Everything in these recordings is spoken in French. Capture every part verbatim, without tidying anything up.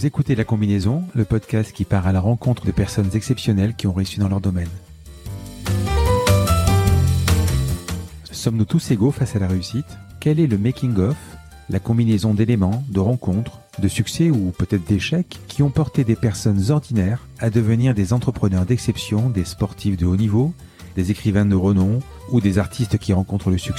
Vous écoutez La Combinaison, le podcast qui part à la rencontre de personnes exceptionnelles qui ont réussi dans leur domaine. Sommes-nous tous égaux face à la réussite ? Quel est le making-of, la combinaison d'éléments, de rencontres, de succès ou peut-être d'échecs qui ont porté des personnes ordinaires à devenir des entrepreneurs d'exception, des sportifs de haut niveau, des écrivains de renom ou des artistes qui rencontrent le succès ?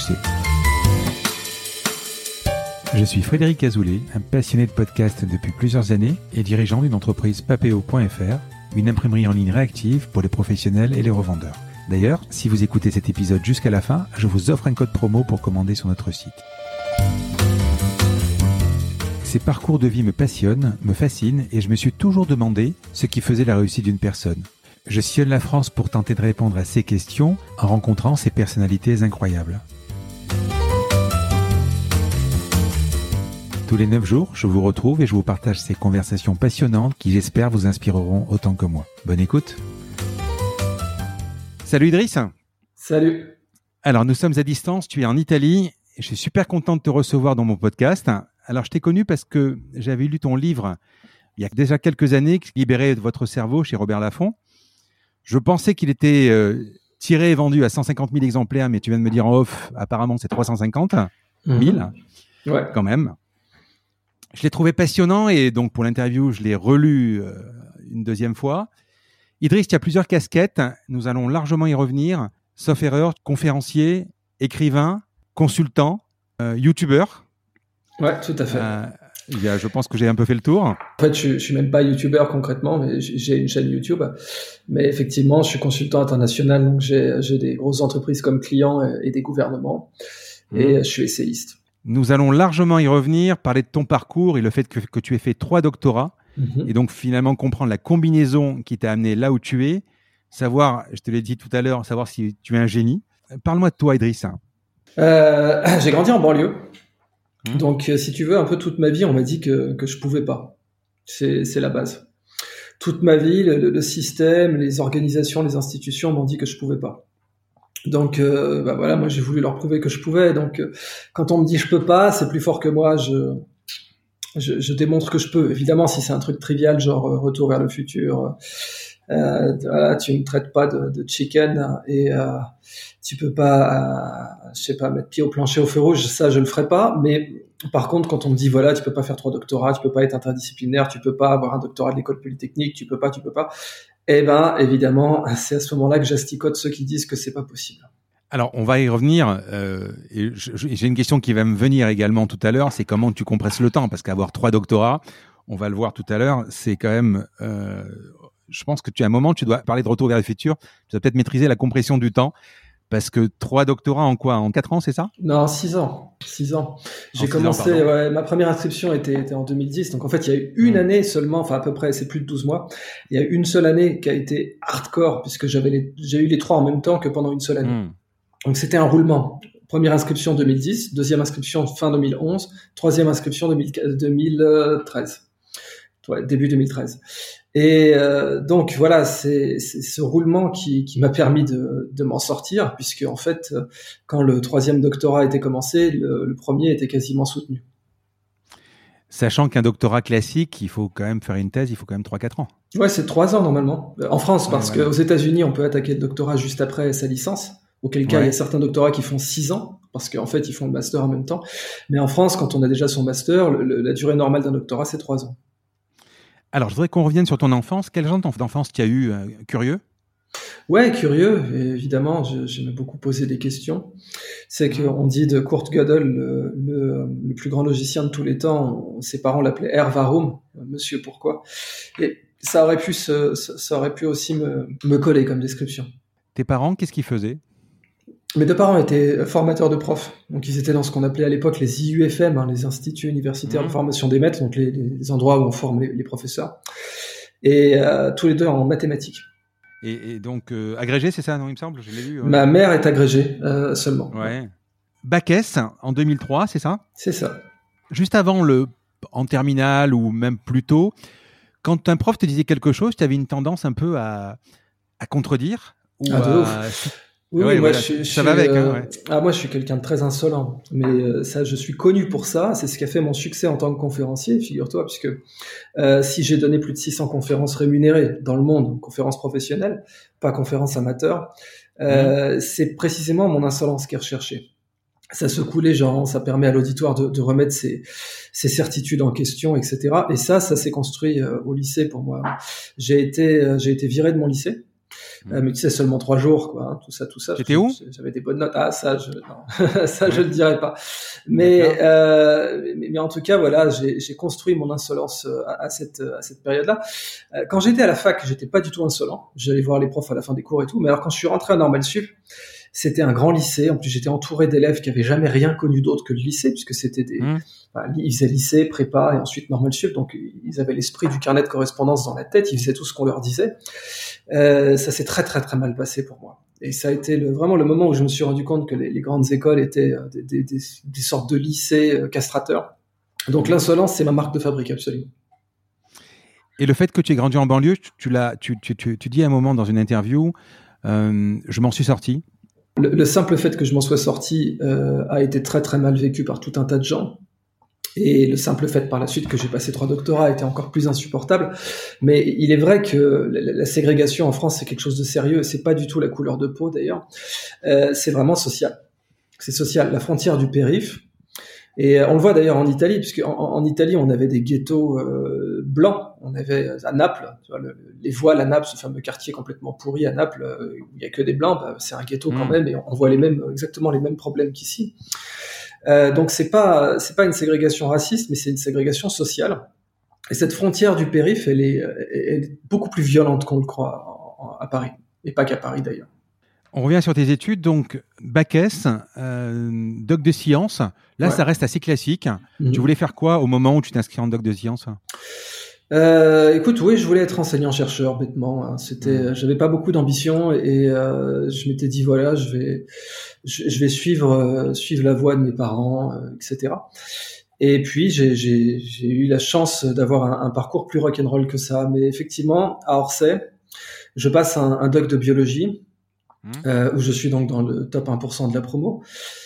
Je suis Frédéric Azoulay, un passionné de podcast depuis plusieurs années et dirigeant d'une entreprise papéo point f r, une imprimerie en ligne réactive pour les professionnels et les revendeurs. D'ailleurs, si vous écoutez cet épisode jusqu'à la fin, je vous offre un code promo pour commander sur notre site. Ces parcours de vie me passionnent, me fascinent et je me suis toujours demandé ce qui faisait la réussite d'une personne. Je sillonne la France pour tenter de répondre à ces questions en rencontrant ces personnalités incroyables. Tous les neuf jours, je vous retrouve et je vous partage ces conversations passionnantes qui, j'espère, vous inspireront autant que moi. Bonne écoute. Salut Idriss. Salut. Alors, nous sommes à distance, tu es en Italie et je suis super content de te recevoir dans mon podcast. Alors, je t'ai connu parce que j'avais lu ton livre il y a déjà quelques années, Libérer votre cerveau chez Robert Laffont. Je pensais qu'il était euh, tiré et vendu à cent cinquante mille exemplaires, mais tu viens de me dire en off, apparemment c'est trois cent cinquante mille, mmh. Ouais. Quand même. Je l'ai trouvé passionnant et donc pour l'interview, je l'ai relu euh, une deuxième fois. Idriss, tu as plusieurs casquettes. Nous allons largement y revenir. Sauf erreur, conférencier, écrivain, consultant, euh, youtubeur. Ouais, tout à fait. Euh, il y a, je pense que j'ai un peu fait le tour. En fait, je, je suis même pas youtubeur concrètement, mais j'ai une chaîne YouTube. Mais effectivement, je suis consultant international, donc j'ai, j'ai des grosses entreprises comme clients et, et des gouvernements. Et mmh. je suis essayiste. Nous allons largement y revenir, parler de ton parcours et le fait que, que tu aies fait trois doctorats. Mmh. Et donc finalement comprendre la combinaison qui t'a amené là où tu es. Savoir, je te l'ai dit tout à l'heure, savoir si tu es un génie. Parle-moi de toi, Idriss. Euh, j'ai grandi en banlieue. Mmh. Donc, si tu veux, un peu toute ma vie, on m'a dit que, que je pouvais pas. C'est, c'est la base. Toute ma vie, le, le système, les organisations, les institutions m'ont dit que je pouvais pas. Donc, euh, bah voilà, moi, j'ai voulu leur prouver que je pouvais. Donc, euh, quand on me dit je peux pas, c'est plus fort que moi. Je, je, je démontre que je peux. Évidemment, si c'est un truc trivial, genre euh, retour vers le futur, euh, voilà, tu me traites pas de, de chicken et euh, tu peux pas, euh, je sais pas, mettre pied au plancher au feu rouge. Ça, je le ferai pas. Mais par contre, quand on me dit voilà, tu peux pas faire trois doctorats, tu peux pas être interdisciplinaire, tu peux pas avoir un doctorat de l'école polytechnique, tu peux pas, tu peux pas. Eh ben, évidemment, c'est à ce moment-là que j'asticote ceux qui disent que c'est pas possible. Alors, on va y revenir. Euh, et j'ai une question qui va me venir également tout à l'heure. C'est comment tu compresses le temps, parce qu'avoir trois doctorats, on va le voir tout à l'heure, c'est quand même. Euh, je pense que tu as un moment, tu dois parler de retour vers le futur. Tu dois peut-être maîtriser la compression du temps. Parce que trois doctorats en quoi ? En quatre ans, c'est ça ? Non, six ans. Six ans. J'ai commencé, ans, ouais, ma première inscription était, était en deux mille dix. Donc, en fait, il y a eu une mmh. année seulement, enfin, à peu près, c'est plus de douze mois. Il y a eu une seule année qui a été hardcore, puisque j'avais les, j'ai eu les trois en même temps que pendant une seule année. Mmh. Donc, c'était un roulement. Première inscription deux mille dix, deuxième inscription fin deux mille onze, troisième inscription deux mille treize. Ouais, début deux mille treize. Et euh, donc voilà, c'est, c'est ce roulement qui, qui m'a permis de, de m'en sortir, puisque en fait, quand le troisième doctorat était commencé, le, le premier était quasiment soutenu. Sachant qu'un doctorat classique, il faut quand même faire une thèse, il faut quand même trois à quatre ans. Ouais, c'est trois ans normalement. En France, parce ouais, ouais. qu'aux États-Unis, on peut attaquer le doctorat juste après sa licence. Auquel cas, ouais. il y a certains doctorats qui font six ans, parce qu'en fait, ils font le master en même temps. Mais en France, quand on a déjà son master, le, le, la durée normale d'un doctorat, c'est trois ans. Alors, je voudrais qu'on revienne sur ton enfance. Quel genre d'enfance tu as eu euh, Curieux ? Ouais, curieux. Et évidemment, je, j'aime beaucoup poser des questions. C'est qu'on dit de Kurt Gödel, le, le, le plus grand logicien de tous les temps, ses parents l'appelaient Herr Warum, Monsieur Pourquoi. Et ça aurait pu, se, ça aurait pu aussi me, me coller comme description. Tes parents, qu'est-ce qu'ils faisaient ? Mes deux parents étaient formateurs de profs, donc ils étaient dans ce qu'on appelait à l'époque les I U F M, hein, les instituts universitaires mmh. de formation des maîtres, donc les, les endroits où on forme les, les professeurs, et euh, tous les deux en mathématiques. Et, et donc euh, agrégé, c'est ça, non, il me semble, je l'ai lu. Euh... Ma mère est agrégée euh, seulement. Ouais. Bac S en deux mille trois, c'est ça ? C'est ça. Juste avant le, en terminale ou même plus tôt, quand un prof te disait quelque chose, tu avais une tendance un peu à, à contredire ou ah, de à... ouf. Oui, ouais, moi, voilà, je, je, ça va avec. euh, Hein, ouais. ah, moi, je suis quelqu'un de très insolent, mais euh, ça, je suis connu pour ça. C'est ce qui a fait mon succès en tant que conférencier, figure-toi, puisque euh, si j'ai donné plus de six cents conférences rémunérées dans le monde, conférences professionnelles, pas conférences amateurs, euh, mmh. c'est précisément mon insolence qui est recherchée. Ça secoue les gens, ça permet à l'auditoire de, de remettre ses, ses certitudes en question, et cetera. Et ça, ça s'est construit euh, au lycée pour moi. J'ai été, euh, j'ai été viré de mon lycée. Euh, mais tu sais, seulement trois jours, quoi, hein, tout ça, tout ça. T'étais où ? J'avais des bonnes notes. Ah, ça, je, non, ça, ouais. je le dirais pas. Mais, euh, mais, mais en tout cas, voilà, j'ai, j'ai construit mon insolence à, à cette, à cette période-là. Euh, quand j'étais à la fac, j'étais pas du tout insolent. J'allais voir les profs à la fin des cours et tout. Mais alors, quand je suis rentré à Normal Sup, c'était un grand lycée. En plus, j'étais entouré d'élèves qui avaient jamais rien connu d'autre que le lycée, puisque c'était des, mmh. enfin, ils faisaient lycée, prépa et ensuite Normal Sup. Donc, ils avaient l'esprit du carnet de correspondance dans la tête. Ils faisaient tout ce qu'on leur disait. Euh, ça s'est très, très, très mal passé pour moi. Et ça a été le, vraiment le moment où je me suis rendu compte que les, les grandes écoles étaient euh, des, des, des, des sortes de lycées euh, castrateurs. Donc, l'insolence, c'est ma marque de fabrique, absolument. Et le fait que tu aies grandi en banlieue, tu, tu, l'as, tu, tu, tu, tu dis à un moment dans une interview, euh, je m'en suis sorti. Le, le simple fait que je m'en sois sorti euh, a été très très mal vécu par tout un tas de gens. Et le simple fait par la suite que j'ai passé trois doctorats a été encore plus insupportable. Mais il est vrai que la, la ségrégation en France, c'est quelque chose de sérieux. C'est pas du tout la couleur de peau d'ailleurs. Euh, c'est vraiment social. C'est social. La frontière du périph'. Et on le voit d'ailleurs en Italie, puisque en, en Italie, on avait des ghettos euh, blancs. On avait à Naples, tu vois, le, les voiles à Naples, ce fameux quartier complètement pourri à Naples, euh, où il y a que des blancs. Bah, c'est un ghetto quand mmh. même, et on voit les mêmes, exactement les mêmes problèmes qu'ici. Euh, donc c'est pas c'est pas une ségrégation raciste, mais c'est une ségrégation sociale. Et cette frontière du périph', elle est, elle est beaucoup plus violente qu'on le croit en, en, à Paris, et pas qu'à Paris d'ailleurs. On revient sur tes études, donc bac S, euh, doc de sciences. Là, ouais. ça reste assez classique. Mmh. Tu voulais faire quoi au moment où tu t'inscris en doc de sciences ? Euh, écoute, oui, je voulais être enseignant-chercheur, bêtement. C'était, mmh. j'avais pas beaucoup d'ambition et euh, je m'étais dit voilà, je vais, je, je vais suivre, euh, suivre la voie de mes parents, euh, et cetera. Et puis j'ai, j'ai, j'ai eu la chance d'avoir un, un parcours plus rock'n'roll que ça. Mais effectivement, à Orsay, je passe un, un doc de biologie. Euh, où je suis donc dans le top un pour cent de la promo,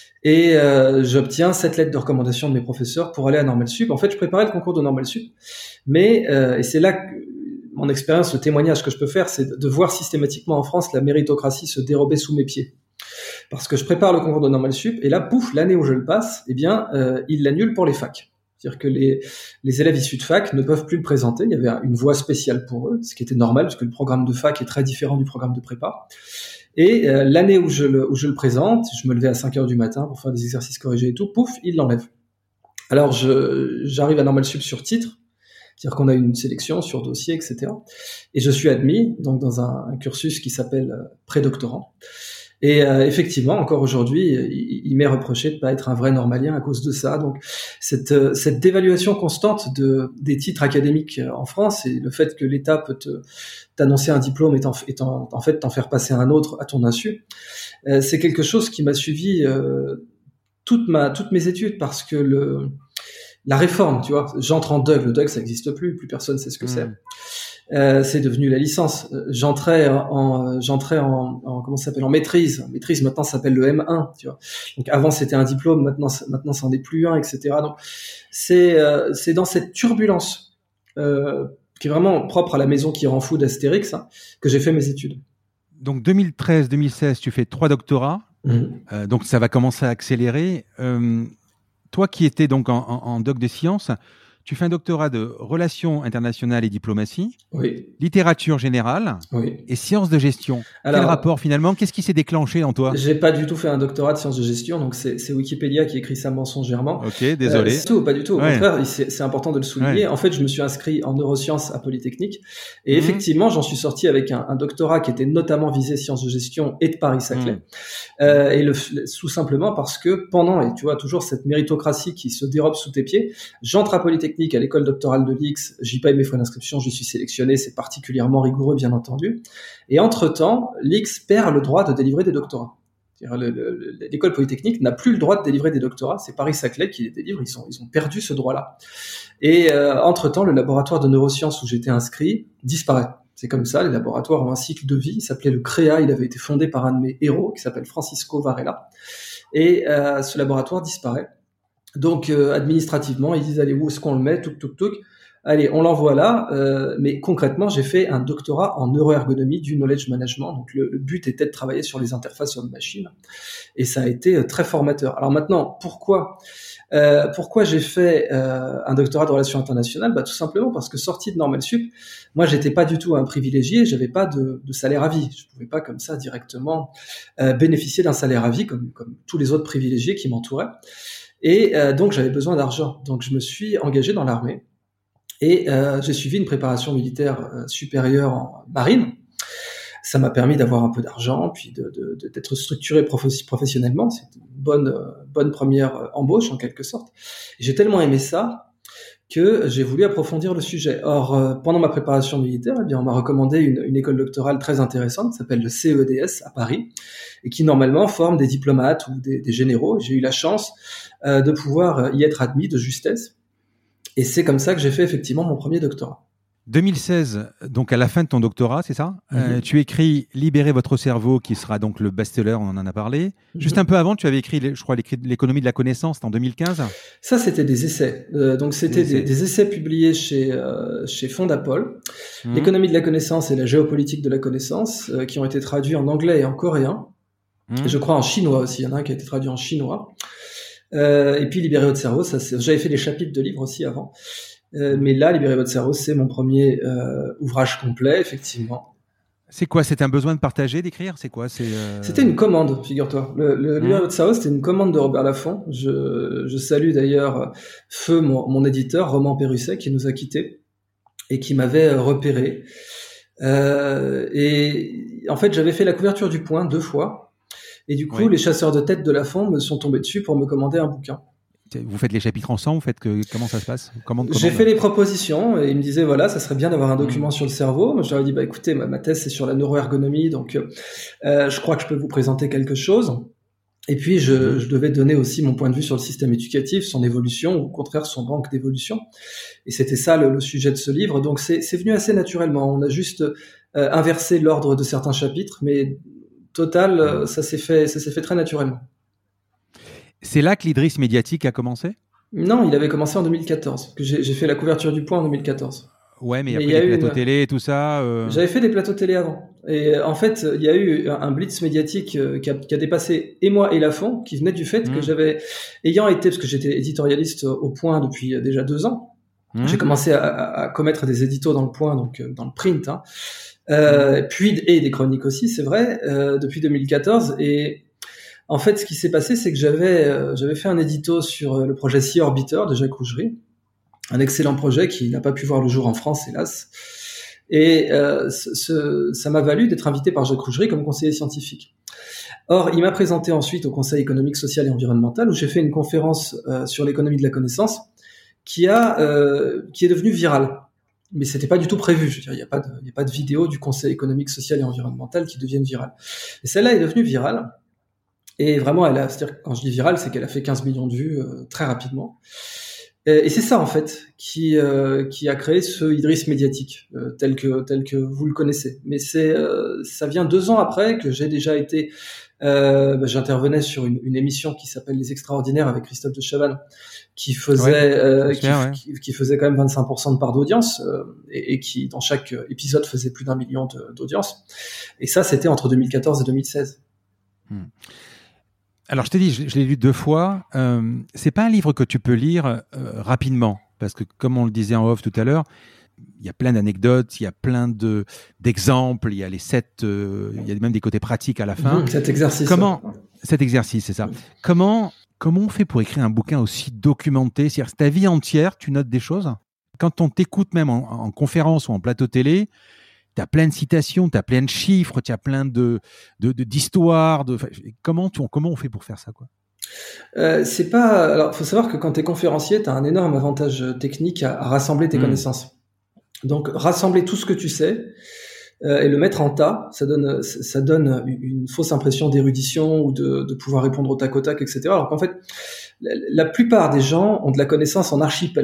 et euh, j'obtiens cette lettre de recommandation de mes professeurs pour aller à Normal Sup. En fait, je préparais le concours de Normal Sup, mais euh, et c'est là que mon expérience, le témoignage que je peux faire, c'est de voir systématiquement en France la méritocratie se dérober sous mes pieds. Parce que je prépare le concours de Normal Sup, et là, pouf, l'année où je le passe, eh bien, euh, ils l'annulent pour les facs. C'est-à-dire que les, les élèves issus de fac ne peuvent plus le présenter. Il y avait une voie spéciale pour eux, ce qui était normal, parce que le programme de fac est très différent du programme de prépa. Et euh, l'année où je, le, où je le présente, je me levais à cinq heures du matin pour faire des exercices corrigés et tout, pouf, il l'enlève. Alors, je, j'arrive à Normal Sup sur titre, c'est-à-dire qu'on a une sélection sur dossier, et cetera. Et je suis admis donc dans un, un cursus qui s'appelle euh, prédoctorant. Et euh, effectivement, encore aujourd'hui, il, il m'est reproché de pas être un vrai normalien à cause de ça. Donc, cette, euh, cette dévaluation constante de, des titres académiques en France et le fait que l'État peut te, t'annoncer un diplôme et, en, et en, en fait t'en faire passer un autre à ton insu, euh, c'est quelque chose qui m'a suivi euh, toute ma, toutes mes études parce que le, la réforme, tu vois, j'entre en D U G, le D U G ça n'existe plus, plus personne sait ce que mmh. c'est. Euh, c'est devenu la licence. J'entrais en, j'entrais en, en comment ça s'appelle, en maîtrise. Maîtrise maintenant ça s'appelle le M un, tu vois. Donc avant c'était un diplôme, maintenant, maintenant c'en est plus un, et cetera. Donc c'est, euh, c'est dans cette turbulence euh, qui est vraiment propre à la maison qui rend fou d'Astérix, hein, que j'ai fait mes études. Donc deux mille treize deux mille seize, tu fais trois doctorats, mmh. euh, donc ça va commencer à accélérer. Euh, toi qui étais donc en, en, en doc de sciences, tu fais un doctorat de relations internationales et diplomatie, oui. littérature générale oui. et sciences de gestion. Alors, quel rapport finalement ? Qu'est-ce qui s'est déclenché en toi ? J'ai pas du tout fait un doctorat de sciences de gestion, donc c'est, c'est Wikipédia qui écrit ça mensongèrement. Ok, désolé. Euh, c'est tout, pas du tout. Au ouais. contraire, c'est, c'est important de le souligner. Ouais. En fait, je me suis inscrit en neurosciences à Polytechnique et mmh. effectivement, j'en suis sorti avec un, un doctorat qui était notamment visé sciences de gestion et de Paris-Saclay. Mmh. Euh, et le, tout simplement parce que pendant, et tu vois toujours cette méritocratie qui se dérobe sous tes pieds, j'entre à Polytechnique à l'école doctorale de l'I X, j'y paye mes frais d'inscription, j'y suis sélectionné, c'est particulièrement rigoureux bien entendu. Et entre-temps, l'I X perd le droit de délivrer des doctorats. Le, le, l'école polytechnique n'a plus le droit de délivrer des doctorats, c'est Paris-Saclay qui les délivre, ils, sont, ils ont perdu ce droit-là. Et euh, entre-temps, le laboratoire de neurosciences où j'étais inscrit disparaît. C'est comme ça, les laboratoires ont un cycle de vie. Il s'appelait le CREA. Il avait été fondé par un de mes héros qui s'appelle Francisco Varela. Et euh, ce laboratoire disparaît. Donc, euh, administrativement, ils disent, allez, où est-ce qu'on le met? Touc, touc, touc. Allez, on l'envoie là. Euh, mais concrètement, j'ai fait un doctorat en neuroergonomie du knowledge management. Donc, le, le but était de travailler sur les interfaces homme-machine. Et ça a été très formateur. Alors maintenant, pourquoi euh, pourquoi j'ai fait euh, un doctorat de relations internationales? Bah, tout simplement parce que sorti de Normal Sup, moi, j'étais pas du tout un privilégié. J'avais pas de, de salaire à vie. Je pouvais pas comme ça directement euh, bénéficier d'un salaire à vie comme, comme tous les autres privilégiés qui m'entouraient. Et euh, donc, j'avais besoin d'argent. Donc, je me suis engagé dans l'armée et euh, j'ai suivi une préparation militaire euh, supérieure en marine. Ça m'a permis d'avoir un peu d'argent, puis de, de, de, d'être structuré prof- professionnellement. C'est une bonne, euh, bonne première embauche, en quelque sorte. Et j'ai tellement aimé ça que j'ai voulu approfondir le sujet. Or, euh, pendant ma préparation militaire, eh bien, on m'a recommandé une, une école doctorale très intéressante qui s'appelle le C E D S à Paris et qui, normalement, forme des diplomates ou des, des généraux. J'ai eu la chance euh, de pouvoir y être admis de justesse. Et c'est comme ça que j'ai fait effectivement mon premier doctorat. deux mille seize, donc à la fin de ton doctorat, c'est ça? Mm-hmm. euh, Tu écris « Libérez votre cerveau » qui sera donc le best-seller, on en a parlé. Mm-hmm. Juste un peu avant, tu avais écrit, je crois, l'économie de la connaissance en deux mille quinze. Ça, c'était des essais. Euh, donc, c'était des, des, des essais publiés chez, euh, chez Fondapol. Mmh. L'économie de la connaissance et la géopolitique de la connaissance, euh, qui ont été traduits en anglais et en coréen. Mmh. Et je crois en chinois aussi. Il y en a un qui a été traduit en chinois. Euh, et puis, Libérer votre cerveau, ça, c'est... j'avais fait des chapitres de livres aussi avant. Euh, mais là, Libérer votre cerveau, c'est mon premier euh, ouvrage complet, effectivement. C'est quoi? C'est un besoin de partager, d'écrire? C'est quoi? C'est euh... C'était une commande, figure-toi. Le, le mmh. Libérer votre cerveau, c'était une commande de Robert Laffont. Je, je salue d'ailleurs Feu, mon, mon éditeur, Roman Perusset, qui nous a quittés et qui m'avait repéré. Euh, et en fait, j'avais fait la couverture du Point deux fois. Et du coup, oui. les chasseurs de tête de Laffont me sont tombés dessus pour me commander un bouquin. Vous faites les chapitres ensemble, vous faites que, comment ça se passe? Comment, comment J'ai fait les propositions et il me disait voilà, ça serait bien d'avoir un document mmh. sur le cerveau. Moi, je leur ai dit bah écoutez, ma, ma thèse c'est sur la neuroergonomie, donc euh, je crois que je peux vous présenter quelque chose. Et puis je, je devais donner aussi mon point de vue sur le système éducatif, son évolution ou au contraire son manque d'évolution. Et c'était ça le, le sujet de ce livre. Donc c'est, c'est venu assez naturellement. On a juste euh, inversé l'ordre de certains chapitres, mais total, euh, ça s'est fait, ça s'est fait très naturellement. C'est là que l'Idriss médiatique a commencé? Non, il avait commencé en deux mille quatorze. Que j'ai, j'ai fait la couverture du Point en deux mille quatorze. Ouais, mais, mais après les plateaux une... télé et tout ça... Euh... J'avais fait des plateaux télé avant. Et en fait, il y a eu un blitz médiatique qui a, qui a dépassé et moi et Laffont, qui venait du fait mmh. que j'avais, ayant été, parce que j'étais éditorialiste au Point depuis déjà deux ans, mmh. j'ai commencé à, à, à commettre des éditos dans le Point, donc dans le print, hein. euh, mmh. puis et des chroniques aussi, c'est vrai, euh, depuis deux mille quatorze. Et en fait, ce qui s'est passé, c'est que j'avais, euh, j'avais fait un édito sur le projet Sea Orbiter de Jacques Rougerie, un excellent projet qui n'a pas pu voir le jour en France, hélas. Et euh, ce, ce, ça m'a valu d'être invité par Jacques Rougerie comme conseiller scientifique. Or, il m'a présenté ensuite au Conseil économique, social et environnemental, où j'ai fait une conférence euh, sur l'économie de la connaissance, qui a, euh, qui est devenue virale. Mais c'était pas du tout prévu. Je veux dire, il n'y a pas de, il y a pas de vidéo du Conseil économique, social et environnemental qui devienne virale. Et celle-là est devenue virale. Et vraiment, elle a, c'est-à-dire, quand je dis virale, c'est qu'elle a fait quinze millions de vues euh, très rapidement. Et, et c'est ça, en fait, qui, euh, qui a créé ce Idriss médiatique, euh, tel que, tel que vous le connaissez. Mais c'est, euh, ça vient deux ans après que j'ai déjà été, euh, bah, j'intervenais sur une, une émission qui s'appelle Les Extraordinaires avec Christophe de Chavannes, qui faisait, ouais, euh, qui, bien, ouais. qui, qui faisait quand même vingt-cinq pour cent de part d'audience, euh, et, et qui, dans chaque épisode, faisait plus d'un million de, d'audience. Et ça, c'était entre deux mille quatorze et deux mille seize. Hmm. Alors, je t'ai dit, je, je l'ai lu deux fois. Euh, c'est pas un livre que tu peux lire euh, rapidement, parce que, comme on le disait en off tout à l'heure, il y a plein d'anecdotes, il y a plein de d'exemples, il y a les sept, euh, il y a même des côtés pratiques à la fin. Mmh, cet exercice. Comment cet exercice, c'est ça. Mmh. Comment comment on fait pour écrire un bouquin aussi documenté? C'est-à-dire, ta vie entière, tu notes des choses. Quand on t'écoute même en, en conférence ou en plateau télé, tu as plein de citations, tu as plein de chiffres, tu as plein de, de, de, d'histoires. De... Comment, tu, comment on fait pour faire ça, quoi? euh, c'est pas... Alors, il faut savoir que quand tu es conférencier, tu as un énorme avantage technique à, à rassembler tes mmh. connaissances. Donc, rassembler tout ce que tu sais euh, et le mettre en tas, ça donne, ça donne une fausse impression d'érudition ou de, de pouvoir répondre au tac au tac, et cetera. Alors qu'en fait, la, la plupart des gens ont de la connaissance en archipel.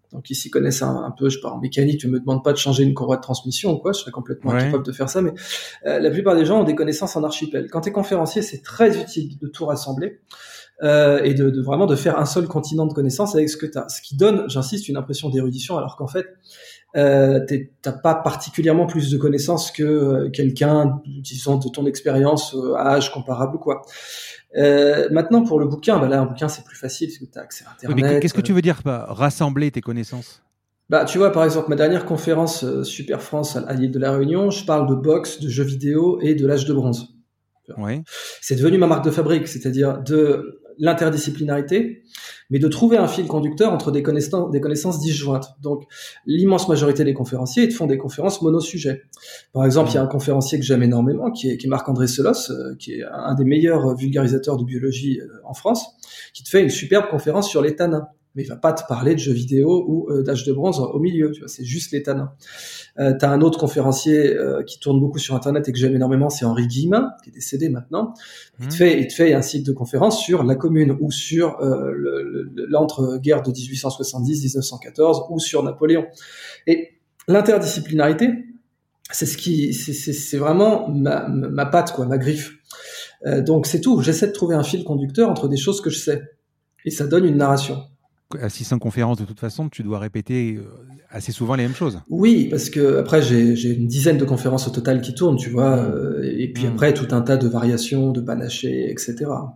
Donc ils s'y connaissent un, un peu, je sais pas, en mécanique, tu me demandes pas de changer une courroie de transmission ou quoi, je serais complètement ouais. incapable de faire ça, mais euh, la plupart des gens ont des connaissances en archipel. Quand t'es conférencier, c'est très utile de tout rassembler. Euh, et de, de vraiment de faire un seul continent de connaissances avec ce que t'as. Ce qui donne, j'insiste, une impression d'érudition, alors qu'en fait, euh, t'as pas particulièrement plus de connaissances que euh, quelqu'un, disons, de ton expérience euh, à âge comparable ou quoi. Euh, maintenant, pour le bouquin, bah là, un bouquin, c'est plus facile parce que t'as accès à Internet. Oui, mais qu'est-ce que tu veux dire par rassembler tes connaissances? Bah, tu vois, par exemple, ma dernière conférence euh, Super France à, à l'île de la Réunion, je parle de boxe, de jeux vidéo et de l'âge de bronze. Ouais. C'est devenu ma marque de fabrique, c'est-à-dire de l'interdisciplinarité, mais de trouver un fil conducteur entre des connaissances, des connaissances disjointes. Donc, l'immense majorité des conférenciers, ils font des conférences monosujets. Par exemple, il y a un conférencier que j'aime énormément, qui est, qui est Marc-André Selos, euh, qui est un des meilleurs vulgarisateurs de biologie euh, en France, qui te fait une superbe conférence sur les tanins. Mais il va pas te parler de jeux vidéo ou euh, d'âge de bronze au milieu, tu vois, c'est juste les tanins. Euh, t'as un autre conférencier euh, qui tourne beaucoup sur Internet et que j'aime énormément, c'est Henri Guillemin, qui est décédé maintenant. Il te fait, il te fait un cycle de conférences sur la Commune ou sur euh, le, le, l'entre-guerre de dix-huit cent soixante-dix à dix-neuf cent quatorze ou sur Napoléon. Et l'interdisciplinarité, c'est ce qui, c'est, c'est, c'est vraiment ma, ma patte, quoi, ma griffe. Euh, donc c'est tout. J'essaie de trouver un fil conducteur entre des choses que je sais, et ça donne une narration. À six cents conférences, de toute façon, tu dois répéter assez souvent les mêmes choses. Oui, parce que après j'ai, j'ai une dizaine de conférences au total qui tournent, tu vois, euh, et puis mmh. après tout un tas de variations, de panachés, et cetera.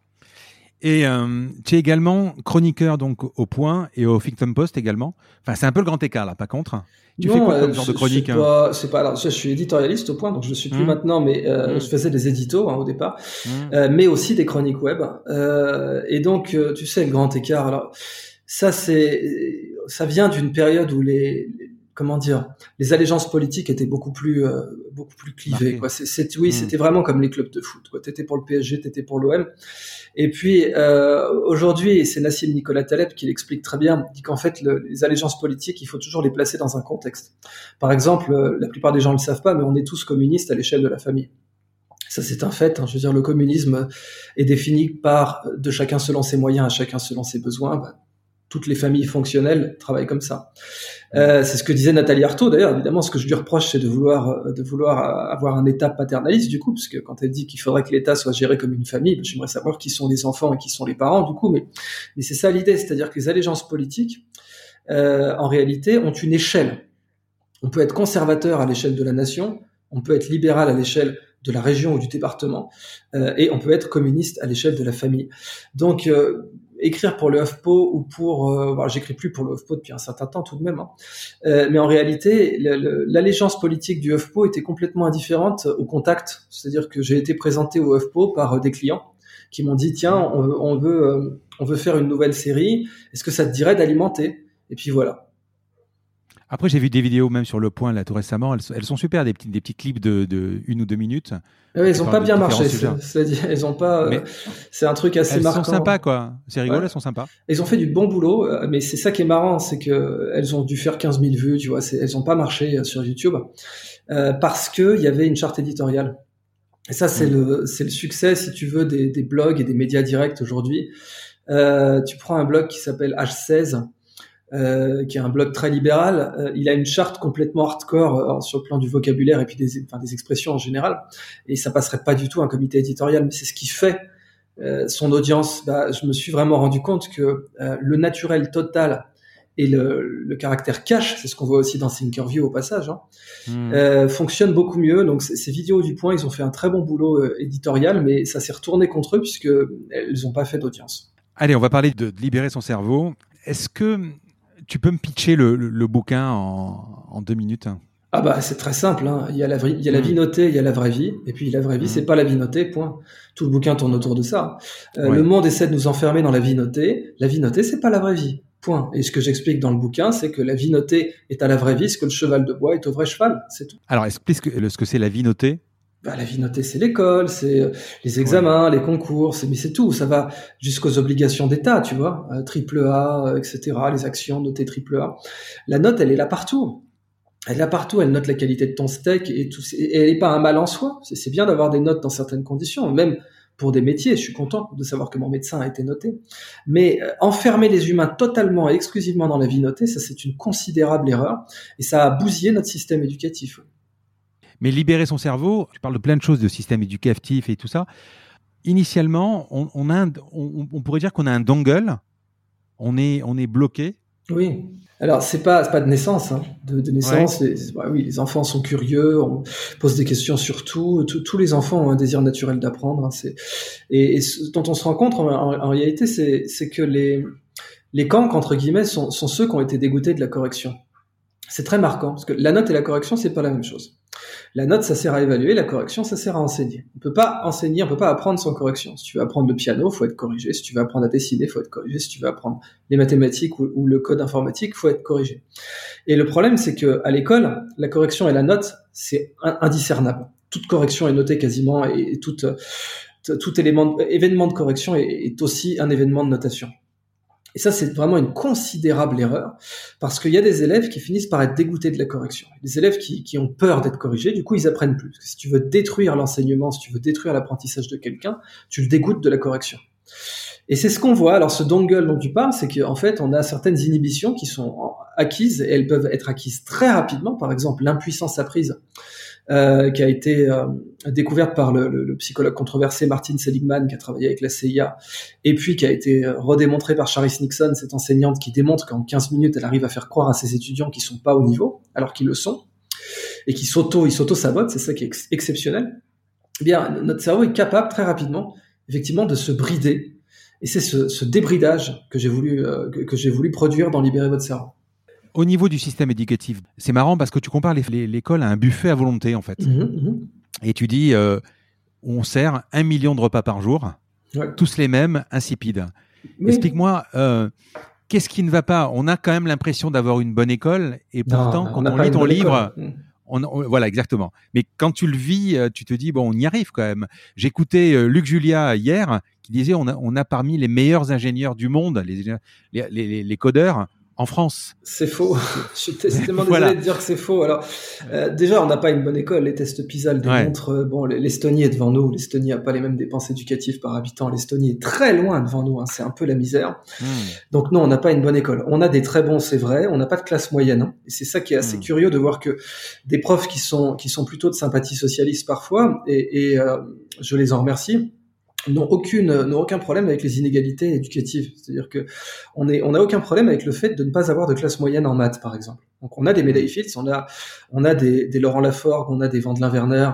Et euh, tu es également chroniqueur donc au Point et au Huffington Post également. Enfin, c'est un peu le grand écart là, pas contre. Tu non, fais quoi comme euh, genre je, de chronique? C'est pas, c'est pas. Alors, je suis éditorialiste au Point, donc je le suis plus mmh. maintenant, mais euh, mmh. je faisais des éditos hein, au départ, mmh. euh, mais aussi des chroniques web. Euh, et donc, euh, tu sais, le grand écart. Alors, ça, c'est, ça vient d'une période où les, les comment dire, les allégeances politiques étaient beaucoup plus, euh, beaucoup plus clivées. Quoi. C'est, c'est, oui, mmh. c'était vraiment comme les clubs de foot. Quoi. T'étais pour le P S G, t'étais pour l'O M. Et puis euh, aujourd'hui, et c'est Nassim Nicolas Taleb qui l'explique très bien, dit qu'en fait le, les allégeances politiques, il faut toujours les placer dans un contexte. Par exemple, euh, la plupart des gens ne le savent pas, mais on est tous communistes à l'échelle de la famille. Ça c'est un fait. Hein. Je veux dire, le communisme est défini par de chacun selon ses moyens, à chacun selon ses besoins. Bah, toutes les familles fonctionnelles travaillent comme ça. Euh, c'est ce que disait Nathalie Arthaud d'ailleurs. Évidemment, ce que je lui reproche, c'est de vouloir de vouloir avoir un État paternaliste du coup, parce que quand elle dit qu'il faudrait que l'État soit géré comme une famille, ben, j'aimerais savoir qui sont les enfants et qui sont les parents du coup. Mais mais c'est ça l'idée, c'est-à-dire que les allégeances politiques, euh, en réalité, ont une échelle. On peut être conservateur à l'échelle de la nation, on peut être libéral à l'échelle de la région ou du département, euh, et on peut être communiste à l'échelle de la famille. Donc euh, écrire pour le HuffPo ou pour, euh, bon, j'écris plus pour le HuffPo depuis un certain temps tout de même, hein. euh, mais en réalité, le, le, l'allégeance politique du HuffPo était complètement indifférente au contact. C'est-à-dire que j'ai été présenté au HuffPo par euh, des clients qui m'ont dit tiens, on, on veut, euh, on veut faire une nouvelle série. Est-ce que ça te dirait d'alimenter ? Et puis voilà. Après, j'ai vu des vidéos même sur Le Point là tout récemment. Elles, elles sont super, des petits, des petits clips de, de une ou deux minutes. Oui, elles n'ont pas bien marché. C'est-à-dire, elles ont pas. Mais euh, c'est un truc assez elles marquant. Elles sont sympas, quoi. C'est rigolo, ouais. Elles sont sympas. Elles ont fait du bon boulot, mais c'est ça qui est marrant, c'est que elles ont dû faire quinze mille vues, tu vois. C'est, elles n'ont pas marché sur YouTube euh, parce que il y avait une charte éditoriale. Et ça, c'est mmh. le, c'est le succès, si tu veux, des, des blogs et des médias directs aujourd'hui. Euh, tu prends un blog qui s'appelle H seize. Euh, qui est un blog très libéral, euh, il a une charte complètement hardcore euh, sur le plan du vocabulaire et puis des, enfin, des expressions en général, et ça passerait pas du tout un comité éditorial, mais c'est ce qui fait euh, son audience. Bah, je me suis vraiment rendu compte que euh, le naturel total et le, le caractère cash, c'est ce qu'on voit aussi dans Thinkerview au passage, hein, mmh. euh, fonctionne beaucoup mieux. Donc ces vidéos du Point, ils ont fait un très bon boulot euh, éditorial, mais ça s'est retourné contre eux puisque elles n'ont pas fait d'audience. Allez, on va parler de, de libérer son cerveau. Est-ce que tu peux me pitcher le, le, le bouquin en, en deux minutes? Ah bah c'est très simple, hein. Il y a la, il y a la vie notée, il y a la vraie vie, et puis la vraie vie, mmh. c'est pas la vie notée, point. Tout le bouquin tourne autour de ça. Euh, ouais. Le monde essaie de nous enfermer dans la vie notée. La vie notée, c'est pas la vraie vie, point. Et ce que j'explique dans le bouquin, c'est que la vie notée est à la vraie vie, ce que le cheval de bois est au vrai cheval, c'est tout. Alors explique ce que, ce que c'est la vie notée. Bah, la vie notée, c'est l'école, c'est les examens, ouais. les concours, c'est, mais c'est tout. Ça va jusqu'aux obligations d'État, tu vois, euh, triple A, euh, et cetera, les actions notées triple A. La note, elle est là partout. Elle est là partout. Elle note la qualité de ton steak et tout. Et elle n'est pas un mal en soi. C'est, c'est bien d'avoir des notes dans certaines conditions. Même pour des métiers. Je suis content de savoir que mon médecin a été noté. Mais euh, enfermer les humains totalement et exclusivement dans la vie notée, ça c'est une considérable erreur et ça a bousillé notre système éducatif. Mais libérer son cerveau, tu parles de plein de choses, de système éducatif et tout ça. Initialement, on, on, a un, on, on pourrait dire qu'on a un dongle, on est, on est bloqué. Oui. Alors, c'est pas, c'est pas de naissance, hein. de, de naissance. Ouais. Les, bah oui, les enfants sont curieux, on pose des questions sur tout. Tout, tous les enfants ont un désir naturel d'apprendre. Hein. C'est, et, et ce dont on se rend compte, en, en, en réalité, c'est, c'est que les, les cancres, entre guillemets, sont, sont ceux qui ont été dégoûtés de la correction. C'est très marquant, parce que la note et la correction, c'est pas la même chose. La note, ça sert à évaluer, la correction, ça sert à enseigner. On peut pas enseigner, on peut pas apprendre sans correction. Si tu veux apprendre le piano, faut être corrigé. Si tu veux apprendre à dessiner, faut être corrigé. Si tu veux apprendre les mathématiques ou, ou le code informatique, faut être corrigé. Et le problème, c'est que à l'école, la correction et la note, c'est indiscernable. Toute correction est notée quasiment, et, et tout, tout élément, événement de correction est, est aussi un événement de notation. Et ça, c'est vraiment une considérable erreur, parce qu'il y a des élèves qui finissent par être dégoûtés de la correction. Des élèves qui, qui ont peur d'être corrigés, du coup, ils apprennent plus. Parce que si tu veux détruire l'enseignement, si tu veux détruire l'apprentissage de quelqu'un, tu le dégoûtes de la correction. Et c'est ce qu'on voit. Alors, ce dongle dont tu parles, c'est qu'en fait, on a certaines inhibitions qui sont acquises, et elles peuvent être acquises très rapidement. Par exemple, l'impuissance apprise, Euh, qui a été euh, découverte par le, le, le psychologue controversé Martin Seligman, qui a travaillé avec la C I A, et puis qui a été euh, redémontré par Charis Nixon, cette enseignante qui démontre qu'en quinze minutes, elle arrive à faire croire à ses étudiants qu'ils sont pas au niveau, alors qu'ils le sont, et qui s'auto, ils s'auto-sabotent, c'est ça qui est ex- exceptionnel. Eh bien, notre cerveau est capable très rapidement, effectivement, de se brider, et c'est ce, ce débridage que j'ai voulu euh, que, que j'ai voulu produire dans Libérer votre cerveau. Au niveau du système éducatif, c'est marrant parce que tu compares les, les, l'école à un buffet à volonté, en fait. Mmh, mmh. Et tu dis, euh, on sert un million de repas par jour, Ouais. tous les mêmes, insipides. Oui. Explique-moi, euh, qu'est-ce qui ne va pas ? On a quand même l'impression d'avoir une bonne école, et pourtant, Non, quand on, on lit ton livre, mmh. on, on, voilà, exactement. Mais quand tu le vis, tu te dis, bon, on y arrive quand même. J'écoutais euh, Luc Julia hier, qui disait, on a, on a parmi les meilleurs ingénieurs du monde, les, les, les, les codeurs, en France. C'est faux. Je suis tellement désolé Voilà. de dire que c'est faux. Alors, euh, déjà, on n'a pas une bonne école. Les tests PISA le démontrent. Ouais. Bon, l'Estonie est devant nous. L'Estonie n'a pas les mêmes dépenses éducatives par habitant. L'Estonie est très loin devant nous. Hein. C'est un peu la misère. Mmh. Donc non, on n'a pas une bonne école. On a des très bons, c'est vrai. On n'a pas de classe moyenne. Hein. Et c'est ça qui est assez mmh. curieux de voir que des profs qui sont qui sont plutôt de sympathie socialiste parfois, et, et euh, je les en remercie, n'ont aucune, n'ont aucun problème avec les inégalités éducatives. C'est-à-dire que on est, on a aucun problème avec le fait de ne pas avoir de classe moyenne en maths, par exemple. Donc, on a des médailles Fields, on a, on a des, des Laurent Laforgue, on a des Vandelin Werner,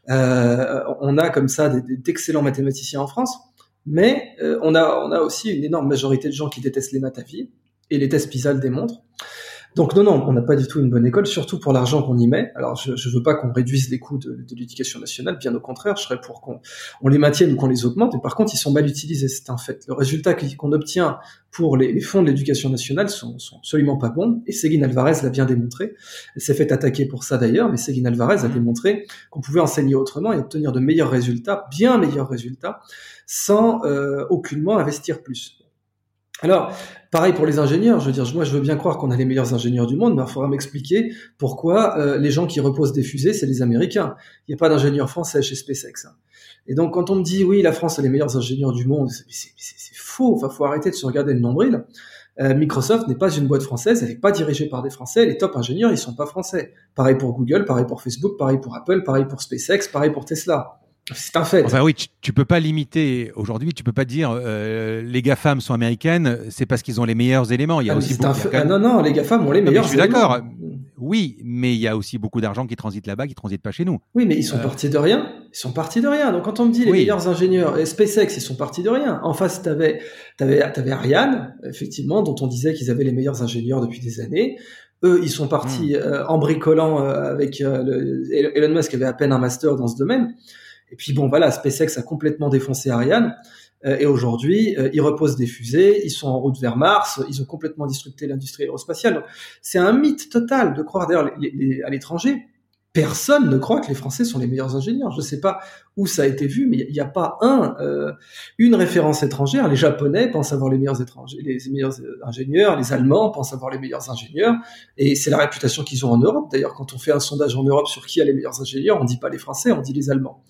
euh, on a comme ça des, des, d'excellents mathématiciens en France. Mais, euh, on a, on a aussi une énorme majorité de gens qui détestent les maths à vie. Et les tests PISA le démontrent. Donc non, non, on n'a pas du tout une bonne école, surtout pour l'argent qu'on y met. Alors je je veux pas qu'on réduise les coûts de, de l'éducation nationale, bien au contraire, je serais pour qu'on on les maintienne ou qu'on les augmente. Et par contre, ils sont mal utilisés, c'est un fait. Le résultat qu'on obtient pour les, les fonds de l'éducation nationale sont, sont absolument pas bons. Et Séguin Alvarez l'a bien démontré. Elle s'est fait attaquer pour ça d'ailleurs, mais Séguin Alvarez a démontré qu'on pouvait enseigner autrement et obtenir de meilleurs résultats, bien meilleurs résultats, sans euh, aucunement investir plus. Alors, pareil pour les ingénieurs, je veux dire, moi je veux bien croire qu'on a les meilleurs ingénieurs du monde, mais il faudra m'expliquer pourquoi euh, les gens qui reposent des fusées, c'est les Américains. Il n'y a pas d'ingénieurs français chez SpaceX. Hein. Et donc quand on me dit, oui, la France a les meilleurs ingénieurs du monde, c'est, c'est, c'est faux, enfin, faut arrêter de se regarder le nombril. Euh, Microsoft n'est pas une boîte française, elle n'est pas dirigée par des Français, les top ingénieurs, ils sont pas français. Pareil pour Google, pareil pour Facebook, pareil pour Apple, pareil pour SpaceX, pareil pour Tesla. C'est un fait. Enfin oui, tu, tu peux pas limiter aujourd'hui. Tu peux pas dire euh, les GAFAM sont américaines, c'est parce qu'ils ont les meilleurs éléments. Il y a ah, aussi c'est beaucoup. Un fait. Ah, non non, les GAFAM ont les meilleurs. Non, je suis éléments. d'accord. Oui, mais il y a aussi beaucoup d'argent qui transite là-bas, qui transite pas chez nous. Oui, mais ils sont euh... partis de rien. Ils sont partis de rien. Donc quand on me dit les oui. meilleurs ingénieurs, et SpaceX, ils sont partis de rien. En face, t'avais t'avais t'avais Ariane, effectivement, dont on disait qu'ils avaient les meilleurs ingénieurs depuis des années. Eux, ils sont partis mmh. euh, en bricolant euh, avec euh, le... Elon Musk avait à peine un master dans ce domaine. Et puis bon, voilà, SpaceX a complètement défoncé Ariane. Euh, et aujourd'hui, euh, ils reposent des fusées, ils sont en route vers Mars, ils ont complètement disrupté l'industrie aérospatiale. Donc, c'est un mythe total de croire, d'ailleurs, les, les, à l'étranger, personne ne croit que les Français sont les meilleurs ingénieurs. Je ne sais pas où ça a été vu, mais il n'y a, a pas un, euh, une référence étrangère. Les Japonais pensent avoir les meilleurs étrangers, les meilleurs ingénieurs, les Allemands pensent avoir les meilleurs ingénieurs, et c'est la réputation qu'ils ont en Europe. D'ailleurs, quand on fait un sondage en Europe sur qui a les meilleurs ingénieurs, on ne dit pas les Français, on dit les Allemands.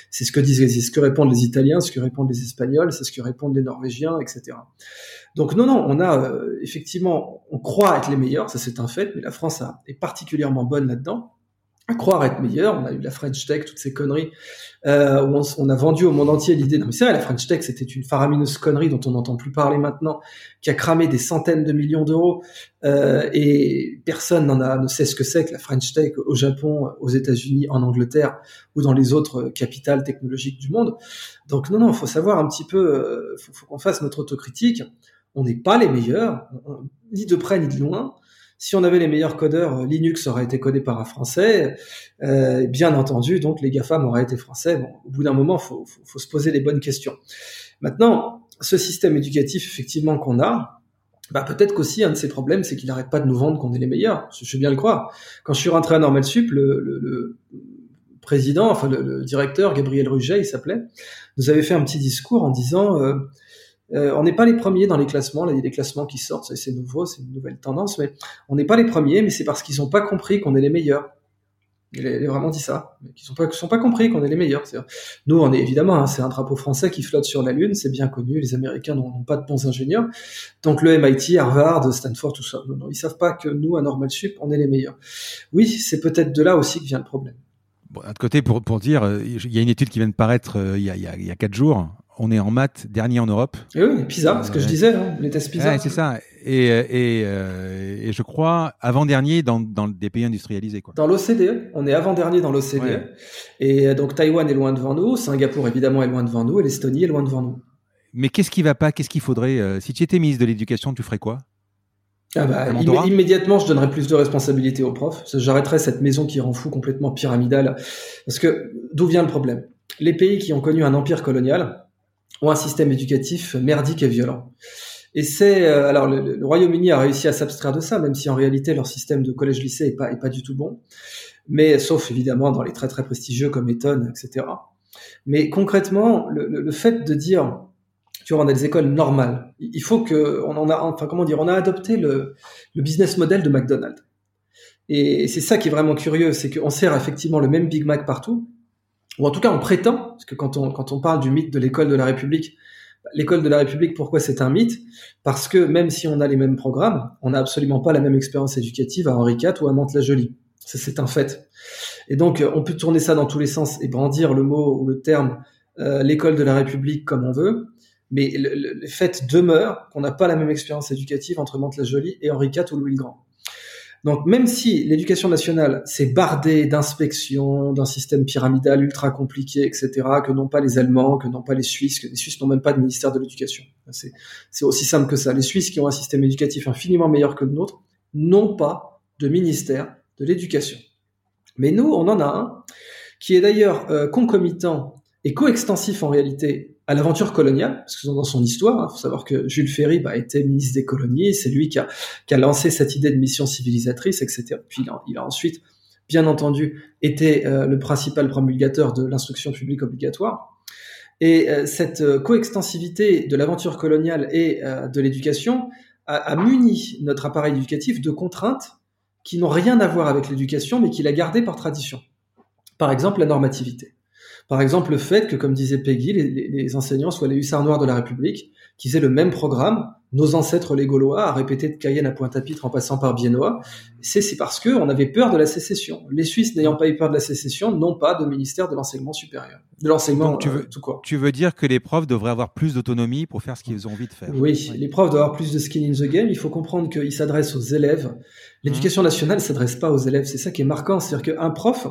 C'est ce que disent, c'est ce que répondent les Italiens, ce que répondent les Espagnols, c'est ce que répondent les Norvégiens, et cetera. Donc non, non, on a euh, effectivement, on croit être les meilleurs, ça c'est un fait, mais la France a, est particulièrement bonne là-dedans. À croire être meilleur, on a eu la French Tech, toutes ces conneries, euh, où on, on a vendu au monde entier l'idée, non mais c'est vrai, la French Tech, c'était une faramineuse connerie dont on n'entend plus parler maintenant, qui a cramé des centaines de millions d'euros, euh, et personne n'en a, ne sait ce que c'est que la French Tech au Japon, aux États-Unis, en Angleterre, ou dans les autres capitales technologiques du monde. Donc non, non, faut savoir un petit peu, euh, faut, faut qu'on fasse notre autocritique. On n'est pas les meilleurs, on, ni de près ni de loin. Si on avait les meilleurs codeurs, Linux aurait été codé par un Français. Euh, bien entendu, donc les GAFAM auraient été français. Bon, au bout d'un moment, faut, faut, faut se poser les bonnes questions. Maintenant, ce système éducatif, effectivement, qu'on a, bah peut-être qu'aussi un de ses problèmes, c'est qu'il n'arrête pas de nous vendre qu'on est les meilleurs. Je, je veux bien le croire. Quand je suis rentré à Normal Sup, le, le, le président, enfin le, le directeur, Gabriel Ruget, il s'appelait, nous avait fait un petit discours en disant... Euh, Euh, on n'est pas les premiers dans les classements. Là, il y a des classements qui sortent, ça, c'est nouveau, c'est une nouvelle tendance, mais on n'est pas les premiers, mais c'est parce qu'ils n'ont pas compris qu'on est les meilleurs. Il a, il a vraiment dit ça, mais qu'ils n'ont pas, qu'ils pas compris qu'on est les meilleurs. C'est-à-dire, nous, on est évidemment, hein, c'est un drapeau français qui flotte sur la Lune, c'est bien connu. Les Américains n'ont, n'ont pas de bons ingénieurs, donc le M I T, Harvard, Stanford, tout ça. Non, non, ils savent pas que nous, à Normal Sup, on est les meilleurs. Oui, c'est peut-être de là aussi que vient le problème. Bon, d'un côté, pour pour dire, il y a une étude qui vient de paraître euh, il y a il y a il y a quatre jours. On est en maths dernier en Europe. Et oui, PISA, euh, ce que je disais, hein, les tests PISA. Ouais, c'est ça. Et, et, euh, et je crois avant-dernier dans, dans des pays industrialisés, quoi. Dans l'O C D E, on est avant-dernier dans l'O C D E. Ouais. Et donc Taïwan est loin devant nous, Singapour évidemment est loin devant nous, et l'Estonie est loin devant nous. Mais qu'est-ce qui va pas? Qu'est-ce qu'il faudrait euh, si tu étais ministre de l'Éducation, tu ferais quoi? Ah bah, immé- immédiatement, je donnerais plus de responsabilités aux profs. J'arrêterais cette maison qui rend fou complètement pyramidale. Parce que d'où vient le problème? Les pays qui ont connu un empire colonial ont un système éducatif merdique et violent. Et c'est euh, alors le, le Royaume-Uni a réussi à s'abstraire de ça, même si en réalité leur système de collège-lycée est pas est pas du tout bon. Mais sauf évidemment dans les très très prestigieux comme Eton, et cetera. Mais concrètement, le, le, le fait de dire, tu vois, on a des écoles normales. Il faut que on en a, enfin comment dire, on a adopté le, le business model de McDonald's. Et c'est ça qui est vraiment curieux, c'est qu'on sert effectivement le même Big Mac partout. Ou en tout cas on prétend, parce que quand on quand on parle du mythe de l'école de la République, l'école de la République, pourquoi c'est un mythe? Parce que même si on a les mêmes programmes, on n'a absolument pas la même expérience éducative à Henri quatre ou à Mantes-la-Jolie. Ça, c'est un fait. Et donc on peut tourner ça dans tous les sens et brandir le mot ou le terme euh, l'école de la République comme on veut, mais le, le, le fait demeure qu'on n'a pas la même expérience éducative entre Mantes-la-Jolie et Henri quatre ou Louis le Grand. Donc, même si l'éducation nationale s'est bardée d'inspections, d'un système pyramidal ultra compliqué, et cetera, que n'ont pas les Allemands, que n'ont pas les Suisses, que les Suisses n'ont même pas de ministère de l'éducation. C'est, c'est aussi simple que ça. Les Suisses, qui ont un système éducatif infiniment meilleur que le nôtre, n'ont pas de ministère de l'éducation. Mais nous, on en a un, qui est d'ailleurs euh, concomitant et coextensif en réalité à l'aventure coloniale, parce que dans son histoire, il hein, faut savoir que Jules Ferry bah, était ministre des colonies, c'est lui qui a, qui a lancé cette idée de mission civilisatrice, et cetera. Puis il a, il a ensuite, bien entendu, été euh, le principal promulgateur de l'instruction publique obligatoire. Et euh, cette euh, coextensivité de l'aventure coloniale et euh, de l'éducation a, a muni notre appareil éducatif de contraintes qui n'ont rien à voir avec l'éducation, mais qu'il a gardées par tradition. Par exemple, la normativité. Par exemple, le fait que, comme disait Peggy, les, les, les enseignants soient les hussards noirs de la République, qu'ils aient le même programme, nos ancêtres les Gaulois, à répéter de Cayenne à Pointe-à-Pitre en passant par Biennois, c'est, c'est parce que on avait peur de la sécession. Les Suisses, n'ayant pas eu peur de la sécession, n'ont pas de ministère de l'enseignement supérieur. De l'enseignement, Donc, tu veux, euh, tout quoi. Tu veux dire que les profs devraient avoir plus d'autonomie pour faire ce qu'ils ont envie de faire? Oui, oui, les profs doivent avoir plus de skin in the game. Il faut comprendre qu'ils s'adressent aux élèves. L'éducation nationale ne s'adresse pas aux élèves. C'est ça qui est marquant. C'est-à-dire qu'un prof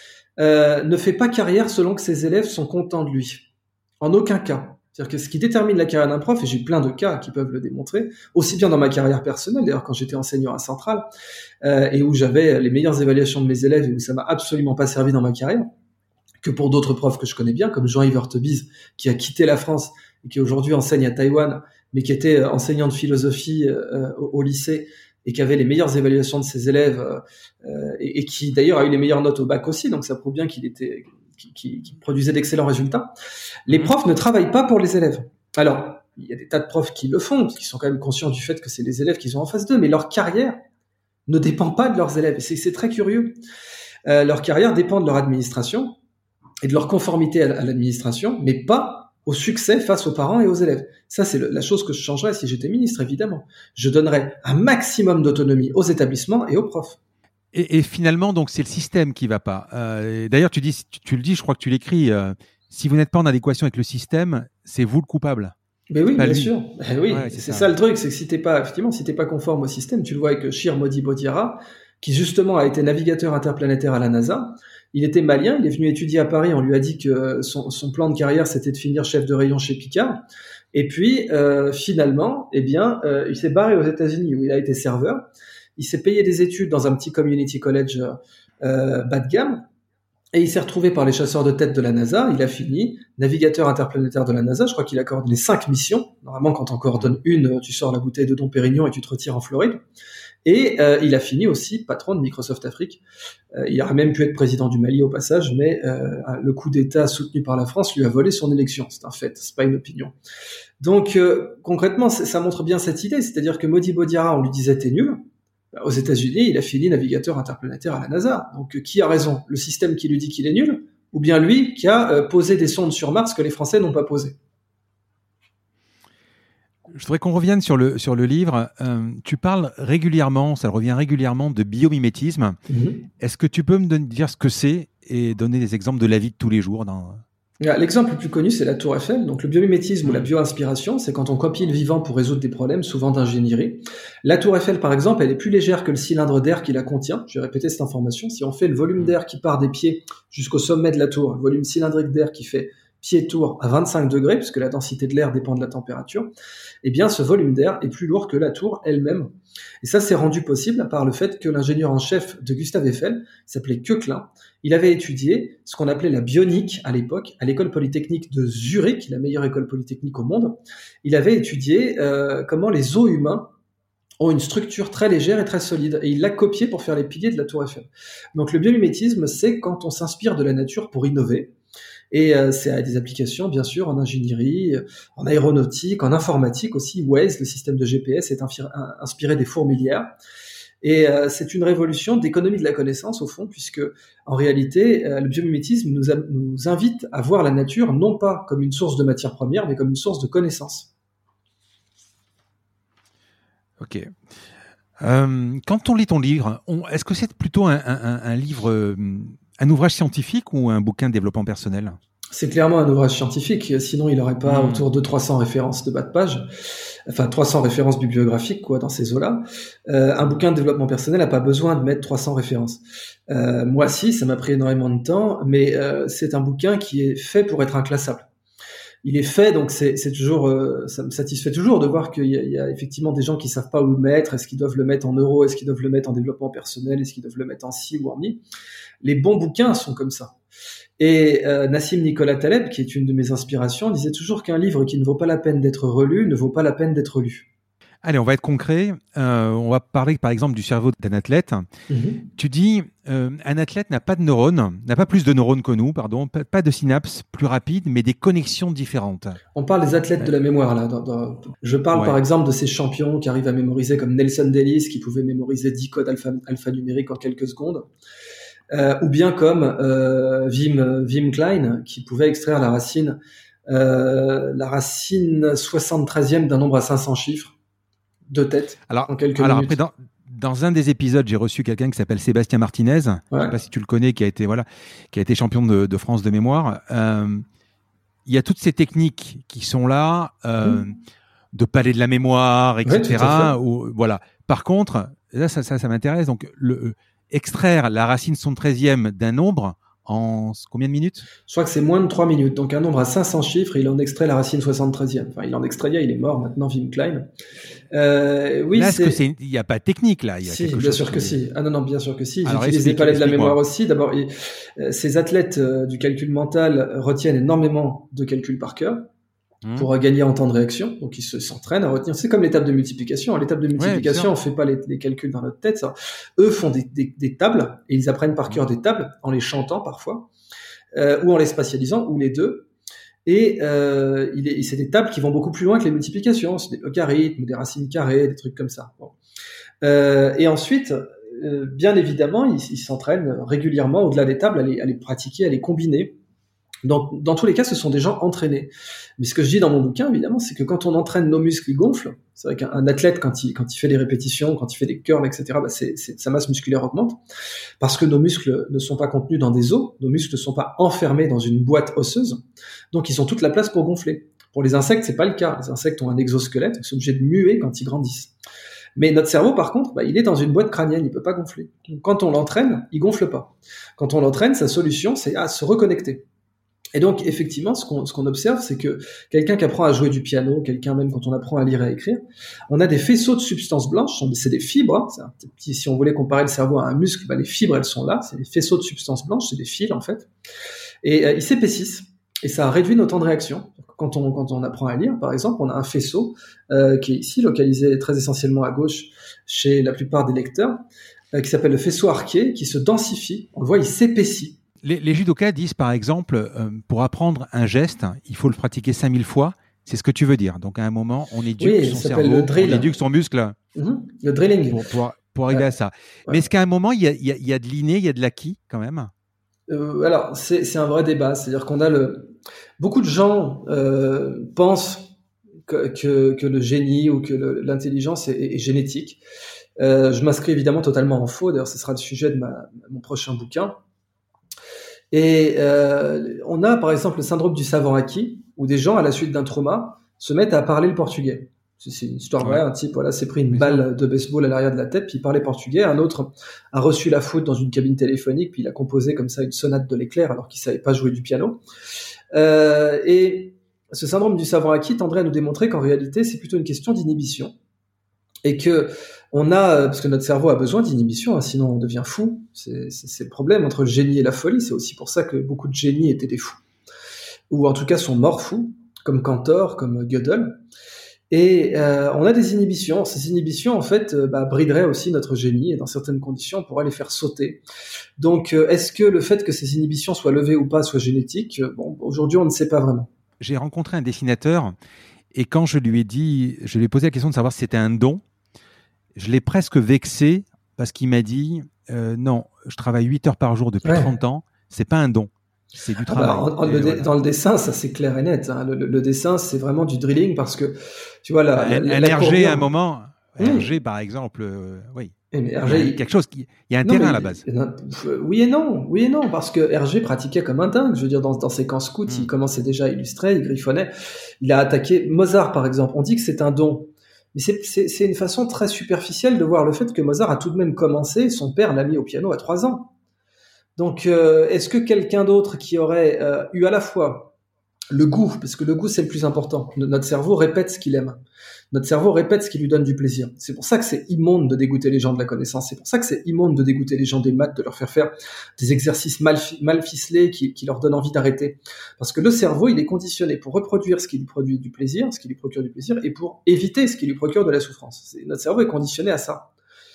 Euh, ne fait pas carrière selon que ses élèves sont contents de lui. En aucun cas. C'est-à-dire que ce qui détermine la carrière d'un prof, et j'ai plein de cas qui peuvent le démontrer, aussi bien dans ma carrière personnelle, d'ailleurs quand j'étais enseignant à Centrale, euh, et où j'avais les meilleures évaluations de mes élèves et où ça m'a absolument pas servi dans ma carrière, que pour d'autres profs que je connais bien, comme Jean-Yves Hortebise, qui a quitté la France et qui aujourd'hui enseigne à Taïwan, mais qui était enseignant de philosophie euh, au, au lycée, et qui avait les meilleures évaluations de ses élèves, euh, et, et qui d'ailleurs a eu les meilleures notes au bac aussi, donc ça prouve bien qu'il était, qu'il, qu'il, qu'il produisait d'excellents résultats. Les profs ne travaillent pas pour les élèves. Alors, il y a des tas de profs qui le font, qui sont quand même conscients du fait que c'est les élèves qu'ils ont en face d'eux, mais leur carrière ne dépend pas de leurs élèves. C'est, c'est très curieux. Euh, leur carrière dépend de leur administration, et de leur conformité à l'administration, mais pas au succès face aux parents et aux élèves. Ça, c'est le, la chose que je changerais si j'étais ministre, évidemment. Je donnerais un maximum d'autonomie aux établissements et aux profs. Et, et finalement, donc, c'est le système qui va pas. Euh, d'ailleurs, tu dis, tu, tu le dis, je crois que tu l'écris, euh, si vous n'êtes pas en adéquation avec le système, c'est vous le coupable. Mais oui, bien lui. sûr. Eh oui, ouais, c'est, c'est ça. ça le truc, c'est que si t'es pas, effectivement, si t'es pas conforme au système, tu le vois avec Shir Modi-Bodiara, qui justement a été navigateur interplanétaire à la NASA. Il était malien, il est venu étudier à Paris, on lui a dit que son, son plan de carrière, c'était de finir chef de rayon chez Picard. Et puis, euh, finalement, eh bien, euh, il s'est barré aux États-Unis, où il a été serveur. Il s'est payé des études dans un petit community college euh, bas de gamme. Et il s'est retrouvé par les chasseurs de tête de la NASA. Il a fini navigateur interplanétaire de la NASA. Je crois qu'il a coordonné cinq missions. Normalement, quand on coordonne une, tu sors la bouteille de Dom Pérignon et tu te retires en Floride. Et euh, il a fini aussi patron de Microsoft Afrique. Euh, il aurait même pu être président du Mali au passage, mais euh, le coup d'État soutenu par la France lui a volé son élection. C'est un fait, c'est pas une opinion. Donc euh, concrètement, ça montre bien cette idée, c'est-à-dire que Modi-Bodiara, on lui disait t'es nul. Aux États-Unis, il a fini navigateur interplanétaire à la NASA. Donc, qui a raison ? Le système qui lui dit qu'il est nul, ou bien lui qui a euh, posé des sondes sur Mars que les Français n'ont pas posées ? Je voudrais qu'on revienne sur le, sur le livre. Euh, tu parles régulièrement, ça revient régulièrement, de biomimétisme. Mm-hmm. Est-ce que tu peux me donner, dire ce que c'est et donner des exemples de la vie de tous les jours dans... L'exemple le plus connu, c'est la tour Eiffel. Donc, le biomimétisme mmh. ou la bioinspiration, c'est quand on copie le vivant pour résoudre des problèmes, souvent d'ingénierie. La tour Eiffel, par exemple, elle est plus légère que le cylindre d'air qui la contient. Je vais répéter cette information. Si on fait le volume d'air qui part des pieds jusqu'au sommet de la tour, le volume cylindrique d'air qui fait pied-tour à vingt-cinq degrés, puisque la densité de l'air dépend de la température, eh bien, ce volume d'air est plus lourd que la tour elle-même. Et ça, c'est rendu possible par le fait que l'ingénieur en chef de Gustave Eiffel s'appelait Koechlin. Il avait étudié ce qu'on appelait la bionique à l'époque, à l'école polytechnique de Zurich, la meilleure école polytechnique au monde. Il avait étudié euh, comment les os humains ont une structure très légère et très solide. Et il l'a copié pour faire les piliers de la tour Eiffel. Donc le biomimétisme, c'est quand on s'inspire de la nature pour innover. Et euh, c'est à des applications, bien sûr, en ingénierie, en aéronautique, en informatique aussi. Waze, le système de G P S, est infir- inspiré des fourmilières. Et euh, c'est une révolution d'économie de la connaissance, au fond, puisque, en réalité, euh, le biomimétisme nous, a, nous invite à voir la nature non pas comme une source de matière première, mais comme une source de connaissance. Ok. Euh, quand on lit ton livre, on, est-ce que c'est plutôt un, un, un livre... Un ouvrage scientifique ou un bouquin de développement personnel ? C'est clairement un ouvrage scientifique, sinon il n'aurait pas mmh. autour de trois cents références de bas de page, enfin trois cents références bibliographiques quoi dans ces eaux-là. Euh, un bouquin de développement personnel n'a pas besoin de mettre trois cents références. Euh, moi si, ça m'a pris énormément de temps, mais euh, c'est un bouquin qui est fait pour être inclassable. Il est fait, donc c'est, c'est toujours, euh, ça me satisfait toujours de voir qu'il y a, il y a effectivement des gens qui savent pas où le mettre. Est-ce qu'ils doivent le mettre en euros ? Est-ce qu'ils doivent le mettre en développement personnel ? Est-ce qu'ils doivent le mettre en ci ou en mi ? Les bons bouquins sont comme ça. Et euh, Nassim Nicolas Taleb, qui est une de mes inspirations, disait toujours qu'un livre qui ne vaut pas la peine d'être relu ne vaut pas la peine d'être lu. Allez, on va être concret. Euh, on va parler par exemple du cerveau d'un athlète. Mm-hmm. Tu dis, euh, un athlète n'a pas de neurones, n'a pas plus de neurones que nous, pardon, pas, pas de synapses plus rapides, mais des connexions différentes. On parle des athlètes ouais. de la mémoire là. Dans, dans... Je parle ouais. par exemple de ces champions qui arrivent à mémoriser, comme Nelson Dellis, qui pouvait mémoriser dix codes alpha, alphanumériques en quelques secondes. Euh, ou bien comme euh, Wim, Wim Klein, qui pouvait extraire la racine, euh, la racine soixante-treizième d'un nombre à cinq cents chiffres de tête alors, en quelques alors minutes. Après, dans, dans un des épisodes, j'ai reçu quelqu'un qui s'appelle Sébastien Martinez, ouais. je ne sais pas si tu le connais, qui a été, voilà, qui a été champion de, de France de mémoire. Euh, il y a toutes ces techniques qui sont là, euh, mmh. de palais de la mémoire, et cetera. Ouais, où, voilà. Par contre, là, ça, ça, ça m'intéresse. Donc, le extraire la racine soixante-treizième d'un nombre en combien de minutes ? Je crois que c'est moins de trois minutes. Donc un nombre à cinq cents chiffres, il en extrait la racine soixante-treizième. Enfin, il en extrayait, il est mort maintenant, Wim Klein. Euh, oui, là, c'est... est-ce que c'est... il n'y a pas de technique là ? Il y a Si, quelque bien chose sûr qui... que si. Ah non, non, bien sûr que si. Alors, J'utilise des palais de la mémoire aussi. D'abord, il... euh, ces athlètes euh, du calcul mental retiennent énormément de calculs par cœur. Pour gagner en temps de réaction, donc ils se, s'entraînent à retenir. C'est comme l'étape de multiplication. À l'étape de multiplication, ouais, on fait pas les, les calculs dans notre tête. Ça. Eux font des, des, des tables et ils apprennent par cœur des tables en les chantant parfois, euh, ou en les spatialisant, ou les deux. Et euh, il est, c'est des tables qui vont beaucoup plus loin que les multiplications. C'est des logarithmes, des racines carrées, des trucs comme ça. Bon. Euh, et ensuite, euh, bien évidemment, ils, ils s'entraînent régulièrement au-delà des tables à les, à les pratiquer, à les combiner. Dans, dans tous les cas, ce sont des gens entraînés. Mais ce que je dis dans mon bouquin, évidemment, c'est que quand on entraîne nos muscles, ils gonflent. C'est vrai qu'un athlète, quand il, quand il fait des répétitions, quand il fait des curls, et cetera, bah c'est, c'est, sa masse musculaire augmente. Parce que nos muscles ne sont pas contenus dans des os, nos muscles ne sont pas enfermés dans une boîte osseuse. Donc, ils ont toute la place pour gonfler. Pour les insectes, c'est pas le cas. Les insectes ont un exosquelette, ils sont obligés de muer quand ils grandissent. Mais notre cerveau, par contre, bah, il est dans une boîte crânienne, il peut pas gonfler. Donc, quand on l'entraîne, il gonfle pas. Quand on l'entraîne, sa solution, c'est à se reconnecter. Et donc, effectivement, ce qu'on, ce qu'on observe, c'est que quelqu'un qui apprend à jouer du piano, quelqu'un même quand on apprend à lire et à écrire, on a des faisceaux de substances blanches, c'est des fibres, hein, c'est un petit, si on voulait comparer le cerveau à un muscle, bah, les fibres, elles sont là, c'est des faisceaux de substances blanches, c'est des fils, en fait. Et euh, ils s'épaississent, et ça réduit nos temps de réaction. Quand on, quand on apprend à lire, par exemple, on a un faisceau euh, qui est ici, localisé très essentiellement à gauche chez la plupart des lecteurs, euh, qui s'appelle le faisceau arqué, qui se densifie, on le voit, il s'épaissit. Les, les judokas disent, par exemple, euh, pour apprendre un geste, il faut le pratiquer cinq mille fois. C'est ce que tu veux dire. Donc, à un moment, on éduque oui, son cerveau, on éduque son muscle. Mm-hmm. Le drilling. Pour, pour, pour arriver ouais. à ça. Ouais. Mais est-ce qu'à un moment, il y a, il y a, il y a de l'inné, il y a de l'acquis, quand même euh, Alors, c'est, c'est un vrai débat. C'est-à-dire qu'on a le... Beaucoup de gens euh, pensent que, que, que le génie ou que le, l'intelligence est, est génétique. Euh, je m'inscris évidemment totalement en faux. D'ailleurs, ce sera le sujet de ma, mon prochain bouquin. Et euh, on a par exemple le syndrome du savant acquis, où des gens, à la suite d'un trauma, se mettent à parler le portugais. C'est une histoire vraie, ouais. Un type voilà, s'est pris une Mais balle ça. de baseball à l'arrière de la tête, puis il parlait portugais. Un autre a reçu la foudre dans une cabine téléphonique, puis il a composé comme ça une sonate de l'éclair alors qu'il savait pas jouer du piano. Euh, et ce syndrome du savant acquis tendrait à nous démontrer qu'en réalité, c'est plutôt une question d'inhibition. Et que on a, parce que notre cerveau a besoin d'inhibition, hein, sinon on devient fou. C'est, c'est, c'est le problème entre le génie et la folie. C'est aussi pour ça que beaucoup de génies étaient des fous, ou en tout cas sont morts fous, comme Cantor, comme Gödel. Et euh, on a des inhibitions. Ces inhibitions, en fait, euh, bah, brideraient aussi notre génie, et dans certaines conditions, on pourrait les faire sauter. Donc, euh, est-ce que le fait que ces inhibitions soient levées ou pas soient génétiques ? Bon, aujourd'hui, on ne sait pas vraiment. J'ai rencontré un dessinateur, et quand je lui ai dit, je lui ai posé la question de savoir si c'était un don, je l'ai presque vexé parce qu'il m'a dit euh, non, je travaille huit heures par jour depuis ouais. trente ans, c'est pas un don, c'est du travail. Ah bah, en, en, le voilà. Dans le dessin, ça c'est clair et net. Hein. Le, le, le dessin, c'est vraiment du drilling parce que tu vois la. Un, la, un la R G à un moment, mmh. R G par exemple, euh, oui. Mais R G, il y a quelque chose qui, il y a un non, terrain à la base. Oui et non, oui et non, parce que R G pratiquait comme un dingue. Je veux dire, dans, dans ses camps scouts, mmh. il commençait déjà à illustrer, il griffonnait. Il a attaqué Mozart, par exemple. On dit que c'est un don. Mais c'est, c'est, c'est une façon très superficielle de voir le fait que Mozart a tout de même commencé, son père l'a mis au piano à trois ans. Donc, euh, est-ce que quelqu'un d'autre qui aurait euh, eu à la fois le goût, parce que le goût c'est le plus important, notre cerveau répète ce qu'il aime, notre cerveau répète ce qui lui donne du plaisir. C'est pour ça que c'est immonde de dégoûter les gens de la connaissance, c'est pour ça que c'est immonde de dégoûter les gens des maths, de leur faire faire des exercices mal, mal ficelés qui, qui leur donnent envie d'arrêter. Parce que le cerveau, il est conditionné pour reproduire ce qui lui produit du plaisir, ce qui lui procure du plaisir, et pour éviter ce qui lui procure de la souffrance. C'est, notre cerveau est conditionné à ça.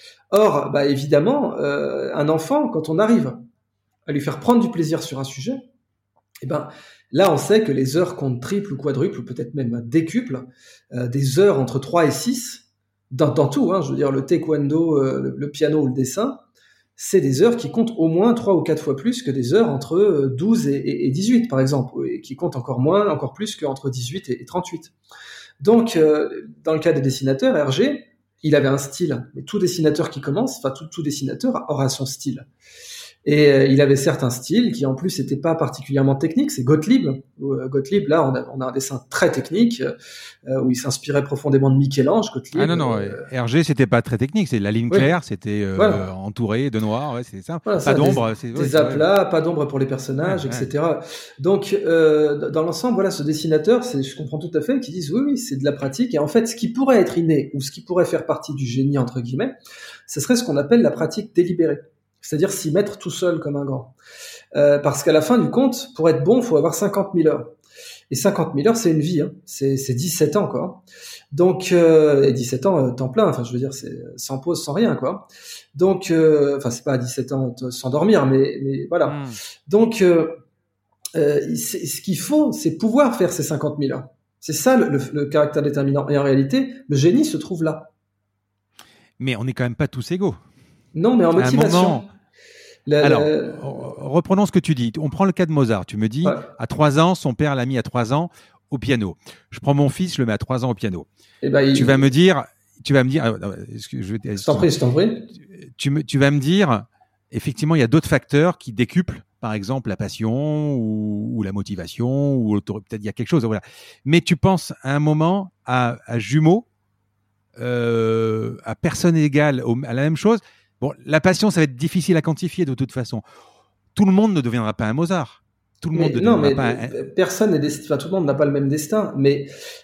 Or, bah évidemment, euh, un enfant, quand on arrive à lui faire prendre du plaisir sur un sujet, eh ben là, on sait que les heures comptent triple ou quadruple, ou peut-être même décuple, euh, des heures entre trois et six, dans, dans tout, hein, je veux dire, le taekwondo, euh, le, le piano ou le dessin, c'est des heures qui comptent au moins trois ou quatre fois plus que des heures entre douze et, et dix-huit, par exemple, et qui comptent encore moins, encore plus qu'entre dix-huit et trente-huit. Donc, euh, dans le cas des dessinateurs, Hergé, il avait un style, mais tout dessinateur qui commence, enfin tout, tout dessinateur aura son style. Et euh, il avait certes un style qui en plus n'était pas particulièrement technique, c'est Gottlieb. Euh, Gottlieb, là, on a, on a un dessin très technique euh, où il s'inspirait profondément de Michel-Ange. Gottlieb, ah non, non, euh, Hergé, c'était pas très technique, c'est la ligne claire, oui. c'était euh, voilà. entouré de noir, ouais, c'est ça. Voilà, pas ça, d'ombre. Des, c'est, des ouais, aplats, ouais. Pas d'ombre pour les personnages, ouais, et cetera. Ouais. Donc, euh, dans l'ensemble, voilà, ce dessinateur, c'est, je comprends tout à fait qu'ils disent oui, oui, c'est de la pratique. Et en fait, ce qui pourrait être inné ou ce qui pourrait faire partie du génie, entre guillemets, ce serait ce qu'on appelle la pratique délibérée. C'est-à-dire s'y mettre tout seul comme un grand. Euh, parce qu'à la fin du compte, pour être bon, il faut avoir cinquante mille heures. Et cinquante mille heures, c'est une vie, hein. c'est, c'est dix-sept ans, quoi. Donc, euh, et dix-sept ans, euh, temps plein, enfin, je veux dire, c'est sans pause, sans rien, quoi. Donc, euh, enfin, c'est pas à dix-sept ans sans dormir, mais, mais voilà. Mmh. Donc, euh, euh, ce qu'il faut, c'est pouvoir faire ces cinquante mille heures. C'est ça le, le, le caractère déterminant. Et en réalité, le génie se trouve là. Mais on n'est quand même pas tous égaux. Non, mais en motivation. La, Alors, la... reprenons ce que tu dis. On prend le cas de Mozart. Tu me dis, ouais. à trois ans, son père l'a mis à trois ans au piano. Je prends mon fils, je le mets à trois ans au piano. Et ben, tu il... vas me dire, tu vas me dire, est-ce que je, je t'en prie, je t'en prie. Tu me, tu vas me dire, effectivement, il y a d'autres facteurs qui décuplent, par exemple la passion ou, ou la motivation ou peut-être il y a quelque chose. Voilà. Mais tu penses à un moment à, à jumeaux, euh, à personne égale, à la même chose. Bon, la passion, ça va être difficile à quantifier de toute façon. Tout le monde ne deviendra pas un Mozart. Tout le mais monde ne non, deviendra mais pas un... personne n'est destiné. Enfin, tout le monde n'a pas le même destin. Mais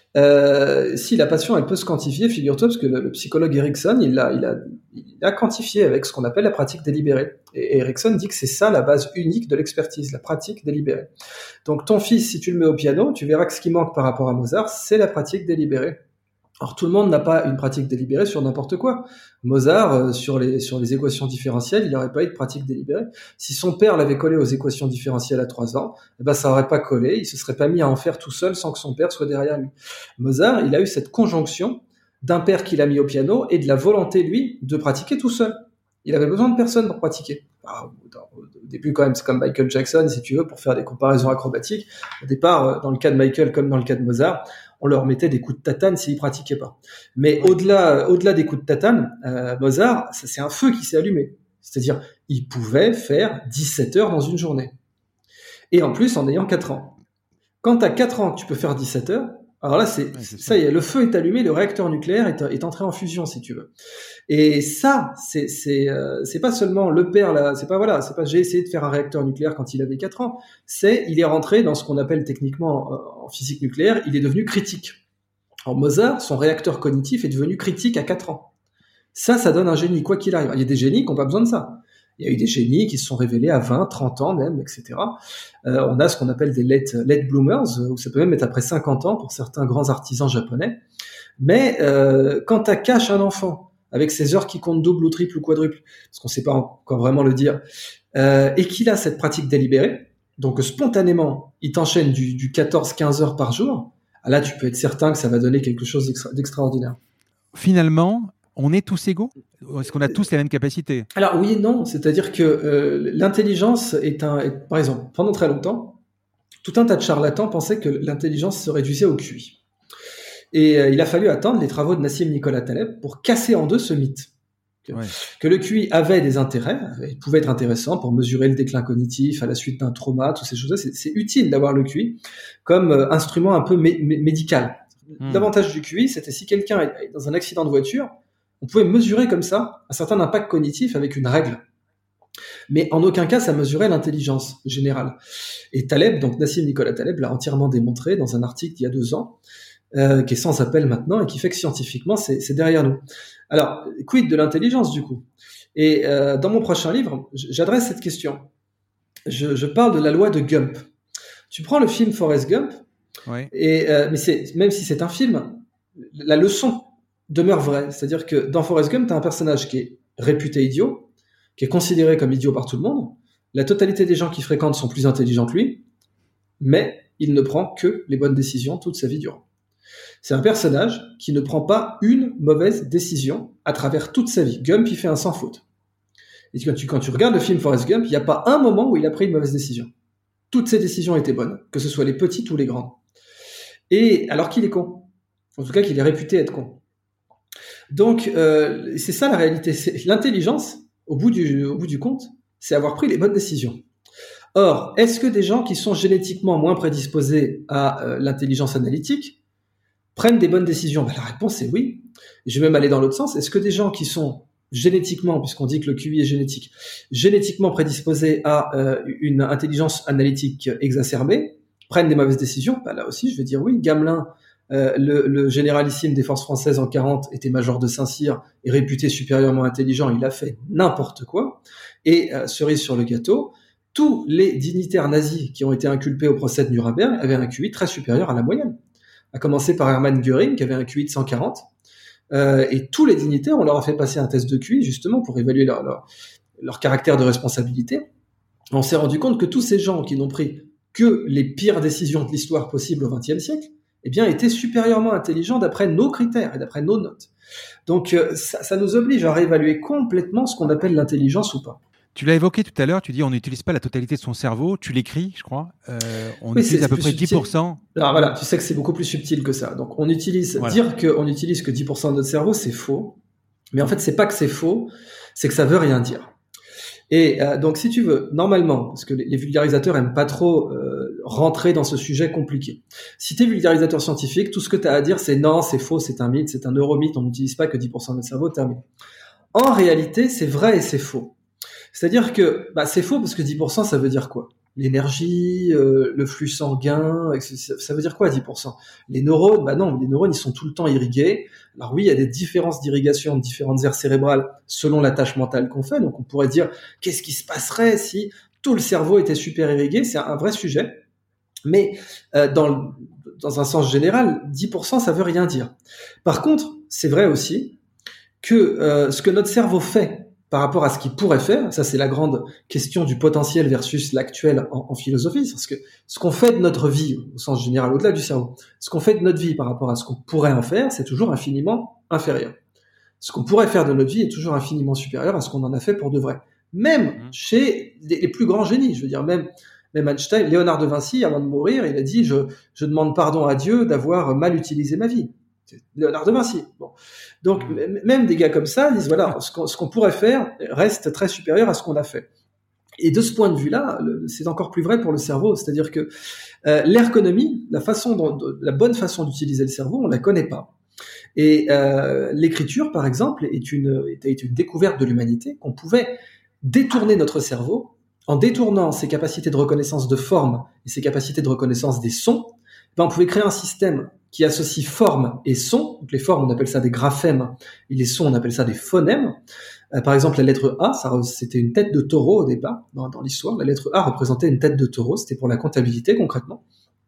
euh, si la passion, elle peut se quantifier, figure-toi, parce que le, le psychologue Erickson, il l'a, il a, il a quantifié avec ce qu'on appelle la pratique délibérée. Et Erickson dit que c'est ça la base unique de l'expertise, la pratique délibérée. Donc, ton fils, si tu le mets au piano, tu verras que ce qui manque par rapport à Mozart, c'est la pratique délibérée. Alors tout le monde n'a pas une pratique délibérée sur n'importe quoi. Mozart, euh, sur les sur les équations différentielles, il n'aurait pas eu de pratique délibérée. Si son père l'avait collé aux équations différentielles à trois ans, eh ben ça n'aurait pas collé, il se serait pas mis à en faire tout seul sans que son père soit derrière lui. Mozart, il a eu cette conjonction d'un père qui l'a mis au piano et de la volonté, lui, de pratiquer tout seul. Il avait besoin de personne pour pratiquer. Alors, au début, quand même, c'est comme Michael Jackson, si tu veux, pour faire des comparaisons acrobatiques. Au départ, dans le cas de Michael comme dans le cas de Mozart, on leur mettait des coups de tatane s'ils pratiquaient pas. Mais ouais. au-delà, au-delà des coups de tatane, euh, Mozart, ça, c'est un feu qui s'est allumé. C'est-à-dire, il pouvait faire dix-sept heures dans une journée. Et en plus, en ayant quatre ans. Quand t'as quatre ans, tu peux faire dix-sept heures. Alors là, c'est, ouais, c'est ça, ça y est, le feu est allumé, le réacteur nucléaire est, est entré en fusion, si tu veux. Et ça, c'est, c'est, euh, c'est pas seulement le père là, c'est pas voilà, c'est pas j'ai essayé de faire un réacteur nucléaire quand il avait quatre ans. C'est, il est rentré dans ce qu'on appelle techniquement euh, en physique nucléaire, il est devenu critique. Alors Mozart, son réacteur cognitif est devenu critique à quatre ans. Ça, ça donne un génie, quoi qu'il arrive. Il y a des génies qui n'ont pas besoin de ça. Il y a eu des génies qui se sont révélés à vingt, trente ans même, et cetera. Euh, on a ce qu'on appelle des late, late bloomers, où ça peut même être après cinquante ans pour certains grands artisans japonais. Mais euh, quand tu caches un enfant avec ses heures qui comptent double ou triple ou quadruple, parce qu'on ne sait pas encore vraiment le dire, euh, et qu'il a cette pratique délibérée, donc spontanément, il t'enchaîne du, du quatorze à quinze heures par jour, là tu peux être certain que ça va donner quelque chose d'extra- d'extraordinaire. Finalement, on est tous égaux ? Est-ce qu'on a tous les mêmes capacités ? Alors oui et non, c'est-à-dire que euh, l'intelligence est un... Est, par exemple, pendant très longtemps, tout un tas de charlatans pensaient que l'intelligence se réduisait au Q I. Et euh, il a fallu attendre les travaux de Nassim Nicolas Taleb pour casser en deux ce mythe. Que, ouais. que le Q I avait des intérêts, il pouvait être intéressant pour mesurer le déclin cognitif à la suite d'un trauma, toutes ces choses-là. C'est, c'est utile d'avoir le Q I comme euh, instrument un peu mé- mé- médical. Mmh. L'avantage du Q I, c'était si quelqu'un est dans un accident de voiture, on pouvait mesurer comme ça un certain impact cognitif avec une règle. Mais en aucun cas, ça mesurait l'intelligence générale. Et Taleb, donc Nassim Nicolas Taleb, l'a entièrement démontré dans un article d'il y a deux ans, euh, qui est sans appel maintenant et qui fait que scientifiquement, c'est, c'est derrière nous. Alors, quid de l'intelligence, du coup ? Et euh, dans mon prochain livre, j'adresse cette question. Je, je parle de la loi de Gump. Tu prends le film Forrest Gump, ouais. et, euh, mais c'est, même si c'est un film, la leçon demeure vraie. C'est-à-dire que dans Forrest Gump, tu as un personnage qui est réputé idiot, qui est considéré comme idiot par tout le monde. La totalité des gens qui fréquentent sont plus intelligents que lui, mais il ne prend que les bonnes décisions toute sa vie durant. C'est un personnage qui ne prend pas une mauvaise décision à travers toute sa vie. Gump, il fait un sans faute. Et quand tu, quand tu regardes le film Forrest Gump, il n'y a pas un moment où il a pris une mauvaise décision. Toutes ses décisions étaient bonnes, que ce soit les petites ou les grandes. Et alors qu'il est con. En tout cas, qu'il est réputé être con. Donc, euh, c'est ça la réalité. C'est, l'intelligence, au bout, du, au bout du compte, c'est avoir pris les bonnes décisions. Or, est-ce que des gens qui sont génétiquement moins prédisposés à euh, l'intelligence analytique prennent des bonnes décisions ? Ben, la réponse est oui. Et je vais même aller dans l'autre sens. Est-ce que des gens qui sont génétiquement, puisqu'on dit que le Q I est génétique, génétiquement prédisposés à euh, une intelligence analytique exacerbée, prennent des mauvaises décisions ? Ben, là aussi, je vais dire oui. Gamelin, Euh, le, le généralissime des forces françaises en quarante était major de Saint-Cyr et réputé supérieurement intelligent, il a fait n'importe quoi. Et euh, cerise sur le gâteau, tous les dignitaires nazis qui ont été inculpés au procès de Nuremberg avaient un Q I très supérieur à la moyenne. À commencer par Hermann Göring qui avait un Q I de cent quarante. Euh, et tous les dignitaires, on leur a fait passer un test de Q I justement pour évaluer leur, leur, leur caractère de responsabilité. On s'est rendu compte que tous ces gens qui n'ont pris que les pires décisions de l'histoire possible au vingtième siècle, eh bien, étaient supérieurement intelligents d'après nos critères et d'après nos notes. Donc, euh, ça, ça nous oblige à réévaluer complètement ce qu'on appelle l'intelligence ou pas. Tu l'as évoqué tout à l'heure, tu dis on n'utilise pas la totalité de son cerveau, tu l'écris, je crois. Euh, on oui, utilise c'est, à peu c'est près subtil. dix pour cent. Alors voilà, tu sais que c'est beaucoup plus subtil que ça. Donc on utilise, voilà. Dire qu'on n'utilise que dix pour cent de notre cerveau, c'est faux. Mais en fait, c'est pas que c'est faux, c'est que ça veut rien dire. Et euh, donc si tu veux, normalement, parce que les, les vulgarisateurs aiment pas trop euh, rentrer dans ce sujet compliqué. Si tu es vulgarisateur scientifique, tout ce que tu as à dire, c'est non, c'est faux, c'est un mythe, c'est un neuromythe, on n'utilise pas que dix pour cent de notre cerveau, terminé. En réalité, c'est vrai et c'est faux. C'est-à-dire que bah, c'est faux parce que dix pour cent, ça veut dire quoi ? L'énergie, euh, le flux sanguin, ça veut dire quoi dix pour cent ? Les neurones, bah non, les neurones, ils sont tout le temps irrigués. Alors oui, il y a des différences d'irrigation de différentes aires cérébrales selon la tâche mentale qu'on fait. Donc on pourrait dire, qu'est-ce qui se passerait si tout le cerveau était super irrigué ? C'est un vrai sujet. Mais euh, dans, le, dans un sens général, dix pour cent, ça veut rien dire. Par contre, c'est vrai aussi que euh, ce que notre cerveau fait par rapport à ce qu'il pourrait faire, ça c'est la grande question du potentiel versus l'actuel en, en philosophie, parce que ce qu'on fait de notre vie, au sens général, au-delà du cerveau, ce qu'on fait de notre vie par rapport à ce qu'on pourrait en faire, c'est toujours infiniment inférieur. Ce qu'on pourrait faire de notre vie est toujours infiniment supérieur à ce qu'on en a fait pour de vrai. Même chez les, les plus grands génies, je veux dire, même, même Einstein, Léonard de Vinci, avant de mourir, il a dit « je, je demande pardon à Dieu d'avoir mal utilisé ma vie ». C'est Léonard de Vinci. Bon. Donc, m- même des gars comme ça disent, voilà, ce qu'on, ce qu'on pourrait faire reste très supérieur à ce qu'on a fait. Et de ce point de vue-là, le, c'est encore plus vrai pour le cerveau. C'est-à-dire que euh, l'ergonomie, la façon dont, de, la bonne façon d'utiliser le cerveau, on la connaît pas. Et euh, l'écriture, par exemple, est une, est une découverte de l'humanité qu'on pouvait détourner notre cerveau en détournant ses capacités de reconnaissance de forme et ses capacités de reconnaissance des sons. Ben, on pouvait créer un système qui associe forme et son. Donc les formes, on appelle ça des graphèmes, et les sons, on appelle ça des phonèmes. Euh, par exemple, la lettre A, ça, c'était une tête de taureau au départ, dans, dans l'histoire. La lettre A représentait une tête de taureau, c'était pour la comptabilité concrètement.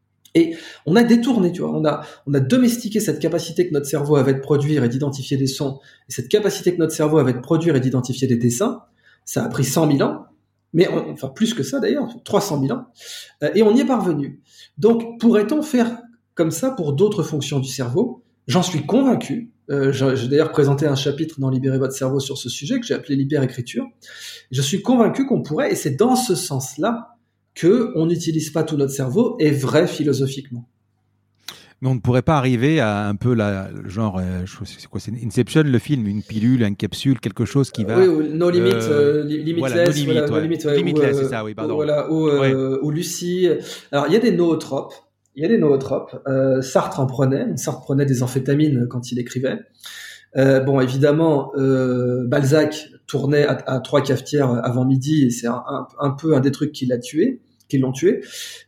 Et on a détourné, tu vois, on a, on a domestiqué cette capacité que notre cerveau avait de produire et d'identifier des sons, et cette capacité que notre cerveau avait de produire et d'identifier des dessins. Ça a pris cent mille ans, mais on, enfin plus que ça d'ailleurs, trois cent mille ans, euh, et on y est parvenu. Donc, pourrait-on faire comme ça pour d'autres fonctions du cerveau ? J'en suis convaincu. Euh, j'ai, j'ai d'ailleurs présenté un chapitre dans Libérer votre cerveau sur ce sujet que j'ai appelé l'hyper-écriture. Je suis convaincu qu'on pourrait, et c'est dans ce sens-là que on n'utilise pas tout notre cerveau, est vrai philosophiquement. Mais on ne pourrait pas arriver à un peu la genre, euh, je sais, c'est quoi, c'est Inception, le film, une pilule, une capsule, quelque chose qui va. Oui, ou No Limit, euh, euh, Limitless, voilà, No Limit, voilà, ouais. No Limit, ouais, Limitless, ou, c'est ça, oui, pardon. Voilà, ou, euh, ouais. ou Lucie. Alors, il y a des nootropes. Il y a des nootropes. Euh, Sartre en prenait. Sartre prenait des amphétamines quand il écrivait. Euh, bon, évidemment, euh, Balzac tournait à, à trois cafetières avant midi, et c'est un, un, un peu un des trucs qui l'a tué, qui l'ont tué.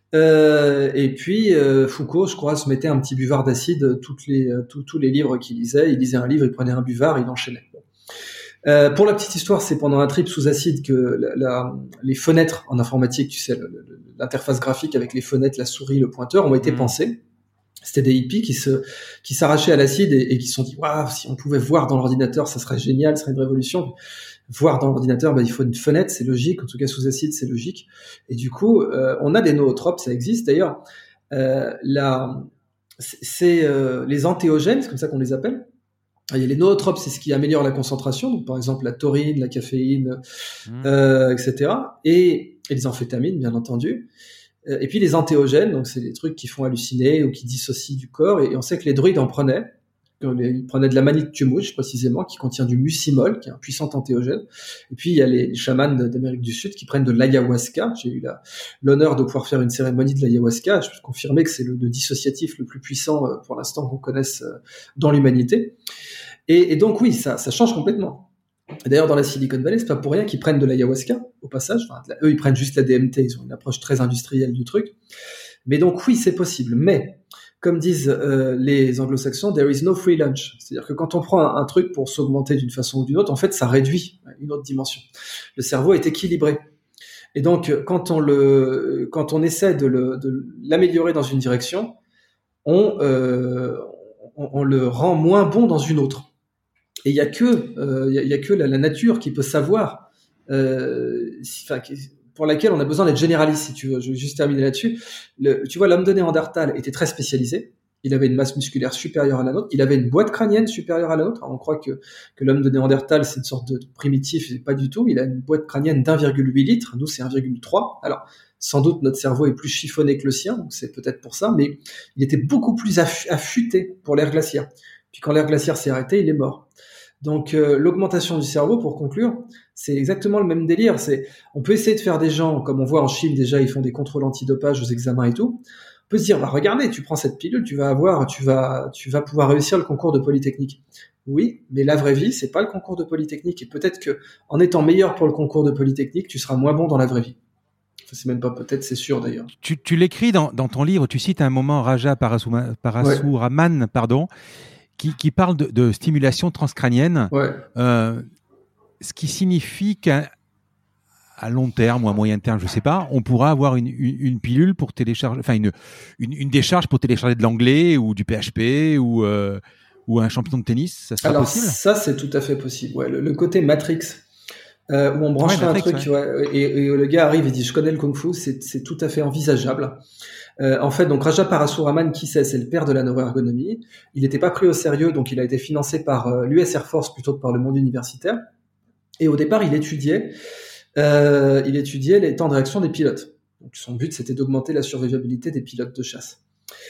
Euh, et puis euh, Foucault, je crois, se mettait un petit buvard d'acide toutes les, tous, tous les livres qu'il lisait. Il lisait un livre, il prenait un buvard, il enchaînait. Bon. Euh, pour la petite histoire, c'est pendant un trip sous acide que la, la, les fenêtres en informatique, tu sais, le, le, l'interface graphique avec les fenêtres, la souris, le pointeur, ont été mmh. pensées. C'était des hippies qui se, qui s'arrachaient à l'acide et, et qui se sont dit, waouh, si on pouvait voir dans l'ordinateur, ça serait génial, ça serait une révolution. Voir dans l'ordinateur, bah, il faut une fenêtre, c'est logique. En tout cas, sous acide, c'est logique. Et du coup, euh, on a des nootropes, ça existe. D'ailleurs, euh, la, c'est euh, les antéogènes, c'est comme ça qu'on les appelle. Il y a les nootropes, c'est ce qui améliore la concentration, donc par exemple la taurine, la caféine, mmh. euh, et cetera. Et, et les amphétamines, bien entendu. Et puis les antéogènes, donc c'est les trucs qui font halluciner ou qui dissocient du corps. Et on sait que les druides en prenaient. Ils prenaient de la manite tumouche, précisément, qui contient du mucimol, qui est un puissant antéogène. Et puis il y a les chamans d'Amérique du Sud qui prennent de l'ayahuasca. J'ai eu la, l'honneur de pouvoir faire une cérémonie de l'ayahuasca. Je peux confirmer que c'est le, le dissociatif le plus puissant pour l'instant qu'on connaisse dans l'humanité. Et, et donc oui, ça, ça change complètement. D'ailleurs, dans la Silicon Valley, c'est pas pour rien qu'ils prennent de l'ayahuasca, au passage. Enfin, eux, ils prennent juste la D M T, ils ont une approche très industrielle du truc. Mais donc, oui, c'est possible. Mais, comme disent euh, les anglo-saxons, there is no free lunch. C'est-à-dire que quand on prend un, un truc pour s'augmenter d'une façon ou d'une autre, en fait, ça réduit une autre dimension. Le cerveau est équilibré. Et donc, quand on le, quand on essaie de, le, de l'améliorer dans une direction, on, euh, on, on le rend moins bon dans une autre. Et il y a que, euh, y a, y a que la, la nature qui peut savoir, euh, si, pour laquelle on a besoin d'être généraliste, si tu veux. Je vais juste terminer là-dessus. Le, tu vois, l'homme de Néandertal était très spécialisé. il avait une masse musculaire supérieure à la nôtre, il avait une boîte crânienne supérieure à la nôtre. Alors, on croit que, que l'homme de Néandertal, c'est une sorte de primitif, pas du tout. Il a une boîte crânienne d'un virgule huit litres, nous c'est un virgule trois. Alors, sans doute notre cerveau est plus chiffonné que le sien, donc c'est peut-être pour ça, mais il était beaucoup plus aff- affûté pour l'ère glaciaire. Puis quand l'ère glaciaire s'est arrêtée, il est mort. Donc euh, l'augmentation du cerveau, pour conclure, c'est exactement le même délire. C'est, on peut essayer de faire des gens, comme on voit en Chine déjà, ils font des contrôles antidopage aux examens et tout. On peut se dire, bah regardez, tu prends cette pilule, tu vas avoir, tu vas, tu vas pouvoir réussir le concours de Polytechnique. Oui, mais la vraie vie, c'est pas le concours de Polytechnique. Et peut-être que, en étant meilleur pour le concours de Polytechnique, tu seras moins bon dans la vraie vie. Enfin, c'est même pas peut-être, c'est sûr d'ailleurs. Tu, tu l'écris dans, dans ton livre, tu cites à un moment Raja Parasuma- Parasuraman, ouais. pardon, qui, qui parle de, de stimulation transcrânienne, ouais. euh, ce qui signifie qu'à à long terme ou à moyen terme, je sais pas, on pourra avoir une, une, une pilule pour télécharger, enfin une, une, une décharge pour télécharger de l'anglais ou du P H P ou, euh, ou un champion de tennis, ça sera Alors, possible ? Ça, c'est tout à fait possible. Ouais, le, le côté Matrix, euh, où on brancherait ouais, Matrix, un truc, ouais. Ouais, et, et le gars arrive et dit, je connais le kung-fu, c'est, c'est tout à fait envisageable. Euh, en fait, donc Raja Parasuraman, qui c'est ? C'est le père de la neuroergonomie. Il n'était pas pris au sérieux, donc il a été financé par euh, l'U S Air Force plutôt que par le monde universitaire. Et au départ, il étudiait, euh, il étudiait les temps de réaction des pilotes. Donc son but, c'était d'augmenter la survivabilité des pilotes de chasse.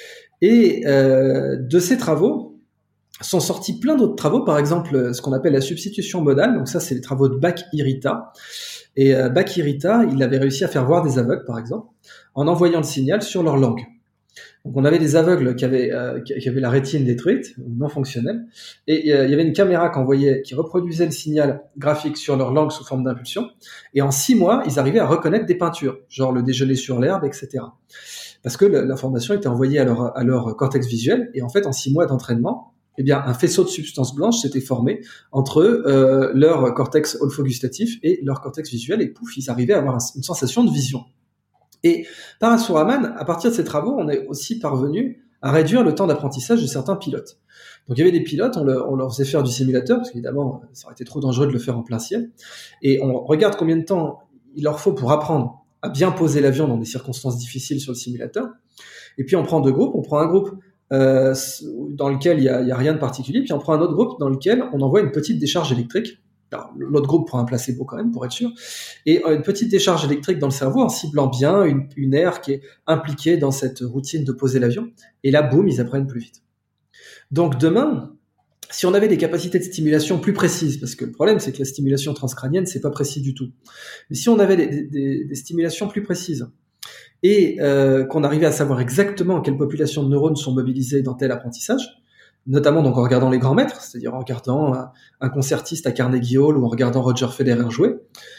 Et euh, de ces travaux sont sortis plein d'autres travaux, par exemple ce qu'on appelle la substitution modale. Donc ça, c'est les travaux de Bach-Hirita. Et euh, Bach-Hirita, il avait réussi à faire voir des aveugles, par exemple, en envoyant le signal sur leur langue. Donc on avait des aveugles qui avaient, euh, qui avaient la rétine détruite, non fonctionnelle, et euh, il y avait une caméra qui envoyait, qui reproduisait le signal graphique sur leur langue sous forme d'impulsion. Et en six mois, ils arrivaient à reconnaître des peintures, genre le déjeuner sur l'herbe, et cetera. Parce que l'information était envoyée à leur, à leur cortex visuel, et en fait, en six mois d'entraînement, eh bien, un faisceau de substances blanches s'était formé entre euh, leur cortex olfagustatif et leur cortex visuel, et pouf, ils arrivaient à avoir une sensation de vision. Et Parasuraman, à partir de ces travaux, on est aussi parvenu à réduire le temps d'apprentissage de certains pilotes. Donc il y avait des pilotes, on, le, on leur faisait faire du simulateur, parce qu'évidemment, ça aurait été trop dangereux de le faire en plein ciel, et on regarde combien de temps il leur faut pour apprendre à bien poser l'avion dans des circonstances difficiles sur le simulateur, et puis on prend deux groupes, on prend un groupe euh, dans lequel il n'y a, a rien de particulier, puis on prend un autre groupe dans lequel on envoie une petite décharge électrique. Alors, l'autre groupe prend un placebo quand même pour être sûr, et une petite décharge électrique dans le cerveau en ciblant bien une, une aire qui est impliquée dans cette routine de poser l'avion, et là, boum, ils apprennent plus vite. Donc demain, si on avait des capacités de stimulation plus précises, parce que le problème c'est que la stimulation transcrânienne c'est pas précis du tout, mais si on avait des, des, des stimulations plus précises et euh, qu'on arrivait à savoir exactement quelles populations de neurones sont mobilisées dans tel apprentissage, notamment donc en regardant les grands maîtres, c'est-à-dire en regardant un, un concertiste à Carnegie Hall ou en regardant Roger Federer jouer,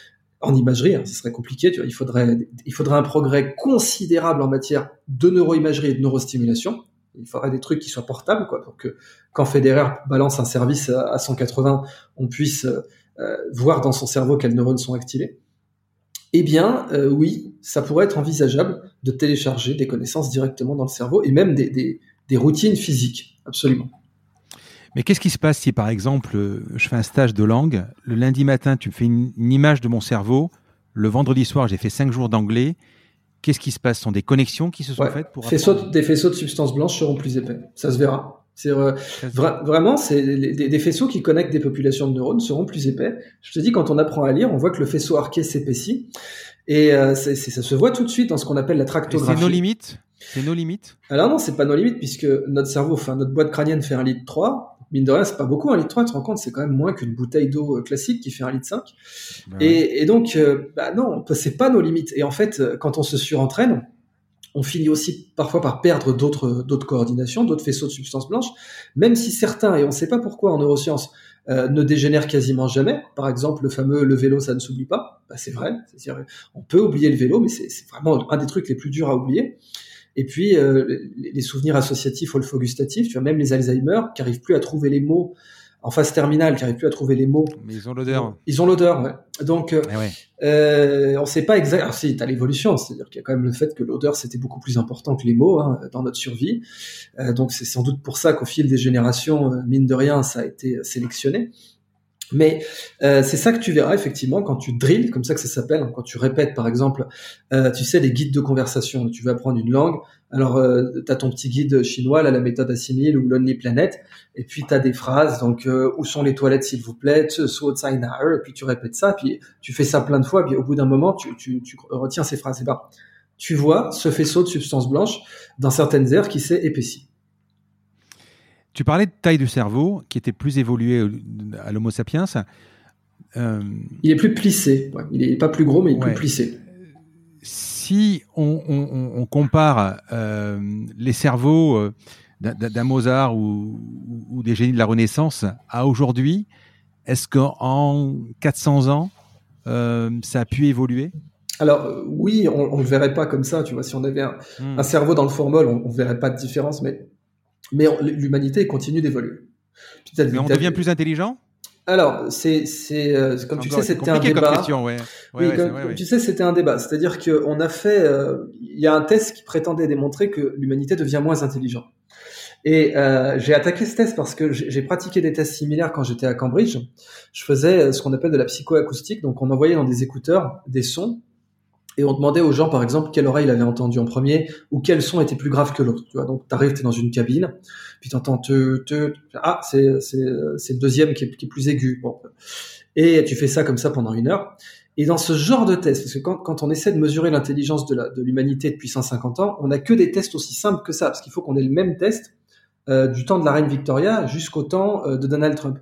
en imagerie, hein, ce serait compliqué, tu vois, il faudrait, il faudrait un progrès considérable en matière de neuroimagerie et de neurostimulation. Il faudrait des trucs qui soient portables, quoi, pour que quand Federer balance un service à cent quatre-vingts, on puisse euh, voir dans son cerveau quels neurones sont activés. Eh bien, euh, oui, ça pourrait être envisageable de télécharger des connaissances directement dans le cerveau et même des, des, des routines physiques, absolument. Mais qu'est-ce qui se passe si, par exemple, je fais un stage de langue, le lundi matin, tu me fais une, une image de mon cerveau, le vendredi soir, j'ai fait cinq jours d'anglais, qu'est-ce qui se passe ? Ce sont des connexions qui se sont ouais. faites pour faisceaux, Des faisceaux de substances blanches seront plus épais, ça se verra. C'est euh, vra- vraiment, c'est les, des, des faisceaux qui connectent des populations de neurones seront plus épais. Je te dis, quand on apprend à lire, on voit que le faisceau arqué s'épaissit, et euh, c'est, c'est, ça se voit tout de suite dans ce qu'on appelle la tractographie. Et c'est nos limites ? C'est nos limites ? Alors non, c'est pas nos limites, puisque notre cerveau, enfin notre boîte crânienne fait un litre trois. Mine de rien, c'est pas beaucoup, un litre trois, tu te rends compte, c'est quand même moins qu'une bouteille d'eau classique qui fait un litre cinq. Ben et, ouais. et donc, euh, bah non, c'est pas nos limites. Et en fait, quand on se surentraîne, on finit aussi parfois par perdre d'autres, d'autres coordinations, d'autres faisceaux de substances blanches, même si certains, et on sait pas pourquoi en neurosciences, euh, ne dégénèrent quasiment jamais. Par exemple, le fameux « le vélo, ça ne s'oublie pas », bah, c'est vrai, c'est-à-dire on peut oublier le vélo, mais c'est, c'est vraiment un des trucs les plus durs à oublier. Et puis, euh, les, les souvenirs associatifs olfagustatifs, tu vois, même les Alzheimer, qui n'arrivent plus à trouver les mots, en phase terminale, qui n'arrivent plus à trouver les mots. Mais ils ont l'odeur. Ils ont l'odeur, ouais. Donc, euh, eh ouais. euh, on ne sait pas exactement. Alors, si, tu as l'évolution, c'est-à-dire qu'il y a quand même le fait que l'odeur, c'était beaucoup plus important que les mots hein, dans notre survie. Euh, donc, c'est sans doute pour ça qu'au fil des générations, euh, mine de rien, ça a été sélectionné. Mais euh, c'est ça que tu verras effectivement quand tu drills, comme ça que ça s'appelle, quand tu répètes par exemple, euh, tu sais, les guides de conversation, tu veux apprendre une langue, alors euh, tu as ton petit guide chinois, là, la méthode Assimil ou Lonely Planet, et puis tu as des phrases, donc euh, où sont les toilettes s'il vous plaît, so et puis tu répètes ça, puis tu fais ça plein de fois, et puis au bout d'un moment, tu, tu, tu retiens ces phrases. Et ben, tu vois ce faisceau de substance blanche dans certaines aires qui s'est épaissi. Tu parlais de taille du cerveau qui était plus évoluée à l'Homo sapiens. Euh... Il est plus plissé. Ouais. Il n'est pas plus gros, mais il est ouais. plus plissé. Si on, on, on compare euh, les cerveaux euh, d'un, d'un Mozart ou, ou des génies de la Renaissance à aujourd'hui, est-ce qu'en quatre cents ans, euh, ça a pu évoluer ? Alors oui, on ne le verrait pas comme ça. Tu vois, si on avait un, mmh. un cerveau dans le formol, on ne verrait pas de différence, mais Mais on, l'humanité continue d'évoluer. Mais on devient plus intelligent ? Alors, c'est, c'est, euh, comme c'est tu sais, c'était un débat. Comme question, ouais. Ouais, oui, ouais, comme, vrai, comme ouais. tu sais, c'était un débat. C'est-à-dire qu'on a fait, il euh, y a un test qui prétendait démontrer que l'humanité devient moins intelligente. Et euh, j'ai attaqué ce test parce que j'ai, j'ai pratiqué des tests similaires quand j'étais à Cambridge. Je faisais ce qu'on appelle de la psychoacoustique. Donc, on envoyait dans des écouteurs des sons. Et on demandait aux gens, par exemple, quelle oreille il avait entendu en premier ou quel son était plus grave que l'autre. Tu vois, donc t'arrives, t'es dans une cabine, puis t'entends te, te, ah, c'est, c'est, c'est le deuxième qui est, qui est plus aigu. Bon. Et tu fais ça comme ça pendant une heure. Et dans ce genre de test, parce que quand, quand on essaie de mesurer l'intelligence de, la, de l'humanité depuis cent cinquante ans, on n'a que des tests aussi simples que ça, parce qu'il faut qu'on ait le même test euh, du temps de la reine Victoria jusqu'au temps euh, de Donald Trump.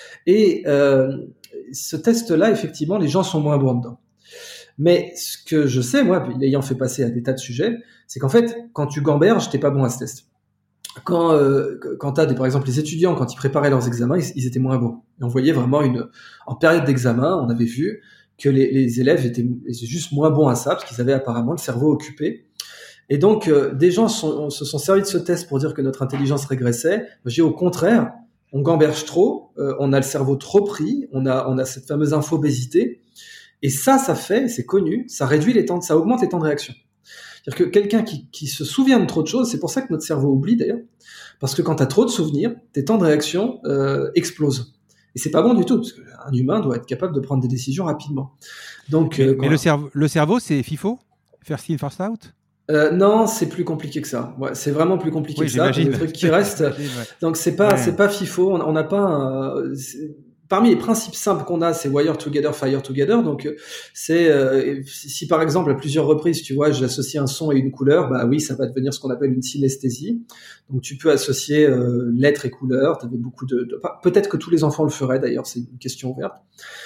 Et euh, ce test-là, effectivement, les gens sont moins bons dedans. Mais ce que je sais, moi, l'ayant fait passer à des tas de sujets, c'est qu'en fait, quand tu gamberges, t'es pas bon à ce test. Quand, euh, quand t'as des, par exemple, les étudiants, quand ils préparaient leurs examens, ils, ils étaient moins bons. Et on voyait vraiment une, en période d'examen, on avait vu que les, les élèves étaient, étaient juste moins bons à ça, parce qu'ils avaient apparemment le cerveau occupé. Et donc, euh, des gens sont, se sont servis de ce test pour dire que notre intelligence régressait. Je dis au contraire, on gamberge trop, euh, on a le cerveau trop pris, on a, on a cette fameuse infobésité. Et ça, ça fait, c'est connu, ça réduit les temps, ça augmente les temps de réaction. C'est-à-dire que quelqu'un qui, qui se souvient de trop de choses, c'est pour ça que notre cerveau oublie d'ailleurs, parce que quand tu as trop de souvenirs, tes temps de réaction euh, explosent. Et c'est pas bon du tout, parce qu'un humain doit être capable de prendre des décisions rapidement. Donc, mais euh, mais le, cerveau, le cerveau, c'est FIFO ? First in, first out ? Euh, non, c'est plus compliqué que ça. Ouais, c'est vraiment plus compliqué oui, que ça. Il y a des trucs qui restent. Ouais. Donc c'est pas, ouais. c'est pas FIFO. On n'a pas. Un, parmi les principes simples qu'on a, c'est wire together, fire together. Donc c'est euh, si, si par exemple à plusieurs reprises, tu vois, j'associe un son et une couleur, bah oui, ça va devenir ce qu'on appelle une synesthésie. Donc tu peux associer euh, lettres et couleurs. T'avais beaucoup de, de. Peut-être que tous les enfants le feraient d'ailleurs. C'est une question ouverte.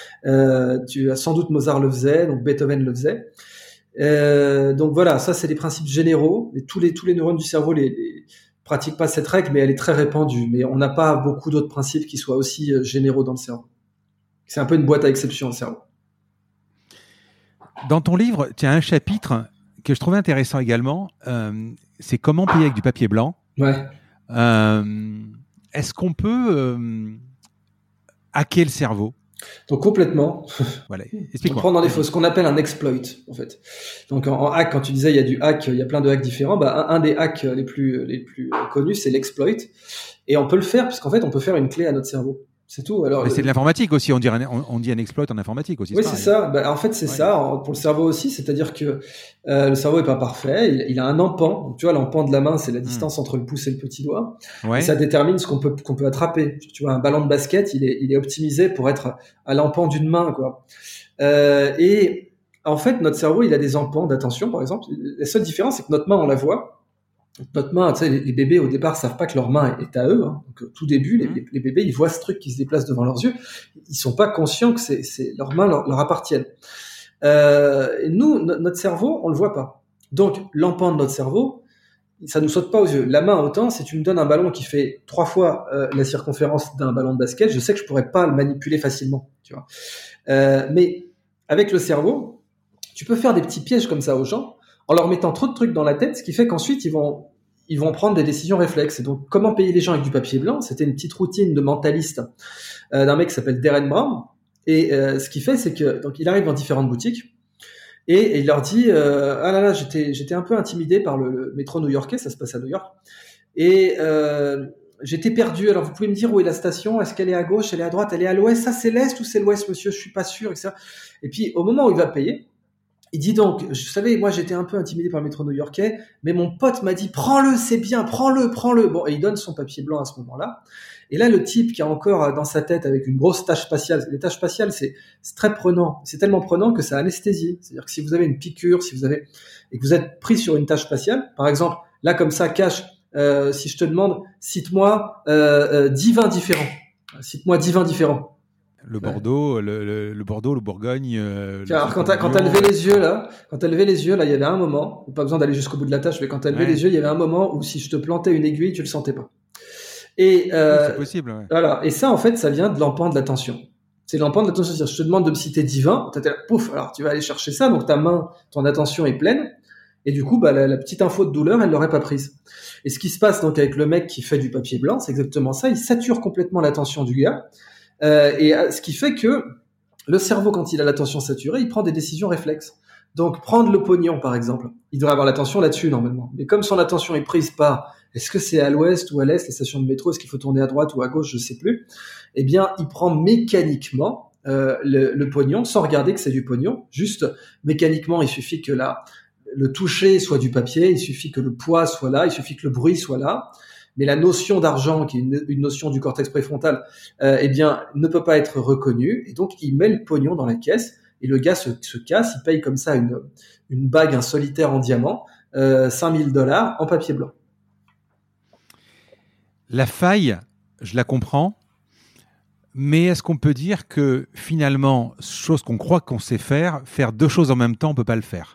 Euh, tu as sans doute Mozart le faisait, donc Beethoven le faisait. Euh, donc voilà, ça c'est des principes généraux. Mais tous les tous les neurones du cerveau les, les pratiquent pas cette règle, mais elle est très répandue. Mais on n'a pas beaucoup d'autres principes qui soient aussi euh, généraux dans le cerveau. C'est un peu une boîte à exception le cerveau. Dans ton livre, tu as un chapitre que je trouvais intéressant également. Euh, c'est comment payer avec du papier blanc. Ouais. Euh, est-ce qu'on peut euh, hacker le cerveau? Donc complètement. Voilà. On prend dans les faux, ce qu'on appelle un exploit en fait. Donc en, en hack, quand tu disais il y a du hack, il y a plein de hacks différents. Bah un, un des hacks les plus les plus connus, c'est l'exploit. Et on peut le faire puisqu'en fait on peut faire une clé à notre cerveau. C'est tout. Alors, mais c'est de l'informatique aussi. On dit un, on, on dit un exploit en informatique aussi. Oui, c'est, c'est ça. Bah, en fait, c'est ouais. ça. Pour le cerveau aussi, c'est-à-dire que euh, le cerveau est pas parfait. Il, il a un empan. Donc, tu vois, l'empan de la main, c'est la distance mmh. entre le pouce et le petit doigt. Ouais. Et ça détermine ce qu'on peut qu'on peut attraper. Tu vois, un ballon de basket, il est il est optimisé pour être à l'empan d'une main, quoi. Euh, et en fait, notre cerveau, il a des empans d'attention, par exemple. La seule différence, c'est que notre main, on la voit. Notre main, tu sais, les, les bébés au départ savent pas que leur main est à eux. Hein. Donc, au tout début, les, mmh. les bébés, ils voient ce truc qui se déplace devant leurs yeux. Ils sont pas conscients que c'est, c'est leurs mains leur, leur appartiennent. Euh, et nous, no, notre cerveau, on le voit pas. Donc, l'empan de notre cerveau, ça nous saute pas aux yeux. La main, autant, si tu me donnes un ballon qui fait trois fois euh, la circonférence d'un ballon de basket, je sais que je pourrais pas le manipuler facilement. Tu vois. Euh, mais avec le cerveau, tu peux faire des petits pièges comme ça aux gens, en leur mettant trop de trucs dans la tête, ce qui fait qu'ensuite, ils vont, ils vont prendre des décisions réflexes. Et donc, comment payer les gens avec du papier blanc? C'était une petite routine de mentaliste euh, d'un mec qui s'appelle Darren Brown. Et euh, ce qu'il fait, c'est que donc il arrive dans différentes boutiques et, et il leur dit euh, ah là là, j'étais, j'étais un peu intimidé par le, le métro new-yorkais, ça se passe à New York. Et euh, j'étais perdu. Alors vous pouvez me dire où est la station? Est-ce qu'elle est à gauche? Elle est à droite? Elle est à l'ouest? Ça c'est l'est ou c'est l'ouest, monsieur? Je suis pas sûr, et cetera. Et puis au moment où il va payer, il dit donc, vous savez, moi j'étais un peu intimidé par le métro new-yorkais, mais mon pote m'a dit prends-le, c'est bien, prends-le, prends-le. Bon, et il donne son papier blanc à ce moment-là. Et là, le type qui a encore dans sa tête avec une grosse tache spatiale, les taches spatiales, c'est, c'est très prenant. C'est tellement prenant que ça anesthésie. C'est-à-dire que si vous avez une piqûre, si vous avez et que vous êtes pris sur une tache spatiale, par exemple, là comme ça, cache. Euh, si je te demande, cite-moi euh, euh, dix vins différents. Cite-moi dix vins différents. Le Bordeaux, ouais. le, le, le Bordeaux, le Bourgogne. Euh, Alors, le quand t'as, quand t'as levé les yeux là, quand t'as levé les yeux là, il y avait un moment, pas besoin d'aller jusqu'au bout de la tâche, mais quand t'as levé ouais. les yeux, il y avait un moment où si je te plantais une aiguille, tu le sentais pas. Et euh, oui, c'est possible. Ouais. Voilà. Et ça, en fait, ça vient de l'empan de l'attention. C'est l'empan de l'attention. C'est-à-dire, je te demande de me citer dix vins, t'as, pouf, alors tu vas aller chercher ça, donc ta main, ton attention est pleine, et du coup, bah la, la petite info de douleur, elle l'aurait pas prise. Et ce qui se passe donc avec le mec qui fait du papier blanc, c'est exactement ça. Il sature complètement l'attention du gars. Euh, et ce qui fait que le cerveau, quand il a l'attention saturée, il prend des décisions réflexes. Donc, prendre le pognon, par exemple, il devrait avoir l'attention là-dessus, normalement. Mais comme son attention est prise par est-ce que c'est à l'ouest ou à l'est, la station de métro, est-ce qu'il faut tourner à droite ou à gauche, je sais plus, eh bien, il prend mécaniquement euh, le, le pognon, sans regarder que c'est du pognon. Juste, mécaniquement, il suffit que la, le toucher soit du papier, il suffit que le poids soit là, il suffit que le bruit soit là. Mais la notion d'argent, qui est une, une notion du cortex préfrontal, euh, eh bien, ne peut pas être reconnue. Et donc, il met le pognon dans la caisse et le gars se, se casse. Il paye comme ça une, une bague, un solitaire en diamant, euh, cinq mille dollars en papier blanc. La faille, je la comprends. Mais est-ce qu'on peut dire que finalement, chose qu'on croit qu'on sait faire, faire deux choses en même temps, on ne peut pas le faire?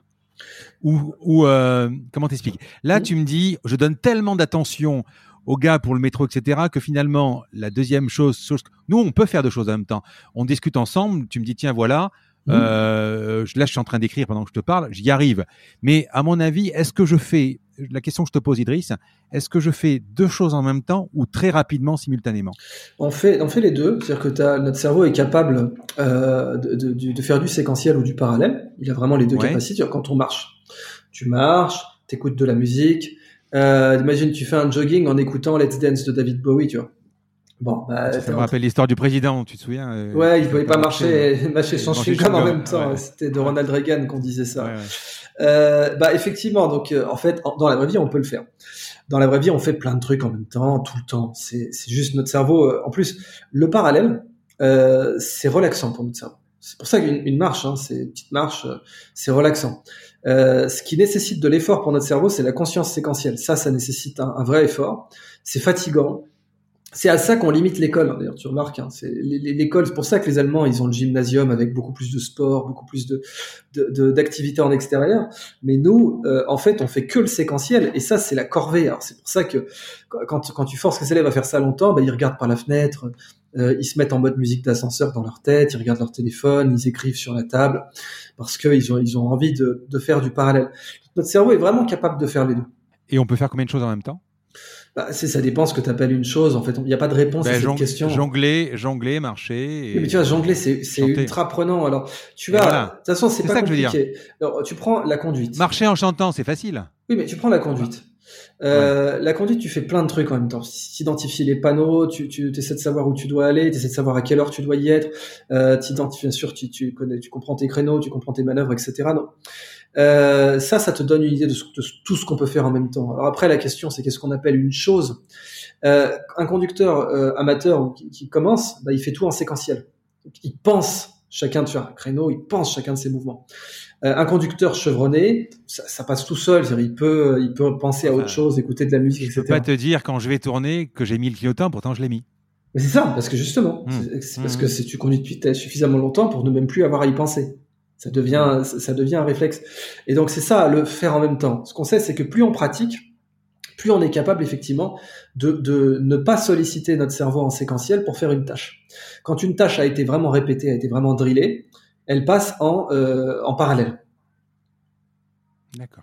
Ou, ou euh, comment t'expliques? Là, tu me dis, je donne tellement d'attention aux gars pour le métro, et cetera, que finalement, la deuxième chose, chose, nous, on peut faire deux choses en même temps. On discute ensemble, tu me dis, tiens, voilà, mmh. euh, là, je suis en train d'écrire pendant que je te parle, j'y arrive. Mais à mon avis, est-ce que je fais, la question que je te pose, Idriss, est-ce que je fais deux choses en même temps ou très rapidement, simultanément? On fait, on fait les deux. C'est-à-dire que t'as, notre cerveau est capable euh, de, de, de faire du séquentiel ou du parallèle. Il a vraiment les deux ouais. capacités. Quand on marche, tu marches, t'écoutes de la musique. Euh, imagine, tu fais un jogging en écoutant Let's Dance de David Bowie, tu vois. Bon, bah, ça me rappelle l'histoire du président, tu te souviens? euh, Ouais, il pouvait pas marcher, marcher sans chewing-gum en même temps. Ouais. C'était de Ronald Reagan qu'on disait ça. Ouais, ouais. Euh, bah, effectivement, donc, euh, en fait, dans la vraie vie, on peut le faire. Dans la vraie vie, on fait plein de trucs en même temps, tout le temps. C'est, c'est juste notre cerveau. Euh, en plus, le parallèle, euh, c'est relaxant pour notre cerveau. C'est pour ça qu'une une marche, hein, c'est une petite marche, euh, c'est relaxant. Euh, ce qui nécessite de l'effort pour notre cerveau, c'est la conscience séquentielle. Ça, ça nécessite un, un vrai effort. C'est fatigant. C'est à ça qu'on limite l'école, hein, d'ailleurs, tu remarques. Hein, c'est l'école, c'est pour ça que les Allemands, ils ont le gymnasium avec beaucoup plus de sport, beaucoup plus de, de, de d'activités en extérieur. Mais nous, euh, en fait, on fait que le séquentiel, et ça, c'est la corvée. Alors, c'est pour ça que quand, quand tu forces les élèves à faire ça longtemps, bah, ils regardent par la fenêtre, euh, ils se mettent en mode musique d'ascenseur dans leur tête, ils regardent leur téléphone, ils écrivent sur la table, parce qu'ils ont, ils ont envie de, de faire du parallèle. Notre cerveau est vraiment capable de faire les deux. Et on peut faire combien de choses en même temps? Bah, c'est, ça dépend ce que tu appelles une chose. En fait, il n'y a pas de réponse ben, à cette jong- question. Jongler, jongler, marcher. Et... Oui, mais tu vois, jongler, c'est, c'est ultra prenant. Alors, tu vas, voilà. De toute façon, c'est, c'est pas ça compliqué. Que je veux dire. Alors, tu prends la conduite. Marcher en chantant, c'est facile. Oui, mais tu prends la conduite. Euh, ouais. La conduite, tu fais plein de trucs en même temps. Tu identifies les panneaux, tu, tu essaies de savoir où tu dois aller, tu essaies de savoir à quelle heure tu dois y être. Euh, tu identifies, bien sûr, tu, tu connais, tu comprends tes créneaux, tu comprends tes manœuvres, et cetera. Non. Euh, ça, ça te donne une idée de, ce, de tout ce qu'on peut faire en même temps. Alors après, la question, c'est qu'est-ce qu'on appelle une chose. Euh, un conducteur euh, amateur qui, qui commence, bah, il fait tout en séquentiel. Donc, il pense chacun de faire un créneau, il pense chacun de ses mouvements. Euh, un conducteur chevronné, ça, ça passe tout seul. C'est-à-dire, il peut, il peut penser à autre chose, écouter de la musique, je et cetera. Je peux pas te dire quand je vais tourner que j'ai mis le clignotant, pourtant je l'ai mis. Mais c'est ça, parce que justement, mmh. c'est, c'est parce mmh. que si tu conduis depuis suffisamment longtemps pour ne même plus avoir à y penser. Ça devient, ça devient un réflexe. Et donc, c'est ça, le faire en même temps. Ce qu'on sait, c'est que plus on pratique, plus on est capable, effectivement, de, de ne pas solliciter notre cerveau en séquentiel pour faire une tâche. Quand une tâche a été vraiment répétée, a été vraiment drillée, elle passe en, euh, en parallèle. D'accord.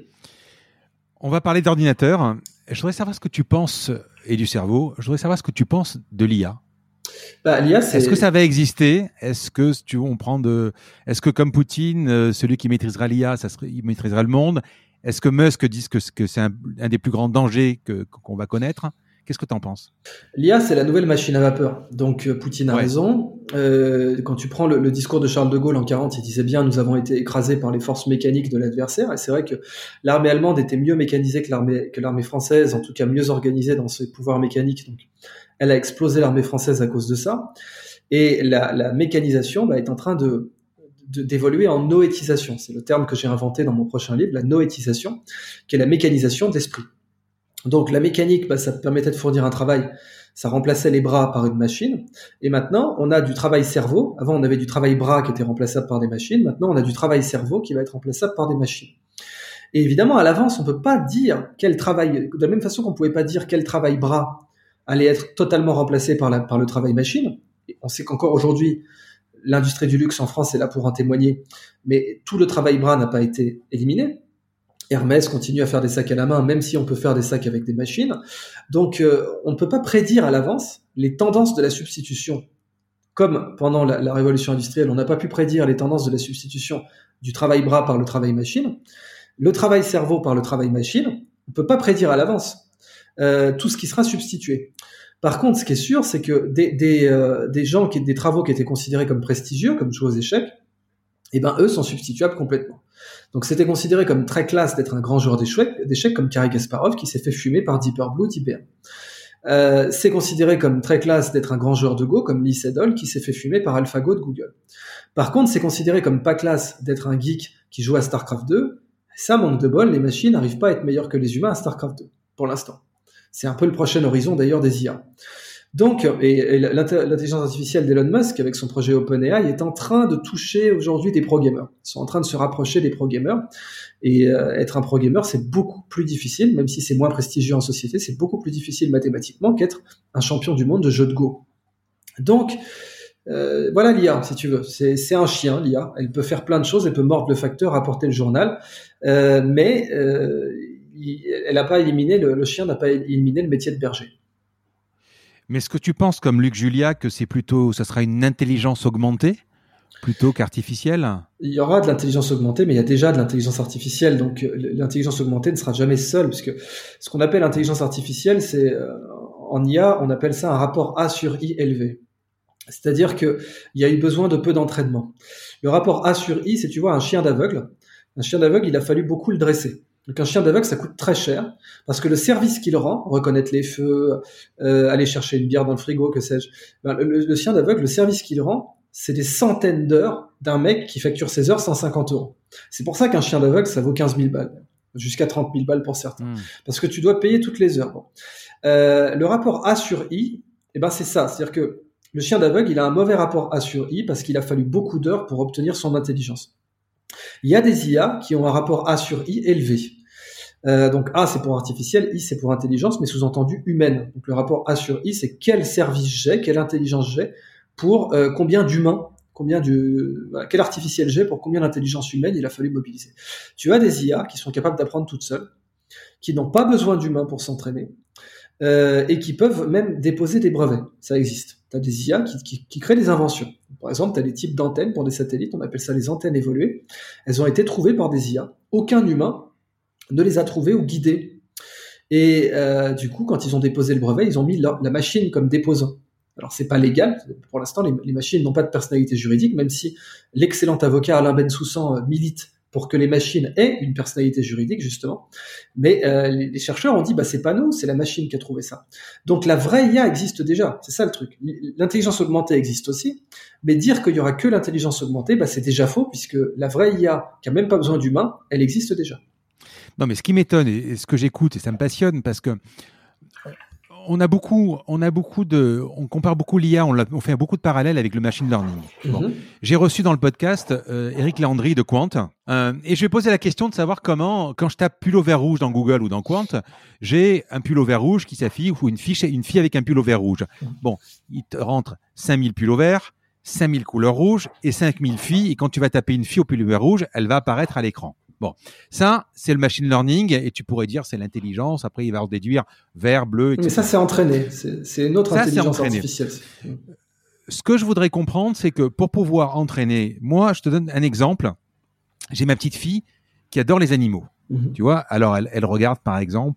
On va parler d'ordinateur. Je voudrais savoir ce que tu penses, et du cerveau, je voudrais savoir ce que tu penses de l'I A. Bah, l'I A, c'est... Est-ce que ça va exister? Est-ce que tu on prend de, est-ce que comme Poutine, euh, celui qui maîtrisera l'I A, ça serait, il maîtrisera le monde? Est-ce que Musk dit que, que c'est un, un des plus grands dangers que, qu'on va connaître? Qu'est-ce que tu en penses? L'I A, c'est la nouvelle machine à vapeur. Donc, euh, Poutine a ouais. raison. Euh, quand tu prends le, le discours de Charles de Gaulle en quarante, il disait bien « Nous avons été écrasés par les forces mécaniques de l'adversaire ». Et c'est vrai que l'armée allemande était mieux mécanisée que l'armée, que l'armée française, en tout cas mieux organisée dans ses pouvoirs mécaniques. Donc, elle a explosé l'armée française à cause de ça. Et la, la mécanisation bah, est en train de, de, d'évoluer en noétisation. C'est le terme que j'ai inventé dans mon prochain livre, la noétisation, qui est la mécanisation de l'esprit. Donc la mécanique, bah, ça permettait de fournir un travail, ça remplaçait les bras par une machine, et maintenant on a du travail cerveau. Avant on avait du travail bras qui était remplaçable par des machines, maintenant on a du travail cerveau qui va être remplaçable par des machines. Et évidemment à l'avance on peut pas dire quel travail, de la même façon qu'on pouvait pas dire quel travail bras allait être totalement remplacé par, la, par le travail machine. Et on sait qu'encore aujourd'hui l'industrie du luxe en France est là pour en témoigner, mais tout le travail bras n'a pas été éliminé. Hermès continue à faire des sacs à la main, même si on peut faire des sacs avec des machines. Donc, euh, on ne peut pas prédire à l'avance les tendances de la substitution. Comme pendant la, la révolution industrielle, on n'a pas pu prédire les tendances de la substitution du travail bras par le travail machine, le travail cerveau par le travail machine, on ne peut pas prédire à l'avance euh, tout ce qui sera substitué. Par contre, ce qui est sûr, c'est que des, des, euh, des gens, qui, des travaux qui étaient considérés comme prestigieux, comme jouer aux échecs, eh ben, eux sont substituables complètement. Donc, c'était considéré comme très classe d'être un grand joueur d'échecs, d'échecs comme Garry Kasparov, qui s'est fait fumer par Deep Blue d'I B M. Euh, c'est considéré comme très classe d'être un grand joueur de Go, comme Lee Sedol, qui s'est fait fumer par AlphaGo de Google. Par contre, c'est considéré comme pas classe d'être un geek qui joue à StarCraft deux. Ça, manque de bol, les machines n'arrivent pas à être meilleures que les humains à StarCraft deux, pour l'instant. C'est un peu le prochain horizon, d'ailleurs, des I A. Donc, et, et l'intelligence artificielle d'Elon Musk, avec son projet OpenAI, est en train de toucher aujourd'hui des pro-gamers. Ils sont en train de se rapprocher des pro-gamers. Et euh, être un pro-gamer, c'est beaucoup plus difficile, même si c'est moins prestigieux en société, c'est beaucoup plus difficile mathématiquement qu'être un champion du monde de jeux de Go. Donc, euh, voilà l'I A, si tu veux. C'est, c'est un chien, l'I A. Elle peut faire plein de choses, elle peut mordre le facteur, apporter le journal, euh, mais euh, elle n'a pas éliminé, le, le chien n'a pas éliminé le métier de berger. Mais est-ce que tu penses, comme Luc Julia, que c'est plutôt, ça sera une intelligence augmentée plutôt qu'artificielle? Il y aura de l'intelligence augmentée, mais il y a déjà de l'intelligence artificielle. Donc, l'intelligence augmentée ne sera jamais seule, puisque ce qu'on appelle l'intelligence artificielle, c'est, euh, en I A, on appelle ça un rapport A sur I élevé. C'est-à-dire que il y a eu besoin de peu d'entraînement. Le rapport A sur I, c'est, tu vois, un chien d'aveugle. Un chien d'aveugle, il a fallu beaucoup le dresser. Donc un chien d'aveugle, ça coûte très cher, parce que le service qu'il rend, reconnaître les feux, euh, aller chercher une bière dans le frigo, que sais-je, ben, le, le chien d'aveugle, le service qu'il rend, c'est des centaines d'heures d'un mec qui facture ses heures cent cinquante euros. C'est pour ça qu'un chien d'aveugle, ça vaut quinze mille balles, jusqu'à trente mille balles pour certains, mmh. parce que tu dois payer toutes les heures. Bon. Euh, le rapport A sur I, eh ben c'est ça, c'est-à-dire que le chien d'aveugle, il a un mauvais rapport A sur I, parce qu'il a fallu beaucoup d'heures pour obtenir son intelligence. Il y a des I A qui ont un rapport A sur I élevé. Euh, donc A c'est pour artificiel, I c'est pour intelligence, mais sous-entendu humaine. Donc le rapport A sur I, c'est quel service j'ai, quelle intelligence j'ai pour euh, combien d'humains, combien de voilà, quel artificiel j'ai pour combien d'intelligence humaine il a fallu mobiliser. Tu as des I A qui sont capables d'apprendre toutes seules, qui n'ont pas besoin d'humains pour s'entraîner, euh, et qui peuvent même déposer des brevets. Ça existe. Tu as des I A qui, qui, qui créent des inventions. Par exemple, tu as des types d'antennes pour des satellites, on appelle ça les antennes évoluées. Elles ont été trouvées par des I A. Aucun humain ne les a trouvés ou guidés. Et euh, du coup, quand ils ont déposé le brevet, ils ont mis leur, la machine comme déposant. Alors, c'est pas légal. Pour l'instant, les, les machines n'ont pas de personnalité juridique, même si l'excellent avocat Alain Bensoussan euh, milite pour que les machines aient une personnalité juridique, justement. Mais euh, les, les chercheurs ont dit, bah c'est pas nous, c'est la machine qui a trouvé ça. Donc, la vraie I A existe déjà. C'est ça le truc. L'intelligence augmentée existe aussi, mais dire qu'il y aura que l'intelligence augmentée, bah c'est déjà faux, puisque la vraie I A, qui a même pas besoin d'humains, elle existe déjà. Non, mais ce qui m'étonne et ce que j'écoute, et ça me passionne, parce que on a beaucoup, on a beaucoup de, on compare beaucoup l'I A, on, on fait beaucoup de parallèles avec le machine learning. Mm-hmm. Bon. J'ai reçu dans le podcast euh, Eric Landry de Quant, euh, et je vais poser la question de savoir comment, quand je tape pull au vert rouge dans Google ou dans Quant, j'ai un pull au vert rouge qui s'affiche ou une fiche, une fille avec un pull au vert rouge. Bon, il te rentre cinq mille pulls au vert, cinq mille couleurs rouges et cinq mille filles, et quand tu vas taper une fille au pull au vert rouge, elle va apparaître à l'écran. Bon, ça, c'est le machine learning, et tu pourrais dire c'est l'intelligence. Après, il va en déduire vert, bleu, et cetera. Mais ça, c'est entraîné. C'est, c'est une autre ça, intelligence artificielle. Ce que je voudrais comprendre, c'est que pour pouvoir entraîner, moi, je te donne un exemple. J'ai ma petite fille qui adore les animaux. Mm-hmm. Tu vois, alors elle, elle regarde par exemple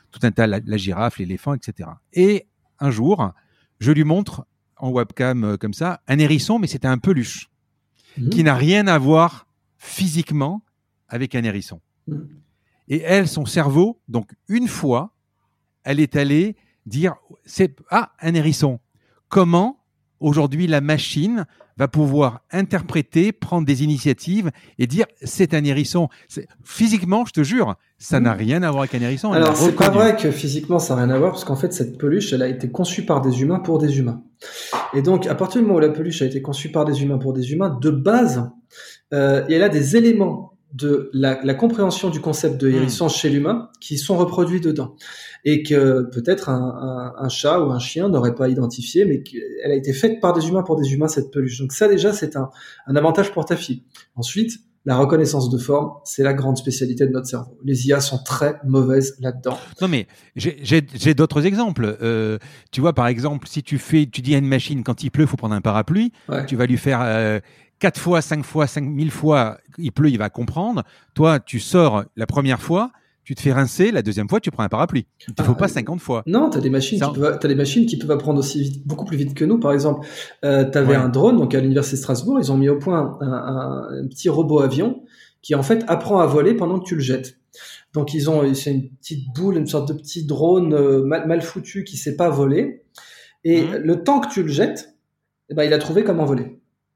tout un tas, la, la girafe, l'éléphant, et cetera. Et un jour, je lui montre en webcam euh, comme ça un hérisson, mais c'était un peluche mmh. qui n'a rien à voir physiquement avec un hérisson. Mmh. Et elle, son cerveau, donc une fois, elle est allée dire c'est ah un hérisson. Comment aujourd'hui la machine va pouvoir interpréter, prendre des initiatives et dire c'est un hérisson. C'est... Physiquement, je te jure, ça mmh. n'a rien à voir avec un hérisson. Alors c'est pas vrai que physiquement ça n'a rien à voir parce qu'en fait cette peluche elle a été conçue par des humains pour des humains. Et donc à partir du moment où la peluche a été conçue par des humains pour des humains, de base, euh, elle a des éléments de la, la compréhension du concept de hérisson mmh. chez l'humain qui sont reproduits dedans et que peut-être un, un, un chat ou un chien n'aurait pas identifié, mais qu'elle a été faite par des humains pour des humains cette peluche. Donc ça déjà c'est un, un avantage pour ta fille. Ensuite, la reconnaissance de forme, c'est la grande spécialité de notre cerveau. Les I A sont très mauvaises là-dedans. Non mais j'ai, j'ai, j'ai d'autres exemples. Euh, tu vois par exemple si tu fais, tu dis à une machine quand il pleut, il faut prendre un parapluie. Ouais. Tu vas lui faire euh, quatre fois, cinq fois, cinq mille fois, il pleut, il va comprendre. Toi, tu sors la première fois, tu te fais rincer, la deuxième fois, tu prends un parapluie. Il ne faut ah, pas cinquante fois. Non, tu as des machines, qui peuvent, t'as des machines qui peuvent apprendre aussi vite, beaucoup plus vite que nous. Par exemple, euh, tu avais ouais. un drone, donc à l'Université de Strasbourg, ils ont mis au point un, un, un petit robot avion qui en fait apprend à voler pendant que tu le jettes. Donc ils ont, c'est une petite boule, une sorte de petit drone euh, mal, mal foutu qui ne sait pas voler. Et mmh. le temps que tu le jettes, eh ben, il a trouvé comment voler.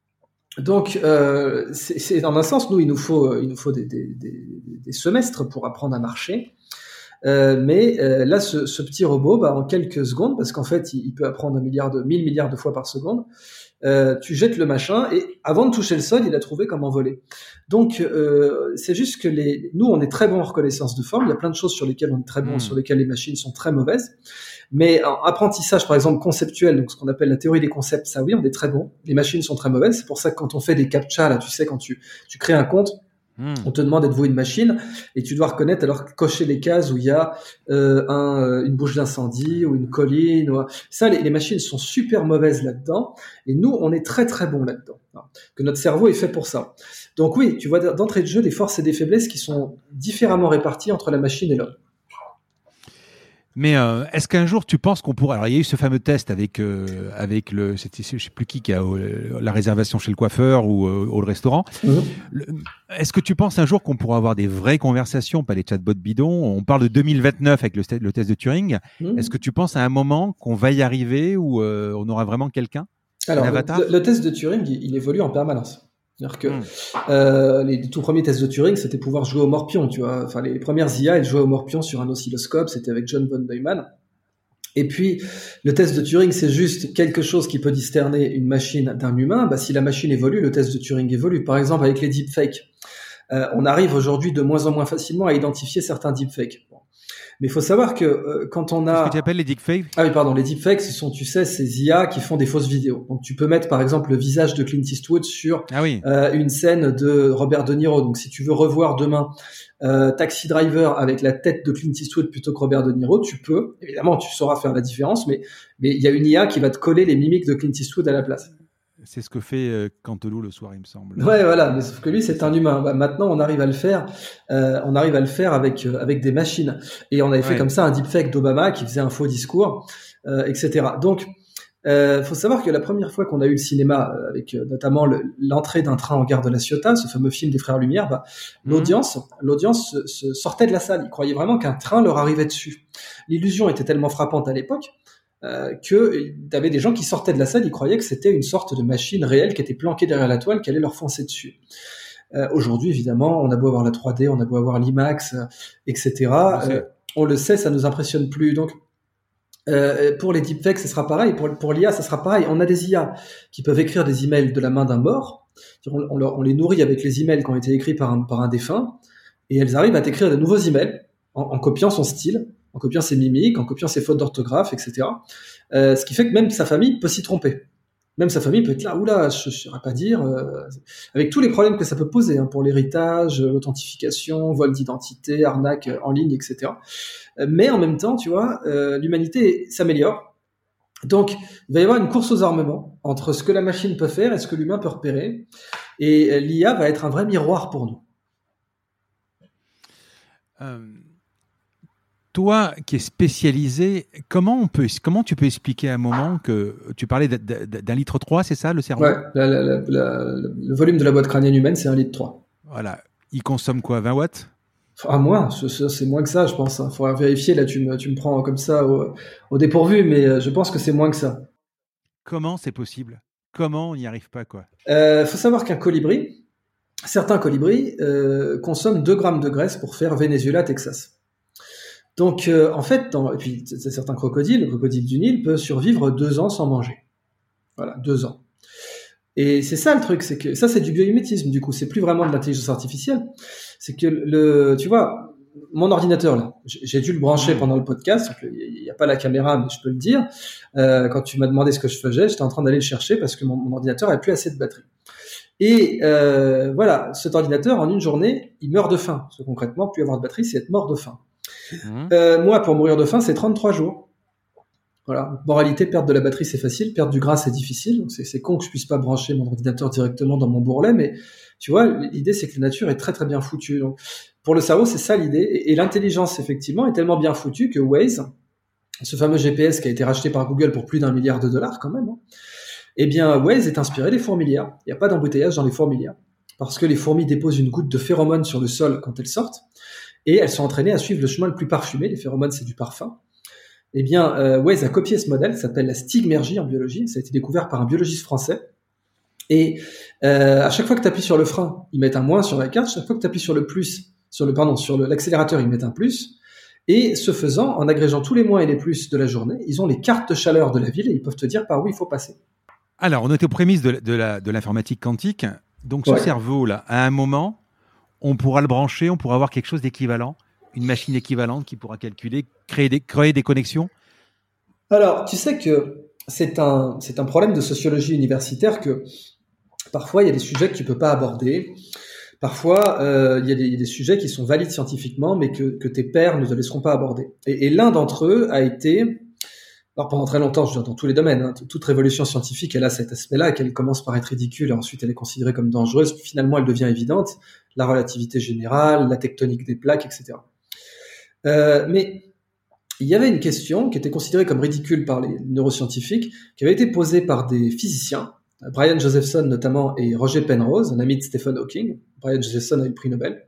Donc, euh, c'est, c'est dans un sens, nous, il nous faut, il nous faut des, des, des, des semestres pour apprendre à marcher. Euh, mais euh, là, ce, ce petit robot, bah, en quelques secondes, parce qu'en fait, il, il peut apprendre un milliard de, mille milliards de fois par seconde. Euh, tu jettes le machin et avant de toucher le sol, il a trouvé comment voler. Donc, euh, c'est juste que les, nous, on est très bons en reconnaissance de forme. Il y a plein de choses sur lesquelles on est très bons, mmh. sur lesquelles les machines sont très mauvaises. Mais en apprentissage, par exemple, conceptuel, donc ce qu'on appelle la théorie des concepts, ça oui, on est très bon. Les machines sont très mauvaises. C'est pour ça que quand on fait des captcha, là, tu sais, quand tu, tu crées un compte, mmh. on te demande êtes-vous une machine et tu dois reconnaître, alors cocher les cases où il y a euh, un, une bouche d'incendie ou une colline. Ou... Ça, les, les machines sont super mauvaises là-dedans. Et nous, on est très très bons là-dedans. Hein, que notre cerveau est fait pour ça. Donc oui, tu vois d'entrée de jeu des forces et des faiblesses qui sont différemment réparties entre la machine et l'homme. Mais euh, est-ce qu'un jour tu penses qu'on pourrait... Alors il y a eu ce fameux test avec euh, avec le, c'était, je sais plus qui qui a euh, la réservation chez le coiffeur ou euh, au restaurant. Mmh. Le, est-ce que tu penses un jour qu'on pourra avoir des vraies conversations, pas les chatbots bidons? On parle de deux mille vingt-neuf avec le, le test de Turing. Mmh. Est-ce que tu penses à un moment qu'on va y arriver où euh, on aura vraiment quelqu'un? Alors le, le test de Turing, il, il évolue en permanence. C'est-à-dire que mmh. euh, les, les tout premiers tests de Turing, c'était pouvoir jouer au morpion, tu vois. Enfin, les premières I A, elles jouaient au morpion sur un oscilloscope, c'était avec John von Neumann. Et puis, le test de Turing, c'est juste quelque chose qui peut discerner une machine d'un humain. Bah, si la machine évolue, le test de Turing évolue. Par exemple, avec les deepfakes, euh, on arrive aujourd'hui de moins en moins facilement à identifier certains deepfakes. Bon. Mais il faut savoir que euh, quand on a... Qu'est-ce que tu appelles les deepfakes? Ah oui, pardon, les deepfakes, ce sont, tu sais, ces I A qui font des fausses vidéos. Donc, tu peux mettre, par exemple, le visage de Clint Eastwood sur ah oui. euh, une scène de Robert De Niro. Donc, si tu veux revoir demain euh, Taxi Driver avec la tête de Clint Eastwood plutôt que Robert De Niro, tu peux. Évidemment, tu sauras faire la différence, mais mais il y a une I A qui va te coller les mimiques de Clint Eastwood à la place. C'est ce que fait euh, Canteloup le soir, il me semble. Ouais, voilà, mais sauf que lui, c'est un humain. Bah, maintenant, on arrive à le faire. Euh, on arrive à le faire avec euh, avec des machines. Et on avait ouais. fait comme ça un deepfake d'Obama qui faisait un faux discours, euh, et cetera. Donc, euh, faut savoir que la première fois qu'on a eu le cinéma, euh, avec euh, notamment le, l'entrée d'un train en gare de la Ciotat, ce fameux film des Frères Lumière, bah, mmh. l'audience, l'audience se, se sortait de la salle. Ils croyaient vraiment qu'un train leur arrivait dessus. L'illusion était tellement frappante à l'époque. Euh, que t'avais des gens qui sortaient de la salle, ils croyaient que c'était une sorte de machine réelle qui était planquée derrière la toile, qui allait leur foncer dessus. Euh, aujourd'hui, évidemment, on a beau avoir la trois D, on a beau avoir l'IMAX, euh, et cetera. Euh, on le sait, ça nous impressionne plus. Donc, euh, pour les deepfakes, ce sera pareil. Pour, pour l'I A, ça sera pareil. On a des I A qui peuvent écrire des emails de la main d'un mort. On, on, leur, on les nourrit avec les emails qui ont été écrits par un, par un défunt, et elles arrivent à t'écrire de nouveaux emails en, en copiant son style, en copiant ses mimiques, en copiant ses fautes d'orthographe, et cetera. Euh, ce qui fait que même sa famille peut s'y tromper. Même sa famille peut être là, oula, je ne saurais pas dire, euh, avec tous les problèmes que ça peut poser hein, pour l'héritage, l'authentification, vol d'identité, arnaque en ligne, et cetera. Mais en même temps, tu vois, euh, l'humanité s'améliore. Donc, il va y avoir une course aux armements entre ce que la machine peut faire et ce que l'humain peut repérer. Et l'I A va être un vrai miroir pour nous. Euh... toi qui es spécialisé, comment, on peut, comment tu peux expliquer à un moment que tu parlais d'un litre trois, c'est ça, le cerveau? Ouais, la, la, la, la, le volume de la boîte crânienne humaine, c'est un litre trois. Voilà. Il consomme quoi, vingt watts? Ah, moins, c'est moins que ça, je pense. Il faudra vérifier, là, tu me, tu me prends comme ça au, au dépourvu, mais je pense que c'est moins que ça. Comment c'est possible? Comment on n'y arrive pas, quoi? Euh, faut savoir qu'un colibri, certains colibris, euh, consomment deux grammes de graisse pour faire Venezuela, Texas. Donc, euh, en fait, dans, et puis certains crocodiles, le crocodile du Nil peut survivre deux ans sans manger. Voilà, deux ans. Et c'est ça le truc, c'est que ça c'est du biomimétisme, du coup, c'est plus vraiment de l'intelligence artificielle. C'est que le, tu vois, mon ordinateur là, j'ai dû le brancher pendant le podcast, il n'y a pas la caméra, mais je peux le dire. Euh, quand tu m'as demandé ce que je faisais, j'étais en train d'aller le chercher parce que mon, mon ordinateur n'a plus assez de batterie. Et euh, voilà, cet ordinateur en une journée, il meurt de faim. Parce que concrètement, plus avoir de batterie, c'est être mort de faim. Mmh. Euh, moi, pour mourir de faim, c'est trente-trois jours. Voilà. Moralité, perdre de la batterie, c'est facile. Perdre du gras, c'est difficile. C'est con que je puisse pas brancher mon ordinateur directement dans mon bourrelet, mais tu vois, l'idée, c'est que la nature est très très bien foutue. Donc, pour le cerveau, c'est ça l'idée. Et, et l'intelligence, effectivement, est tellement bien foutue que Waze, ce fameux G P S qui a été racheté par Google pour plus d'un milliard de dollars quand même, hein, eh bien, Waze est inspiré des fourmilières. Il n'y a pas d'embouteillage dans les fourmilières. Parce que les fourmis déposent une goutte de phéromone sur le sol quand elles sortent, et elles sont entraînées à suivre le chemin le plus parfumé. Les phéromones, c'est du parfum. Eh bien, euh, Waze a copié ce modèle, ça s'appelle la stigmergie en biologie, ça a été découvert par un biologiste français. Et euh, à chaque fois que tu appuies sur le frein, ils mettent un moins sur la carte, chaque fois que tu appuies sur le plus, sur le pardon, sur l'accélérateur, ils mettent un plus. Et ce faisant, en agrégeant tous les moins et les plus de la journée, ils ont les cartes de chaleur de la ville et ils peuvent te dire par où il faut passer. Alors, on était aux prémices de, de, la, de l'informatique quantique. Donc, ce ouais. cerveau-là, à un moment, on pourra le brancher, on pourra avoir quelque chose d'équivalent, une machine équivalente qui pourra calculer, créer des, créer des connexions? Alors, tu sais que c'est un, c'est un problème de sociologie universitaire que parfois, il y a des sujets que tu peux pas aborder. Parfois, euh, il y a des, il y a des sujets qui sont valides scientifiquement, mais que, que tes pairs ne te laisseront pas aborder. Et, et l'un d'entre eux a été... Alors pendant très longtemps, je veux dire, dans tous les domaines, hein, toute révolution scientifique, elle a cet aspect-là, qu'elle commence par être ridicule, et ensuite elle est considérée comme dangereuse, puis finalement elle devient évidente, la relativité générale, la tectonique des plaques, et cetera. Euh, mais il y avait une question qui était considérée comme ridicule par les neuroscientifiques, qui avait été posée par des physiciens, Brian Josephson notamment et Roger Penrose, un ami de Stephen Hawking. Brian Josephson a eu le prix Nobel.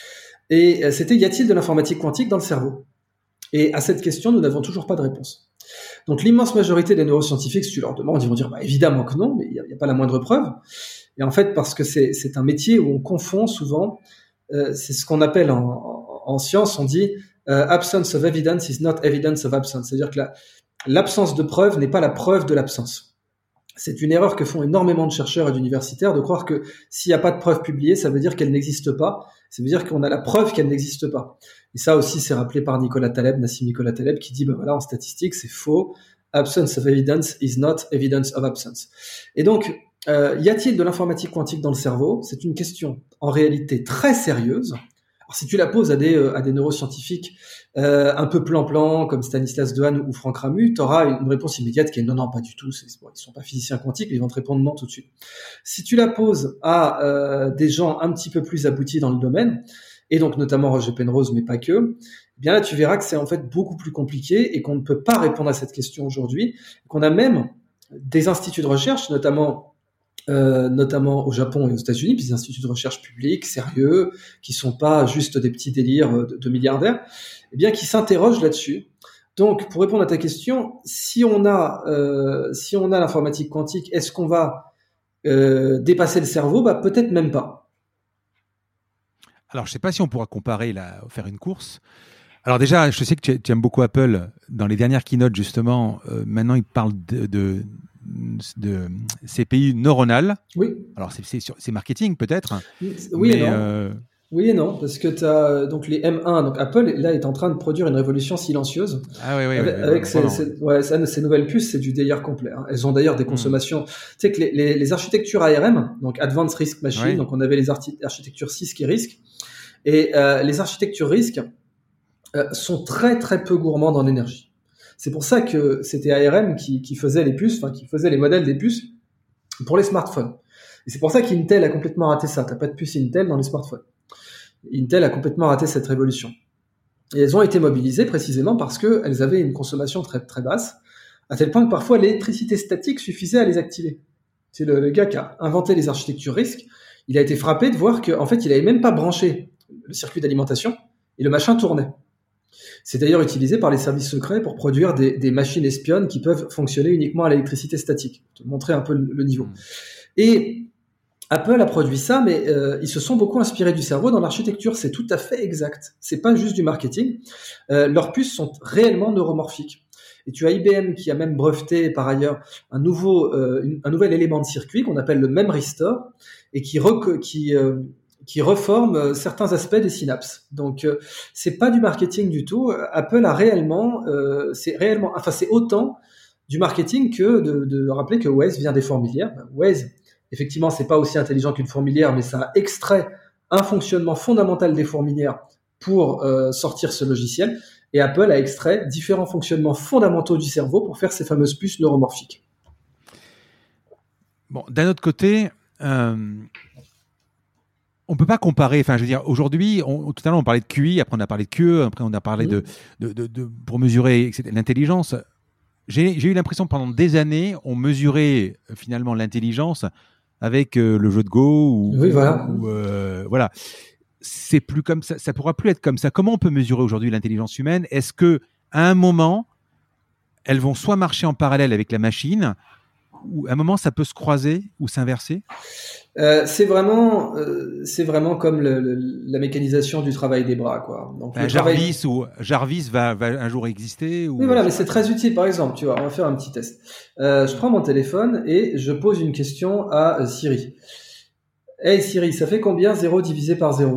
Et c'était, y a-t-il de l'informatique quantique dans le cerveau? Et à cette question, nous n'avons toujours pas de réponse. Donc l'immense majorité des neuroscientifiques, si tu leur demandes, ils vont dire bah, évidemment que non, mais il n'y a, a pas la moindre preuve. Et en fait, parce que c'est, c'est un métier où on confond souvent, euh, c'est ce qu'on appelle en, en, en science, on dit euh, absence of evidence is not evidence of absence. C'est-à-dire que la, l'absence de preuve n'est pas la preuve de l'absence. C'est une erreur que font énormément de chercheurs et d'universitaires de croire que s'il n'y a pas de preuve publiée, ça veut dire qu'elle n'existe pas. Ça veut dire qu'on a la preuve qu'elle n'existe pas. Et ça aussi, c'est rappelé par Nicolas Taleb, Nassim Nicolas Taleb, qui dit, ben voilà, en statistique, c'est faux. Absence of evidence is not evidence of absence. Et donc, euh, y a-t-il de l'informatique quantique dans le cerveau? C'est une question, en réalité, très sérieuse. Alors, si tu la poses à des, euh, à des neuroscientifiques euh, un peu plan-plan, comme Stanislas Dehaene ou Franck Ramu, tu auras une réponse immédiate qui est non, non, pas du tout. C'est, bon, ils sont pas physiciens quantiques, mais ils vont te répondre non tout de suite. Si tu la poses à euh, des gens un petit peu plus aboutis dans le domaine, et donc notamment Roger Penrose, mais pas que, eh bien là, tu verras que c'est en fait beaucoup plus compliqué et qu'on ne peut pas répondre à cette question aujourd'hui, qu'on a même des instituts de recherche, notamment Euh, notamment au Japon et aux États-Unis, puis des instituts de recherche publics, sérieux, qui sont pas juste des petits délires de, de milliardaires, eh bien, qui s'interrogent là-dessus. Donc, pour répondre à ta question, si on a, euh, si on a l'informatique quantique, est-ce qu'on va euh, dépasser le cerveau? Bah, peut-être même pas. Alors, je sais pas si on pourra comparer, là, faire une course. Alors déjà, je sais que tu, tu aimes beaucoup Apple. Dans les dernières keynotes, justement, euh, maintenant, ils parlent de, de de C P U neuronales. Oui. Alors, c'est, c'est, c'est marketing, peut-être. Oui mais, et non. Euh... Oui et non, parce que tu as donc les M un. Donc, Apple, là, est en train de produire une révolution silencieuse. Ah oui, oui. Avec, oui, avec oui, ces, ces, ouais, ces, ces nouvelles puces, c'est du délire complet. Hein. Elles ont d'ailleurs des consommations. Mm. Tu sais que les, les, les architectures A R M, donc Advanced Risk Machine, oui. donc on avait les archi- architectures six qui risquent. Et euh, les architectures risques euh, sont très, très peu gourmandes en énergie. C'est pour ça que c'était A R M qui, qui faisait les puces, enfin qui faisait les modèles des puces pour les smartphones. Et c'est pour ça qu'Intel a complètement raté ça. T'as pas de puce Intel dans les smartphones. Intel a complètement raté cette révolution. Et elles ont été mobilisées précisément parce qu'elles avaient une consommation très, très basse, à tel point que parfois l'électricité statique suffisait à les activer. C'est le, le gars qui a inventé les architectures risques. Il a été frappé de voir qu'en fait, il n'avait même pas branché le circuit d'alimentation et le machin tournait. C'est d'ailleurs utilisé par les services secrets pour produire des, des machines espionnes qui peuvent fonctionner uniquement à l'électricité statique. Pour te montrer un peu le, le niveau. Et Apple a produit ça, mais euh, ils se sont beaucoup inspirés du cerveau dans l'architecture. C'est tout à fait exact. C'est pas juste du marketing. Euh, leurs puces sont réellement neuromorphiques. Et tu as I B M qui a même breveté par ailleurs un nouveau, euh, une, un nouvel élément de circuit qu'on appelle le Memristor et qui, rec- qui, euh, qui reforme certains aspects des synapses. Donc euh, c'est pas du marketing du tout. Apple a réellement, euh, c'est réellement, enfin c'est autant du marketing que de, de rappeler que Waze vient des fourmilières. Waze, effectivement, c'est pas aussi intelligent qu'une fourmilière, mais ça a extrait un fonctionnement fondamental des fourmilières pour euh, sortir ce logiciel. Et Apple a extrait différents fonctionnements fondamentaux du cerveau pour faire ces fameuses puces neuromorphiques. Bon, d'un autre côté, euh, on peut pas comparer. Enfin, je veux dire, aujourd'hui, on, tout à l'heure, on parlait de Q I, après on a parlé de Q E, après on a parlé mmh. de, de, de, de pour mesurer et cetera, l'intelligence. J'ai, j'ai eu l'impression que pendant des années, on mesurait euh, finalement l'intelligence avec euh, le jeu de Go ou, oui, voilà. ou euh, voilà. C'est plus comme ça, ça pourra plus être comme ça. Comment on peut mesurer aujourd'hui l'intelligence humaine ? Est-ce que à un moment, elles vont soit marcher en parallèle avec la machine, ou à un moment ça peut se croiser ou s'inverser ? euh, C'est vraiment, euh, c'est vraiment comme le, le, la mécanisation du travail des bras, quoi. Donc ben, le Jarvis travail... ou Jarvis va, va un jour exister. Ou... Oui, voilà, mais c'est très utile. Par exemple, tu vois, on va faire un petit test. Euh, je prends mon téléphone et je pose une question à Siri. Hey Siri, ça fait combien zéro divisé par zéro ?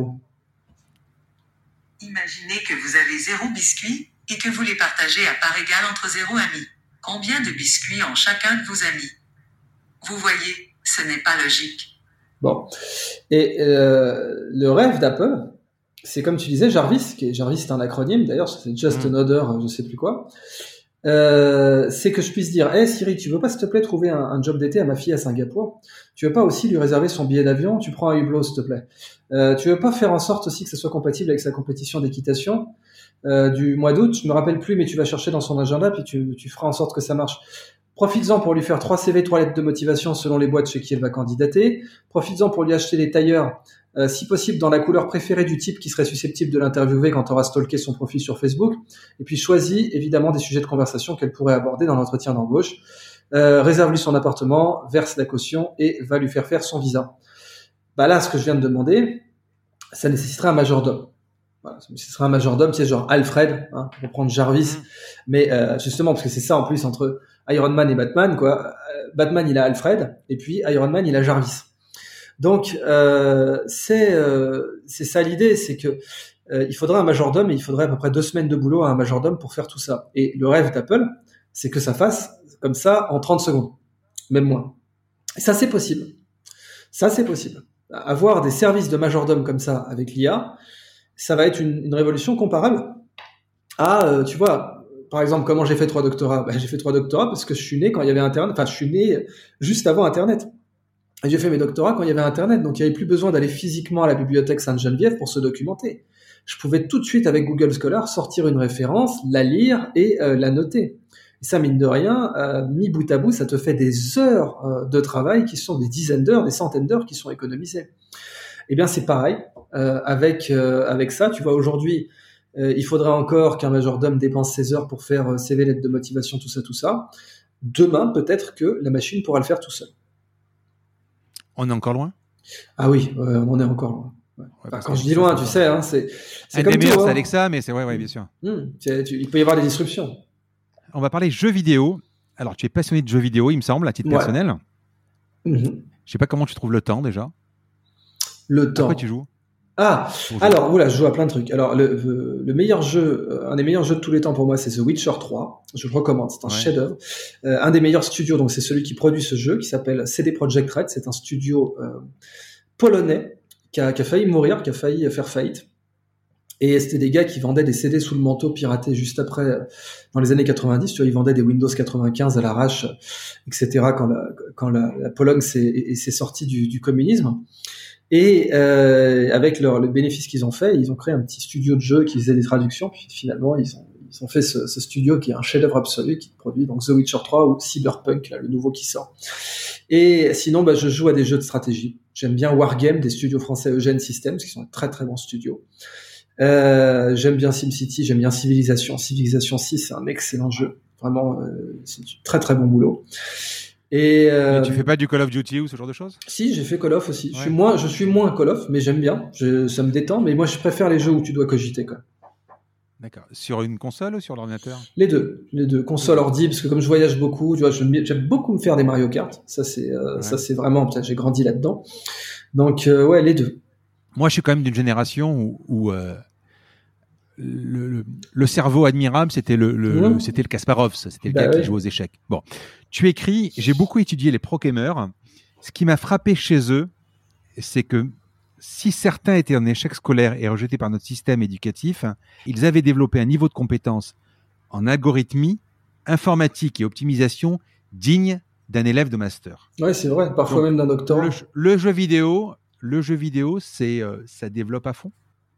Imaginez que vous avez zéro biscuit et que vous les partagez à part égale entre zéro amis. Combien de biscuits ont chacun de vos amis ? Vous voyez, ce n'est pas logique. Bon. Et euh, le rêve d'Apple, c'est comme tu disais, Jarvis, qui est, Jarvis c'est un acronyme, d'ailleurs, c'est Just mmh. Another, je sais plus quoi. Euh, c'est que je puisse dire, hey Siri, tu veux pas s'il te plaît trouver un, un job d'été à ma fille à Singapour ? Tu veux pas aussi lui réserver son billet d'avion ? Tu prends un Hublot s'il te plaît. Euh, tu veux pas faire en sorte aussi que ça soit compatible avec sa compétition d'équitation euh, du mois d'août ? Je me rappelle plus, mais tu vas chercher dans son agenda puis tu, tu feras en sorte que ça marche. Profites-en pour lui faire trois C V, trois lettres de motivation selon les boîtes chez qui elle va candidater. Profites-en pour lui acheter des tailleurs, euh, si possible dans la couleur préférée du type qui serait susceptible de l'interviewer quand tu auras stalké son profil sur Facebook. Et puis choisis évidemment des sujets de conversation qu'elle pourrait aborder dans l'entretien d'embauche. Euh, réserve-lui son appartement, verse la caution et va lui faire faire son visa. Bah là, ce que je viens de demander, ça nécessiterait un majordome. Voilà, ce serait un majordome, tu sais, genre Alfred, hein, pour prendre Jarvis. Mais euh, justement, parce que c'est ça en plus entre Iron Man et Batman, quoi. Euh, Batman, il a Alfred, et puis Iron Man, il a Jarvis. Donc, euh, c'est euh, c'est ça l'idée, c'est que euh, il faudrait un majordome, et il faudrait à peu près deux semaines de boulot à un majordome pour faire tout ça. Et le rêve d'Apple, c'est que ça fasse comme ça en trente secondes, même moins. Et ça, c'est possible. Ça, c'est possible. Avoir des services de majordome comme ça avec l'I A, ça va être une, une révolution comparable à, euh, tu vois, par exemple, comment j'ai fait trois doctorats ? Ben, j'ai fait trois doctorats parce que je suis né quand il y avait Internet, enfin, je suis né juste avant Internet. Et j'ai fait mes doctorats quand il y avait Internet, donc il n'y avait plus besoin d'aller physiquement à la bibliothèque Sainte-Geneviève pour se documenter. Je pouvais tout de suite, avec Google Scholar, sortir une référence, la lire et euh, la noter. Et ça, mine de rien, euh, mis bout à bout, ça te fait des heures euh, de travail qui sont des dizaines d'heures, des centaines d'heures qui sont économisées. Eh bien, c'est pareil euh, avec euh, avec ça. Tu vois, aujourd'hui, euh, il faudrait encore qu'un majordome dépense ses heures pour faire euh, C V, lettre de motivation, tout ça, tout ça. Demain, peut-être que la machine pourra le faire tout seul. On est encore loin ? Ah oui, euh, on en est encore loin. Ouais. Ouais, enfin, quand je dis loin, tu sais, hein, c'est, c'est un comme des tout. meilleurs, Hein. c'est Alexa, mais c'est ouais, ouais, bien sûr. Mmh, tu, tu, il peut y avoir des disruptions. On va parler jeux vidéo. Alors, tu es passionné de jeux vidéo, il me semble, à titre ouais. personnel. Mmh. Je sais pas comment tu trouves le temps déjà. Le temps. Pourquoi tu joues ? Ah, alors voilà, je joue à plein de trucs. Alors le, le, le meilleur jeu, euh, un des meilleurs jeux de tous les temps pour moi, c'est The Witcher trois. Je le recommande, c'est un ouais. chef-d'œuvre. Euh, un des meilleurs studios, donc c'est celui qui produit ce jeu, qui s'appelle C D Projekt Red. C'est un studio euh, polonais qui a, qui a failli mourir, qui a failli faire faillite. Et c'était des gars qui vendaient des C D sous le manteau piratés juste après, dans les années quatre-vingt-dix. Tu vois, ils vendaient des Windows quatre-vingt-quinze à l'arrache, et cetera. Quand la, quand la, la Pologne s'est, s'est sortie du, du communisme. Et euh, avec leur, le bénéfice qu'ils ont fait, ils ont créé un petit studio de jeu qui faisait des traductions. Puis finalement, ils ont, ils ont fait ce, ce studio qui est un chef-d'œuvre absolu, qui produit donc The Witcher trois ou Cyberpunk, là, le nouveau qui sort. Et sinon, bah, je joue à des jeux de stratégie. J'aime bien Wargame, des studios français Eugène Systems, qui sont de très très bons studios. Euh, j'aime bien SimCity, j'aime bien Civilization. Civilization six, c'est un excellent jeu. Vraiment, euh, c'est du très très bon boulot. Et euh, mais tu fais pas du Call of Duty ou ce genre de choses? Si, j'ai fait Call of aussi. Ouais. Je suis moins, je suis moins Call of, mais j'aime bien. Je, ça me détend. Mais moi, je préfère les jeux où tu dois cogiter, quoi. D'accord. Sur une console ou sur l'ordinateur? Les deux, les deux. Console, ordi, parce que comme je voyage beaucoup, tu vois, j'aime, j'aime beaucoup me faire des Mario Kart. Ça, c'est, euh, ouais. ça, c'est vraiment. Peut-être j'ai grandi là-dedans. Donc, euh, ouais, les deux. Moi, je suis quand même d'une génération où, où euh, le, le, le cerveau admirable, c'était le, le, mmh. le c'était le Kasparov, c'était le bah gars oui. qui joue aux échecs. Bon, tu écris. J'ai beaucoup étudié les pro gamers. Ce qui m'a frappé chez eux, c'est que si certains étaient en échec scolaire et rejetés par notre système éducatif, ils avaient développé un niveau de compétence en algorithmie, informatique et optimisation digne d'un élève de master. Oui, c'est vrai. Parfois donc, même d'un doctorat. Le, le jeu vidéo, le jeu vidéo, c'est euh, ça développe à fond.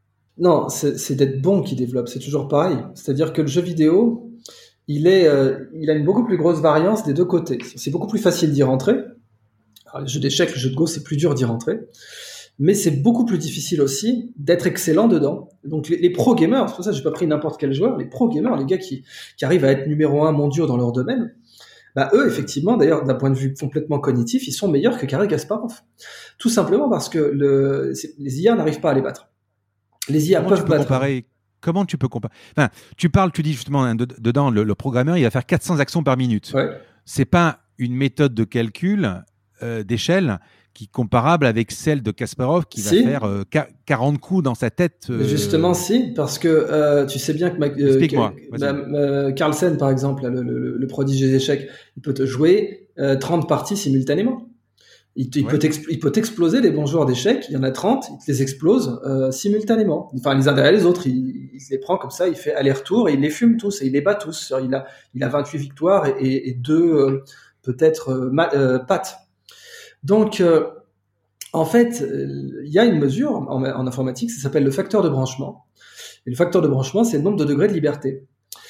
Non, c'est, c'est d'être bon qui développe. C'est toujours pareil. C'est-à-dire que le jeu vidéo, il est, euh, il a une beaucoup plus grosse variance des deux côtés. C'est beaucoup plus facile d'y rentrer. Alors, les jeux d'échecs, le jeu de Go, c'est plus dur d'y rentrer. Mais c'est beaucoup plus difficile aussi d'être excellent dedans. Donc les, les pro gamers, c'est pour ça que j'ai pas pris n'importe quel joueur, les pro gamers, les gars qui, qui arrivent à être numéro un mondiaux dans leur domaine, bah eux, effectivement, d'ailleurs, d'un point de vue complètement cognitif, ils sont meilleurs que Garry Kasparov. Tout simplement parce que le, les I A n'arrivent pas à les battre. Les I A Comment peuvent tu peux battre. Comparer Comment tu peux comparer enfin, tu parles, tu dis justement hein, de, dedans, le, le programmeur, il va faire quatre cents actions par minute. Ouais. C'est pas une méthode de calcul euh, d'échelle qui est comparable avec celle de Kasparov qui si. va faire euh, quarante coups dans sa tête. Euh... Justement, si, parce que euh, tu sais bien que... Euh, Explique-moi. Que, bah, euh, Carlsen, par exemple, le, le, le prodige des échecs, il peut te jouer euh, trente parties simultanément. Il, te, il, ouais. peut il peut t'exploser les bons joueurs d'échecs, il y en a trente, il te les explose euh, simultanément. Enfin, les uns derrière les autres, il, il les prend comme ça, il fait aller-retour et il les fume tous et il les bat tous. Il a, il a vingt-huit victoires et, et, et deux, euh, peut-être, euh, ma, euh, pattes. Donc, euh, en fait, il euh, y a une mesure en, en informatique, ça s'appelle le facteur de branchement. Et le facteur de branchement, c'est le nombre de degrés de liberté.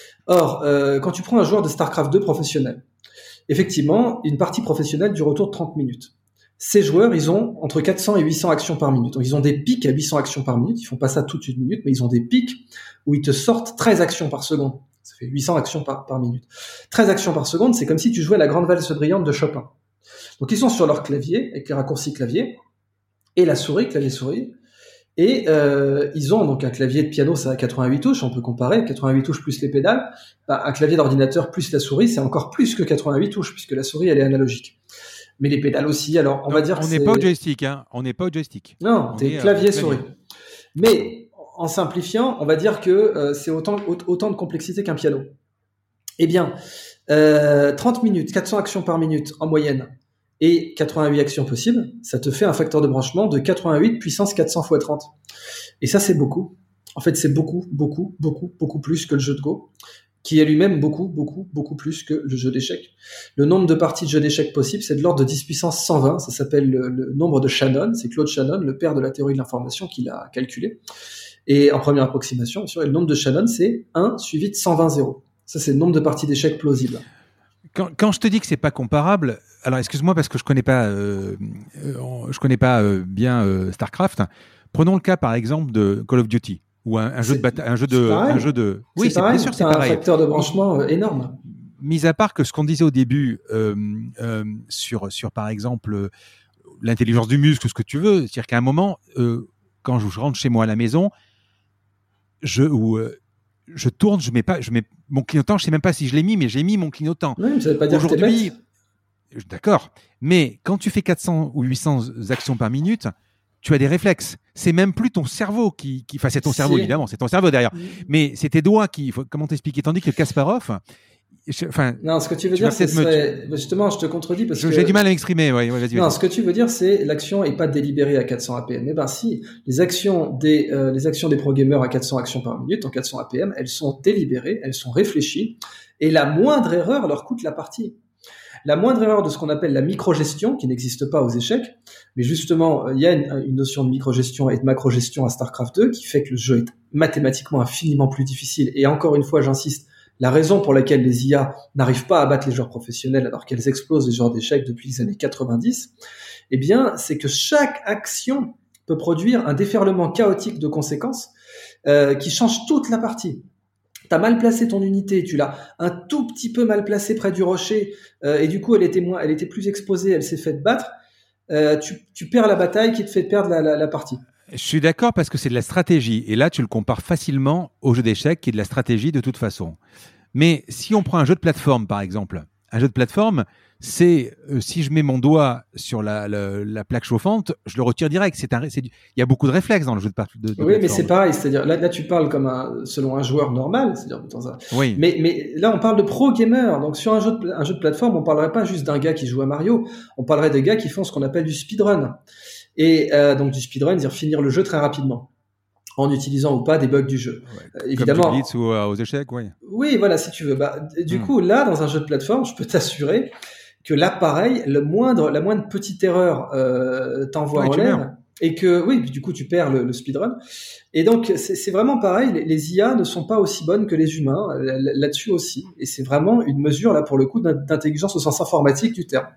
Or, euh, quand tu prends un joueur de StarCraft deux professionnel, effectivement, une partie professionnelle dure autour de trente minutes. Ces joueurs, ils ont entre quatre cents et huit cents actions par minute. Donc, ils ont des pics à huit cents actions par minute. Ils font pas ça toute une minute, mais ils ont des pics où ils te sortent treize actions par seconde. Ça fait huit cents actions par, par minute. treize actions par seconde, c'est comme si tu jouais la grande valse brillante de Chopin. Donc, ils sont sur leur clavier, avec les raccourcis clavier, et la souris, clavier-souris. Et euh, ils ont donc un clavier de piano, ça a quatre-vingt-huit touches, on peut comparer, quatre-vingt-huit touches plus les pédales. Bah, un clavier d'ordinateur plus la souris, c'est encore plus que quatre-vingt-huit touches, puisque la souris, elle est analogique. Mais les pédales aussi, alors on donc, va dire... On n'est pas au joystick, hein. On n'est pas au joystick. Non, on t'es clavier-souris. Mais en simplifiant, on va dire que euh, c'est autant, autant de complexité qu'un piano. Eh bien, euh, trente minutes, quatre cents actions par minute en moyenne, et quatre-vingt-huit actions possibles, ça te fait un facteur de branchement de quatre-vingt-huit puissance quatre cents fois trente. Et ça, c'est beaucoup. En fait, c'est beaucoup, beaucoup, beaucoup, beaucoup plus que le jeu de Go, qui est lui-même beaucoup, beaucoup, beaucoup plus que le jeu d'échecs. Le nombre de parties de jeu d'échecs possibles, c'est de l'ordre de dix puissance cent vingt. Ça s'appelle le, le nombre de Shannon. C'est Claude Shannon, le père de la théorie de l'information, qui l'a calculé. Et en première approximation, bien sûr, et le nombre de Shannon, c'est un suivi de cent vingt zéros. Ça, c'est le nombre de parties d'échecs plausibles. Quand, quand je te dis que c'est pas comparable, alors excuse-moi parce que je connais pas, euh, euh, je connais pas euh, bien euh, StarCraft. Prenons le cas par exemple de Call of Duty ou un, un jeu de bataille, un jeu de, un jeu de. Oui, c'est bien sûr, c'est pareil. C'est un facteur de branchement euh, énorme. Mis à part que ce qu'on disait au début euh, euh, sur sur par exemple euh, l'intelligence du muscle, ce que tu veux, c'est-à-dire qu'à un moment, euh, quand je rentre chez moi à la maison, je ou euh, je tourne, je mets pas, je mets mon clignotant, je sais même pas si je l'ai mis, mais j'ai mis mon clignotant. Oui, mais ça veut pas dire aujourd'hui. Que t'es bête. D'accord, mais quand tu fais quatre cents ou huit cents actions par minute, tu as des réflexes. C'est même plus ton cerveau qui, qui... enfin c'est ton si. cerveau évidemment, c'est ton cerveau derrière. Mmh. Mais c'est tes doigts qui, faut... comment t'expliquer? Tandis que Kasparov, je... enfin. Non, ce que tu veux tu dire, c'est serait... me... justement, je te contredis parce je, que j'ai du mal à m'exprimer. Ouais, ouais, vas-y, non, vas-y. Ce que tu veux dire, c'est l'action est pas délibérée à quatre cents A P M. Mais ben si, les actions des euh, les actions des pro gamers à quatre cents actions par minute en quatre cents A P M, elles sont délibérées, elles sont réfléchies, et la moindre erreur leur coûte la partie. La moindre erreur de ce qu'on appelle la microgestion, qui n'existe pas aux échecs, mais justement, il y a une, une notion de microgestion et de macrogestion à StarCraft deux qui fait que le jeu est mathématiquement infiniment plus difficile. Et encore une fois, j'insiste, la raison pour laquelle les I A n'arrivent pas à battre les joueurs professionnels alors qu'elles explosent les joueurs d'échecs depuis les années quatre-vingt-dix, eh bien, c'est que chaque action peut produire un déferlement chaotique de conséquences euh, qui change toute la partie. T'as mal placé ton unité, tu l'as un tout petit peu mal placée près du rocher, euh, et du coup elle était moins, elle était plus exposée, elle s'est faite battre. Euh, tu, tu perds la bataille qui te fait perdre la, la, la partie. Je suis d'accord parce que c'est de la stratégie, et là tu le compares facilement au jeu d'échecs qui est de la stratégie de toute façon. Mais si on prend un jeu de plateforme par exemple, un jeu de plateforme, c'est euh, si je mets mon doigt sur la, la, la plaque chauffante, je le retire direct. C'est un, c'est du... Il y a beaucoup de réflexes dans le jeu de, de, de oui, plateforme. mais c'est pareil. C'est-à-dire là, là tu parles comme un, selon un joueur normal. C'est-à-dire dans un... Oui. Mais, mais là, on parle de pro gamer. Donc sur un jeu de, un jeu de plateforme, on parlerait pas juste d'un gars qui joue à Mario. On parlerait des gars qui font ce qu'on appelle du speedrun. Et euh, donc du speedrun, c'est-à-dire finir le jeu très rapidement, en utilisant ou pas des bugs du jeu. Ouais, euh, évidemment. Comme tu Blitz ou euh, aux échecs, oui. Oui, voilà, si tu veux. Bah, du Hmm. coup, là, dans un jeu de plateforme, je peux t'assurer que l'appareil, le moindre, la moindre petite erreur euh, t'envoie Ouais, en tu l'air. meurs. Et que, oui, du coup, tu perds le, le speedrun. Et donc, c'est, c'est vraiment pareil. Les, les I A ne sont pas aussi bonnes que les humains là- là-dessus aussi. Et c'est vraiment une mesure, là, pour le coup, d'in- d'intelligence au sens informatique du terme.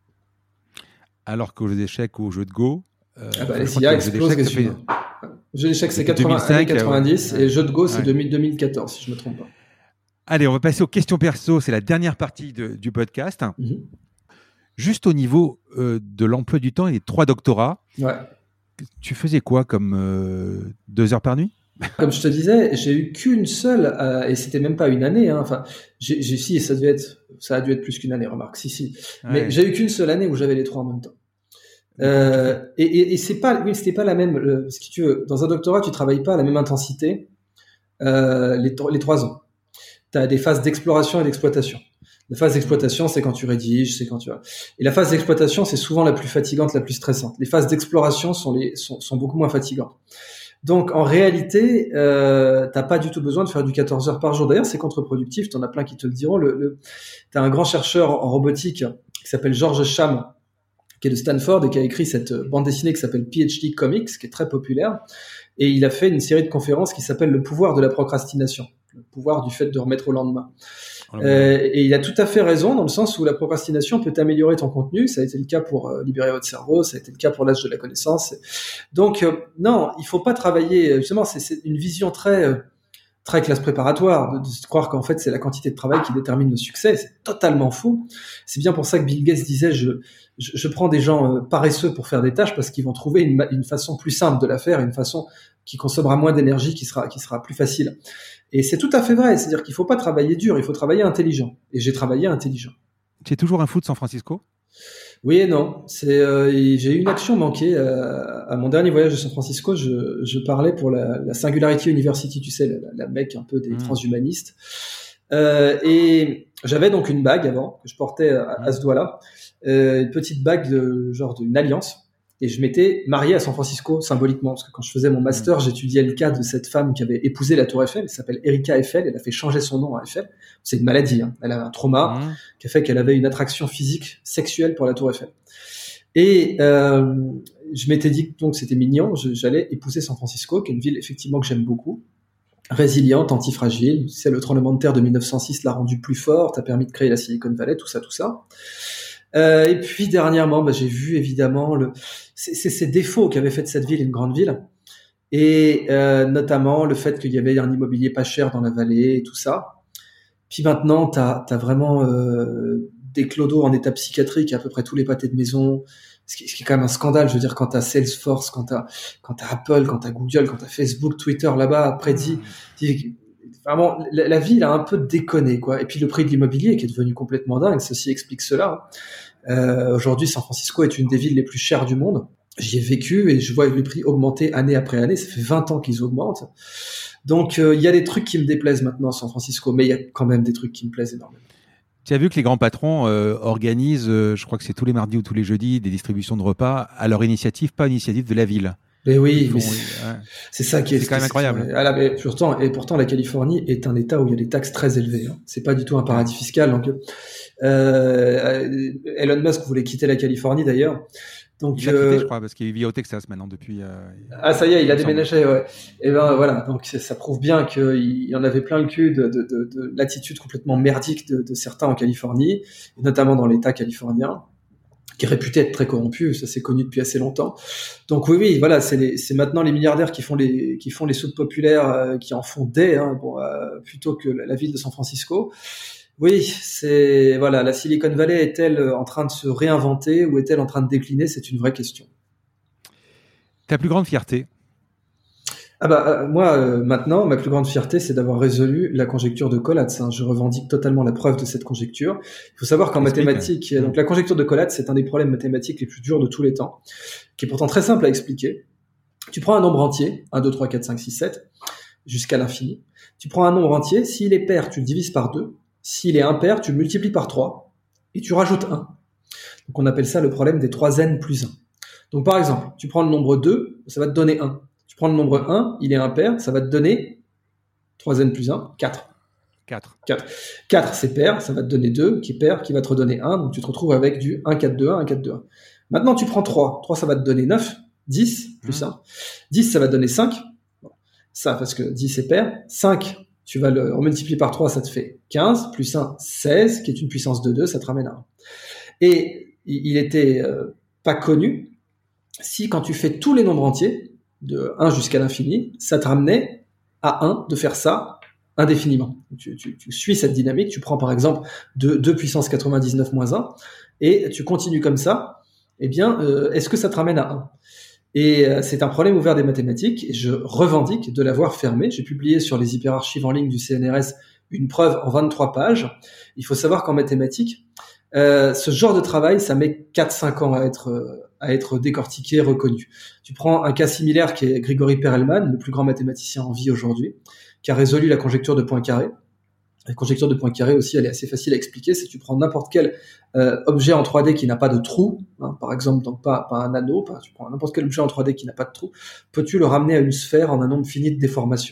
Alors qu'au jeu d'échecs ou au jeu de Go, euh, Ah bah, je les crois I A que le jeu explosent d'échecs, les ça fait- humains. Le jeu d'échecs, c'est Depuis quatre-vingts, deux mille cinq, années quatre-vingt-dix, ouais. et le jeu de Go, c'est Ouais. deux mille, deux mille quatorze, si je me trompe pas. Allez, on va passer aux questions perso. C'est la dernière partie de- du podcast. Mhm. Juste au niveau euh, de l'emploi du temps et des trois doctorats, Ouais. tu faisais quoi comme euh, deux heures par nuit? Comme je te disais, j'ai eu qu'une seule, euh, et c'était même pas une année. Hein, enfin, j'ai, j'ai si, ça devait être, ça a dû être plus qu'une année. Remarque, si, si. Mais Ouais. j'ai eu qu'une seule année où j'avais les trois en même temps. Euh, et, et, et c'est pas, oui, c'était pas la même. Le, ce que tu veux, dans un doctorat, tu travailles pas à la même intensité euh, les, les trois ans. Tu as des phases d'exploration et d'exploitation. La phase d'exploitation, c'est quand tu rédiges, c'est quand tu. Et la phase d'exploitation, c'est souvent la plus fatigante, la plus stressante. Les phases d'exploration sont les sont, sont beaucoup moins fatigantes. Donc, en réalité, euh, t'as pas du tout besoin de faire du quatorze heures par jour. D'ailleurs, c'est contre-productif. T'en as plein qui te le diront. Le, le, t'as un grand chercheur en robotique qui s'appelle George Sham, qui est de Stanford et qui a écrit cette bande dessinée qui s'appelle P H D Comics, qui est très populaire. Et il a fait une série de conférences qui s'appelle Le pouvoir de la procrastination, le pouvoir du fait de remettre au lendemain. Euh, et il a tout à fait raison dans le sens où la procrastination peut améliorer ton contenu. Ça a été le cas pour euh, libérer votre cerveau, ça a été le cas pour l'âge de la connaissance. Donc euh, non, il faut pas travailler. Justement, c'est, c'est une vision très euh, très classe préparatoire de, de croire qu'en fait c'est la quantité de travail qui détermine le succès. C'est totalement faux. C'est bien pour ça que Bill Gates disait je je, je prends des gens euh, paresseux pour faire des tâches parce qu'ils vont trouver une, une façon plus simple de la faire, une façon qui consommera moins d'énergie, qui sera qui sera plus facile. Et c'est tout à fait vrai, c'est-à-dire qu'il faut pas travailler dur, il faut travailler intelligent. Et j'ai travaillé intelligent. Tu es toujours un fou de San Francisco? Oui et non. C'est, euh, j'ai eu une action manquée euh, à mon dernier voyage de San Francisco. Je, je parlais pour la, la Singularity University, tu sais, la, la mecque un peu des mmh. transhumanistes. Euh, et j'avais donc une bague avant que je portais à, à ce doigt-là, euh, une petite bague de genre d'une alliance. Et je m'étais marié à San Francisco symboliquement, parce que quand je faisais mon master, mmh. j'étudiais le cas de cette femme qui avait épousé la Tour Eiffel. Elle s'appelle Erika Eiffel. Elle a fait changer son nom à Eiffel. C'est une maladie. Hein. Elle avait un trauma mmh. qui a fait qu'elle avait une attraction physique, sexuelle pour la Tour Eiffel. Et euh, je m'étais dit donc c'était mignon. Je, j'allais épouser San Francisco, qui est une ville effectivement que j'aime beaucoup, résiliente, antifragile. C'est le tremblement de terre de mille neuf cent six l'a rendue plus forte, a permis de créer la Silicon Valley, tout ça, tout ça. Euh, et puis dernièrement, bah, j'ai vu évidemment le, c'est, c'est ces défauts qu'avait fait de cette ville une grande ville, et euh, notamment le fait qu'il y avait un immobilier pas cher dans la vallée et tout ça. Puis maintenant, t'as, t'as vraiment euh, des clodos en état psychiatrique à peu près tous les pâtés de maison, ce qui, ce qui est quand même un scandale. Je veux dire, quand t'as Salesforce, quand t'as, quand t'as Apple, quand t'as Google, quand t'as Facebook, Twitter là-bas, prédit, mmh. Vraiment, la, la ville a un peu déconné, quoi. Et puis le prix de l'immobilier qui est devenu complètement dingue, ceci explique cela. Euh, aujourd'hui, San Francisco est une des villes les plus chères du monde. J'y ai vécu et je vois les prix augmenter année après année. Ça fait vingt ans qu'ils augmentent. Donc, il euh, y a des trucs qui me déplaisent maintenant à San Francisco, mais il y a quand même des trucs qui me plaisent énormément. Tu as vu que les grands patrons euh, organisent, euh, je crois que c'est tous les mardis ou tous les jeudis, des distributions de repas à leur initiative, pas initiative de la ville. Mais oui, font, mais c'est, ouais. c'est ça qui est, c'est quand même incroyable. Ah là, mais pourtant, et pourtant, la Californie est un État où il y a des taxes très élevées. Hein. C'est pas du tout un paradis fiscal. Donc, euh, Elon Musk voulait quitter la Californie d'ailleurs. Donc, il a quitté, euh, je crois, parce qu'il vit au Texas maintenant depuis. Euh, ah, ça y est, il a il déménagé, ouais. Et ben voilà, donc ça prouve bien qu'il en avait plein le cul de, de, de, de l'attitude complètement merdique de, de certains en Californie, et notamment dans l'État californien, qui est réputé être très corrompu. Ça c'est connu depuis assez longtemps. Donc oui, oui, voilà, c'est, les, c'est maintenant les milliardaires qui font les qui font les soupes populaires, euh, qui en font des, hein, bon, euh, plutôt que la, la ville de San Francisco. Oui, c'est voilà, la Silicon Valley est-elle en train de se réinventer ou est-elle en train de décliner? C'est une vraie question. Ta plus grande fierté? Ah bah euh, moi euh, maintenant ma plus grande fierté c'est d'avoir résolu la conjecture de Collatz. Hein. Je revendique totalement la preuve de cette conjecture. Il faut savoir qu'en Explique. mathématiques, donc la conjecture de Collatz c'est un des problèmes mathématiques les plus durs de tous les temps, qui est pourtant très simple à expliquer. Tu prends un nombre entier, un, deux, trois, quatre, cinq, six, sept, jusqu'à l'infini. Tu prends un nombre entier, s'il est pair, tu le divises par deux. S'il est impair, tu le multiplies par trois et tu rajoutes un. Donc on appelle ça le problème des trois n plus un. Donc par exemple, tu prends le nombre deux, ça va te donner un. Tu prends le nombre un, il est impair, ça va te donner trois n plus un, quatre. quatre. quatre. quatre, c'est pair, ça va te donner deux, qui est pair, qui va te redonner un, donc tu te retrouves avec du un, quatre, deux, un, un, quatre, deux, un. Maintenant, tu prends trois. trois, ça va te donner neuf, dix, plus un. dix, ça va te donner cinq. Ça, parce que dix est pair. cinq, tu vas le multiplier par trois, ça te fait quinze, plus un, seize, qui est une puissance de deux, ça te ramène à un. Et il était euh, pas connu si, quand tu fais tous les nombres entiers, de un jusqu'à l'infini, ça te ramenait à un de faire ça indéfiniment. Tu, tu, tu suis cette dynamique, tu prends par exemple deux, deux puissance quatre-vingt-dix-neuf moins un, et tu continues comme ça, eh bien, euh, est-ce que ça te ramène à un? Et euh, c'est un problème ouvert des mathématiques, et je revendique de l'avoir fermé. J'ai publié sur les hyperarchives en ligne du C N R S une preuve en vingt-trois pages. Il faut savoir qu'en mathématiques, euh, ce genre de travail, ça met quatre cinq ans à être... Euh, à être décortiqué, reconnu. Tu prends un cas similaire qui est Grigori Perelman, le plus grand mathématicien en vie aujourd'hui, qui a résolu la conjecture de Poincaré. La conjecture de Poincaré aussi, elle est assez facile à expliquer. C'est que tu prends n'importe quel euh, objet en trois D qui n'a pas de trou, hein, par exemple, donc pas, pas un anneau, pas, tu prends n'importe quel objet en trois D qui n'a pas de trou, peux-tu le ramener à une sphère en un nombre fini de déformations.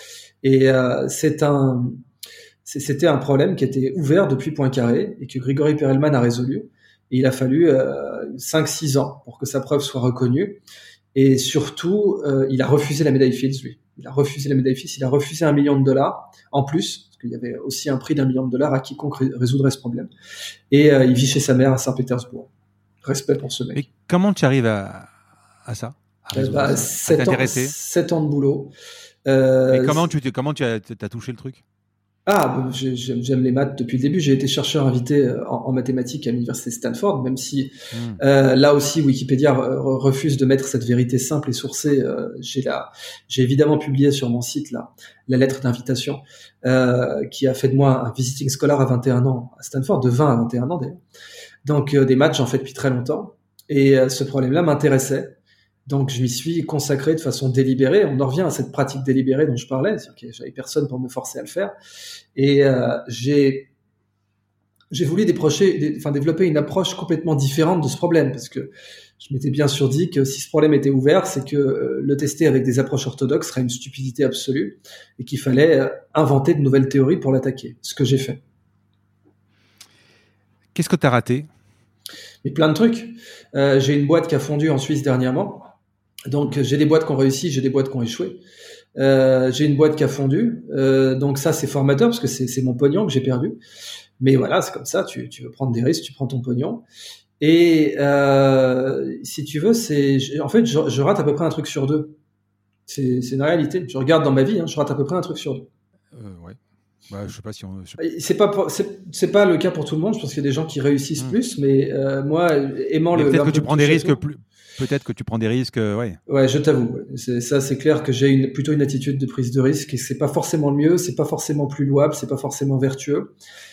Et euh, c'est un, c'est, c'était un problème qui était ouvert depuis Poincaré et que Grigori Perelman a résolu. Et il a fallu euh, cinq six ans pour que sa preuve soit reconnue. Et surtout, euh, il a refusé la médaille Fields, lui. Il a refusé la médaille Fields, il a refusé un million de dollars en plus, parce qu'il y avait aussi un prix d'un million de dollars à quiconque ré- résoudrait ce problème. Et euh, il vit chez sa mère à Saint-Pétersbourg. Respect pour ce mec. Et comment tu arrives à, à ça, à Euh, bah, ça, sept à t'intéresser? ans, sept ans de boulot. Euh, Mais comment tu comment tu as, as touché le truc? Ah, j'aime, j'aime les maths depuis le début. J'ai été chercheur invité en, en mathématiques à l'université Stanford, même si mmh. euh, là aussi Wikipédia refuse de mettre cette vérité simple et sourcée. Euh, j'ai, la, j'ai évidemment publié sur mon site là, la lettre d'invitation euh, qui a fait de moi un visiting scholar à vingt et un ans à Stanford, de vingt à vingt et un ans d'ailleurs. Donc euh, des maths, j'en fais depuis très longtemps. Et euh, ce problème-là m'intéressait. Donc, je m'y suis consacré de façon délibérée. On en revient à cette pratique délibérée dont je parlais. C'est-à-dire que j'avais personne pour me forcer à le faire. Et euh, j'ai, j'ai voulu déprocher, des, enfin, développer une approche complètement différente de ce problème. Parce que je m'étais bien sûr dit que si ce problème était ouvert, c'est que euh, le tester avec des approches orthodoxes serait une stupidité absolue et qu'il fallait euh, inventer de nouvelles théories pour l'attaquer. Ce que j'ai fait. Qu'est-ce que tu as raté? Mais plein de trucs. Euh, j'ai une boîte qui a fondu en Suisse dernièrement. Donc, j'ai des boîtes qui ont réussi, j'ai des boîtes qui ont échoué. Euh, j'ai une boîte qui a fondu. Euh, donc, ça, c'est formateur parce que c'est, c'est mon pognon que j'ai perdu. Mais voilà, c'est comme ça. Tu, tu veux prendre des risques, tu prends ton pognon. Et euh, si tu veux, c'est en fait, je, je rate à peu près un truc sur deux. C'est, c'est une réalité. Je regarde dans ma vie, hein, je rate à peu près un truc sur deux. Euh, ouais. Bah, je sais pas si on. Je... C'est pas c'est, c'est pas le cas pour tout le monde. Je pense qu'il y a des gens qui réussissent mmh. plus, mais euh, moi, aimant mais le. Peut-être que tu prends des risques plus. Peut-être que tu prends des risques, ouais. Ouais, je t'avoue. C'est, ça, c'est clair que j'ai une, plutôt une attitude de prise de risque et c'est pas forcément le mieux, c'est pas forcément plus louable, c'est pas forcément vertueux.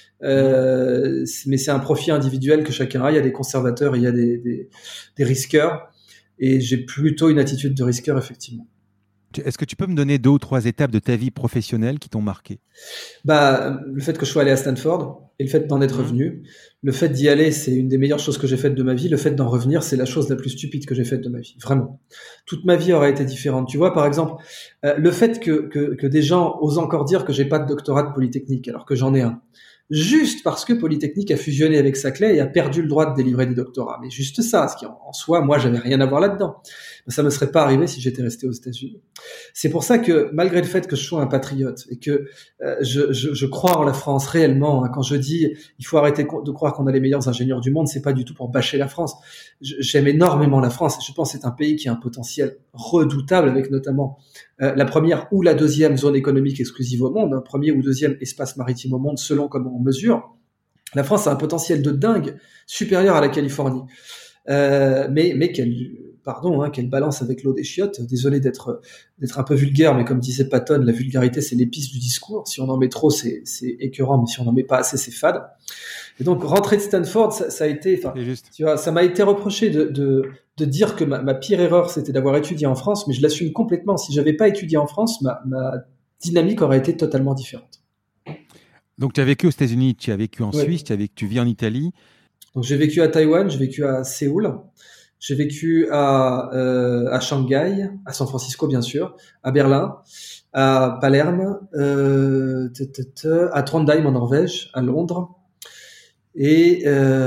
Euh, c'est, mais c'est un profit individuel que chacun a. Il y a des conservateurs, il y a des, des, des risqueurs. Et j'ai plutôt une attitude de risqueur, effectivement. Est-ce que tu peux me donner deux ou trois étapes de ta vie professionnelle qui t'ont marqué? Bah, le fait que je sois allé à Stanford et le fait d'en être Mmh. revenu. Le fait d'y aller, c'est une des meilleures choses que j'ai faites de ma vie. Le fait d'en revenir, c'est la chose la plus stupide que j'ai faite de ma vie. Vraiment. Toute ma vie aurait été différente. Tu vois, par exemple, euh, le fait que, que, que des gens osent encore dire que j'ai pas de doctorat de Polytechnique alors que j'en ai un. Juste parce que Polytechnique a fusionné avec Saclay et a perdu le droit de délivrer des doctorats. Mais juste ça, ce qui en, en soi, moi, j'avais rien à voir là-dedans. Ça me serait pas arrivé si j'étais resté aux États-Unis. C'est pour ça que, malgré le fait que je sois un patriote et que euh, je, je, je crois en la France réellement, hein, quand je dis il faut arrêter de croire qu'on a les meilleurs ingénieurs du monde, c'est pas du tout pour bâcher la France. J'aime énormément la France et je pense que c'est un pays qui a un potentiel redoutable, avec notamment euh, la première ou la deuxième zone économique exclusive au monde, un premier ou deuxième espace maritime au monde selon comment on mesure. La France a un potentiel de dingue supérieur à la Californie, euh, mais mais qu'elle pardon, hein, qu'elle balance avec l'eau des chiottes. Désolé d'être d'être un peu vulgaire, mais comme disait Patton, la vulgarité c'est l'épice du discours. Si on en met trop, c'est c'est écœurant, mais si on en met pas assez, c'est fade. Et donc rentrer de Stanford, ça, ça a été, enfin, tu vois, ça m'a été reproché de de de dire que ma, ma pire erreur c'était d'avoir étudié en France, mais je l'assume complètement. Si j'avais pas étudié en France, ma ma dynamique aurait été totalement différente. Donc tu as vécu aux États-Unis, tu as vécu en Ouais. Suisse, tu as vécu, tu vis en Italie. Donc j'ai vécu à Taïwan, j'ai vécu à Séoul. J'ai vécu à, euh, à Shanghai, à San Francisco bien sûr, à Berlin, à Palerme, euh, à Trondheim en Norvège, à Londres, et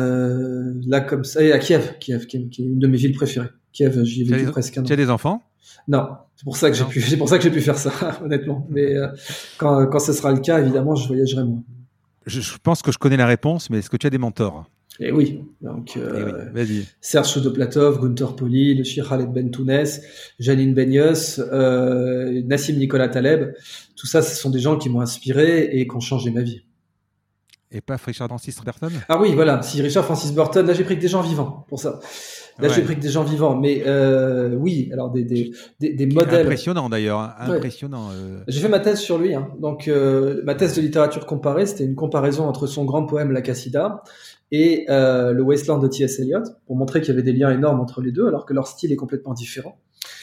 euh, là comme ça, et à Kiev, Kiev qui est, qui est une de mes villes préférées. Kiev, j'y ai vécu des, presque un an. Tu as des enfants? Non, c'est pour ça que j'ai pu, c'est pour ça que j'ai pu faire ça, honnêtement. Mais euh, quand quand ce sera le cas, évidemment, je voyagerai moins. Je, je pense que je connais la réponse, mais est-ce que tu as des mentors? Et oui, donc euh, oui, vas-y. Serge Chodoplatov, Gunther Pauli, le Cheikh Khaled Bentounès, Janine Benyus, euh, Nassim Nicolas Taleb, tout ça, ce sont des gens qui m'ont inspiré et qui ont changé ma vie. Et pas Richard Francis Burton? Ah oui, voilà, si Richard Francis Burton, là j'ai pris que des gens vivants pour ça. Là ouais. j'ai pris que des gens vivants, mais euh, oui, alors des des des, des modèles impressionnants d'ailleurs, hein, impressionnant. Ouais. Euh... J'ai fait ma thèse sur lui, hein. Donc euh, ma thèse de littérature comparée, c'était une comparaison entre son grand poème La Cassida et euh, le Wasteland de T S Eliot, pour montrer qu'il y avait des liens énormes entre les deux, alors que leur style est complètement différent.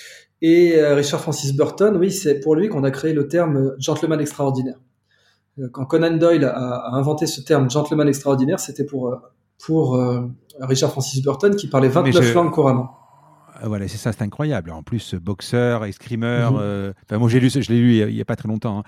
Et euh, Richard Francis Burton, oui, c'est pour lui qu'on a créé le terme gentleman extraordinaire. Quand Conan Doyle a, a inventé ce terme gentleman extraordinaire, c'était pour pour euh, Richard Francis Burton qui parlait vingt-neuf je... langues couramment. Voilà, c'est ça, c'est incroyable. En plus, boxeur, escrimeur. Mm-hmm. Euh, enfin, moi, j'ai lu, je l'ai lu il y a pas très longtemps. Hein.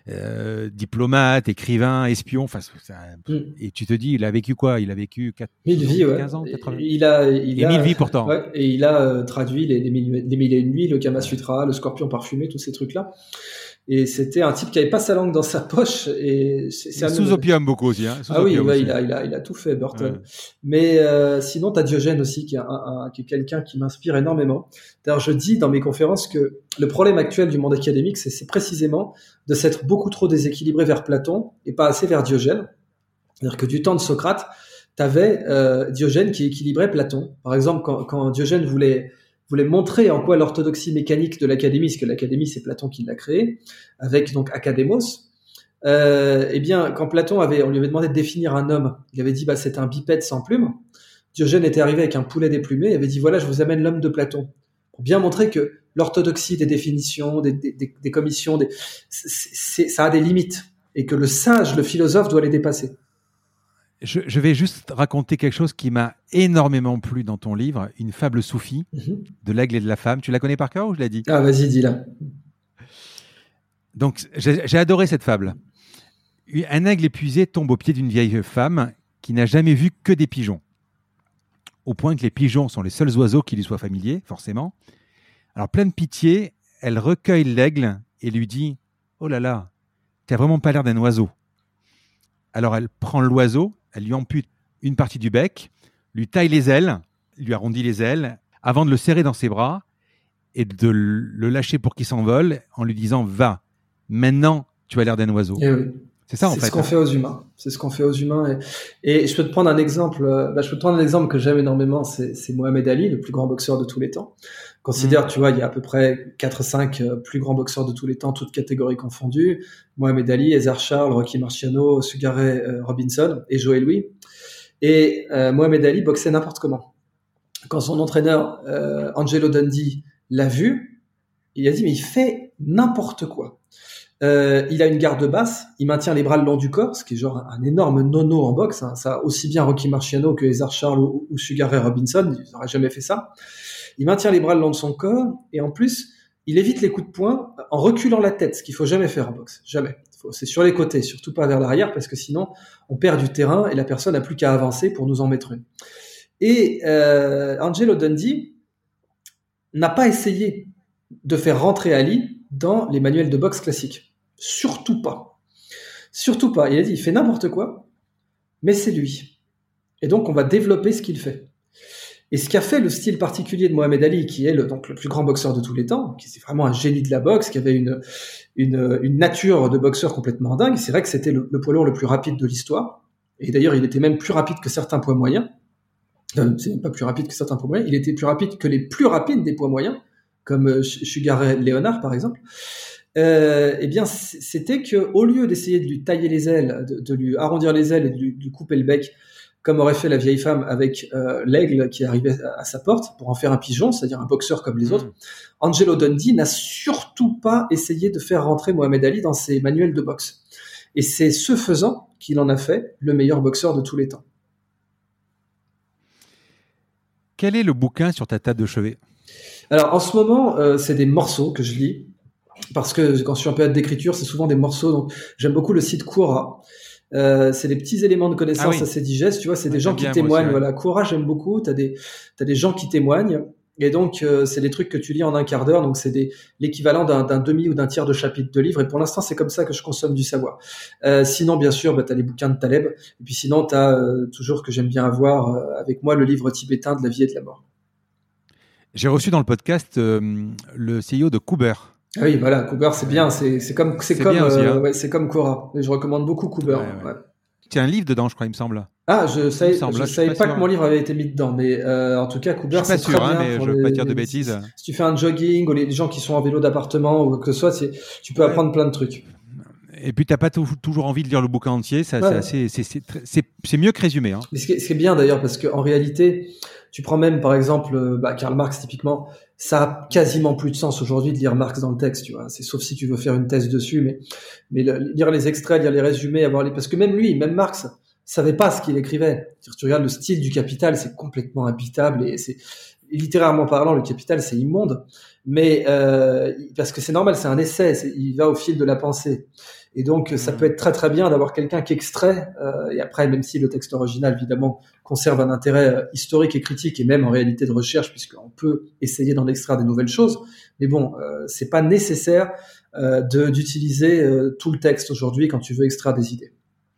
Euh, diplomate, écrivain, espion. Enfin, ça, mm. Et tu te dis, il a vécu quoi? Il a vécu quatre, mille vies, ouais. quinze ans, quatre-vingts. Il a, il et a, mille vies pourtant. Ouais, et il a euh, traduit les, les, mille, les mille et une nuits, le Kama Sutra, le Scorpion parfumé, tous ces trucs-là. Et c'était un type qui avait pas sa langue dans sa poche. Et c'est, c'est sous opium beaucoup aussi. Hein, ah oui, ouais, aussi. Il a, il a, il a tout fait, Burton. Ouais. Mais euh, sinon, t'as Diogène aussi, qui est, un, un, qui est quelqu'un qui m'inspire énormément. D'ailleurs, je dis dans mes conférences que le problème actuel du monde académique, c'est, c'est précisément de s'être beaucoup trop déséquilibré vers Platon et pas assez vers Diogène. C'est-à-dire que du temps de Socrate, t'avais euh, Diogène qui équilibrait Platon. Par exemple, quand, quand Diogène voulait voulait montrer en quoi l'orthodoxie mécanique de l'académie, parce que l'académie c'est Platon qui l'a créée, avec donc Académos. Euh, eh bien, quand Platon avait, on lui avait demandé de définir un homme, il avait dit bah c'est un bipède sans plumes. Diogène était arrivé avec un poulet déplumé, il avait dit voilà je vous amène l'homme de Platon, pour bien montrer que l'orthodoxie des définitions, des, des, des, des commissions, des, c'est, c'est, ça a des limites et que le sage, le philosophe doit les dépasser. Je, je vais juste raconter quelque chose qui m'a énormément plu dans ton livre, une fable soufie mm-hmm. de l'aigle et de la femme. Tu la connais par cœur ou je l'ai dit? Ah, vas-y, dis-la. Donc, j'ai, j'ai adoré cette fable. Un aigle épuisé tombe aux pieds d'une vieille femme qui n'a jamais vu que des pigeons. Au point que les pigeons sont les seuls oiseaux qui lui soient familiers, forcément. Alors, pleine de pitié, elle recueille l'aigle et lui dit « Oh là là, tu n'as vraiment pas l'air d'un oiseau. » Alors, elle prend l'oiseau, elle lui ampute une partie du bec, lui taille les ailes, lui arrondit les ailes, avant de le serrer dans ses bras et de le lâcher pour qu'il s'envole en lui disant « Va, maintenant, tu as l'air d'un oiseau. » Et oui. C'est ça, en c'est fait. C'est ce qu'on hein. fait aux humains. C'est ce qu'on fait aux humains. Et, et je peux te prendre un exemple. Bah, je peux te prendre un exemple que j'aime énormément. C'est, c'est Mohamed Ali, le plus grand boxeur de tous les temps. Considère, mmh. tu vois, il y a à peu près quatre cinq plus grands boxeurs de tous les temps, toutes catégories confondues. Mohamed Ali, César Charles, Rocky Marciano, Sugar Ray euh, Robinson et Joe Louis. Et euh, Mohamed Ali boxait n'importe comment. Quand son entraîneur euh, Angelo Dundee l'a vu, il a dit, mais il fait n'importe quoi. Euh, il a une garde basse, il maintient les bras le long du corps, ce qui est genre un énorme nono en boxe. Hein. Ça, aussi bien Rocky Marciano que César Charles ou, ou Sugar Ray Robinson, ils n'auraient jamais fait ça. Il maintient les bras le long de son corps, et en plus, il évite les coups de poing en reculant la tête, ce qu'il faut jamais faire en boxe, jamais. Faut, c'est sur les côtés, surtout pas vers l'arrière, parce que sinon, on perd du terrain et la personne n'a plus qu'à avancer pour nous en mettre une. Et euh, Angelo Dundee n'a pas essayé de faire rentrer Ali dans les manuels de boxe classiques. Surtout pas. Surtout pas. Il a dit, il fait n'importe quoi, mais c'est lui. Et donc, on va développer ce qu'il fait. Et ce qui a fait le style particulier de Mohamed Ali, qui est le, donc le plus grand boxeur de tous les temps, qui est vraiment un génie de la boxe, qui avait une, une, une nature de boxeur complètement dingue, c'est vrai que c'était le, le poids lourd le plus rapide de l'histoire. Et d'ailleurs, il était même plus rapide que certains poids moyens. Euh, c'est même pas plus rapide que certains poids moyens. Il était plus rapide que les plus rapides des poids moyens, comme euh, Sugar Ray Leonard, par exemple. Euh, eh bien, c'était que au lieu d'essayer de lui tailler les ailes, de, de lui arrondir les ailes et de lui, de lui couper le bec, comme aurait fait la vieille femme avec euh, l'aigle qui arrivait à, à sa porte pour en faire un pigeon, c'est-à-dire un boxeur comme les autres, Angelo Dundee n'a surtout pas essayé de faire rentrer Mohamed Ali dans ses manuels de boxe. Et c'est ce faisant qu'il en a fait le meilleur boxeur de tous les temps. Quel est le bouquin sur ta table de chevet ? Alors, en ce moment, euh, c'est des morceaux que je lis. Parce que quand je suis en période d'écriture, c'est souvent des morceaux. Donc, j'aime beaucoup le site Quora. Euh, c'est des petits éléments de connaissances ah oui. assez digestes. Tu vois, c'est des ouais, gens qui témoignent. Aussi, ouais. Voilà, Quora, j'aime beaucoup. T'as des, t'as des gens qui témoignent. Et donc, euh, c'est des trucs que tu lis en un quart d'heure. Donc, c'est des, l'équivalent d'un, d'un demi ou d'un tiers de chapitre de livre. Et pour l'instant, c'est comme ça que je consomme du savoir. Euh, sinon, bien sûr, bah, t'as les bouquins de Taleb. Et puis sinon, t'as euh, toujours que j'aime bien avoir euh, avec moi le livre tibétain de la vie et de la mort. J'ai reçu dans le podcast euh, le C E O de Kuber. Ah oui, voilà, Kuber, c'est bien, c'est, c'est comme, c'est, c'est comme, aussi, euh, hein. ouais, c'est comme Quora. Et je recommande beaucoup Kuber. Ouais, ouais. Ouais. Tu as un livre dedans, je crois, il me semble. Ah, je savais, je semble, savais pas, pas que mon livre avait été mis dedans, mais euh, en tout cas, Kuber, c'est très sûr, bien. Hein, mais je veux pas dire de bêtises. Si, si tu fais un jogging ou les gens qui sont en vélo d'appartement ou que ce soit, c'est, tu peux ouais. apprendre plein de trucs. Et puis, tu n'as pas t- toujours envie de lire le bouquin entier. Ça, ouais. c'est, assez, c'est, c'est, c'est, c'est mieux que résumé. Hein. Mais ce qui est, ce qui est bien d'ailleurs, parce qu'en réalité, tu prends même par exemple bah, Karl Marx typiquement, ça a quasiment plus de sens aujourd'hui de lire Marx dans le texte, tu vois. C'est sauf si tu veux faire une thèse dessus, mais mais le, lire les extraits, lire les résumés, avoir les parce que même lui, même Marx, savait pas ce qu'il écrivait. Tu regardes le style du Capital, c'est complètement habitable et c'est littérairement parlant, le Capital, c'est immonde. Mais euh, parce que c'est normal, c'est un essai, c'est, il va au fil de la pensée. Et donc, ça peut être très très bien d'avoir quelqu'un qui extrait, euh, et après, même si le texte original, évidemment, conserve un intérêt euh, historique et critique, et même en réalité de recherche, puisqu'on peut essayer d'en extraire des nouvelles choses, mais bon, euh, c'est pas nécessaire euh, de, d'utiliser euh, tout le texte aujourd'hui quand tu veux extraire des idées.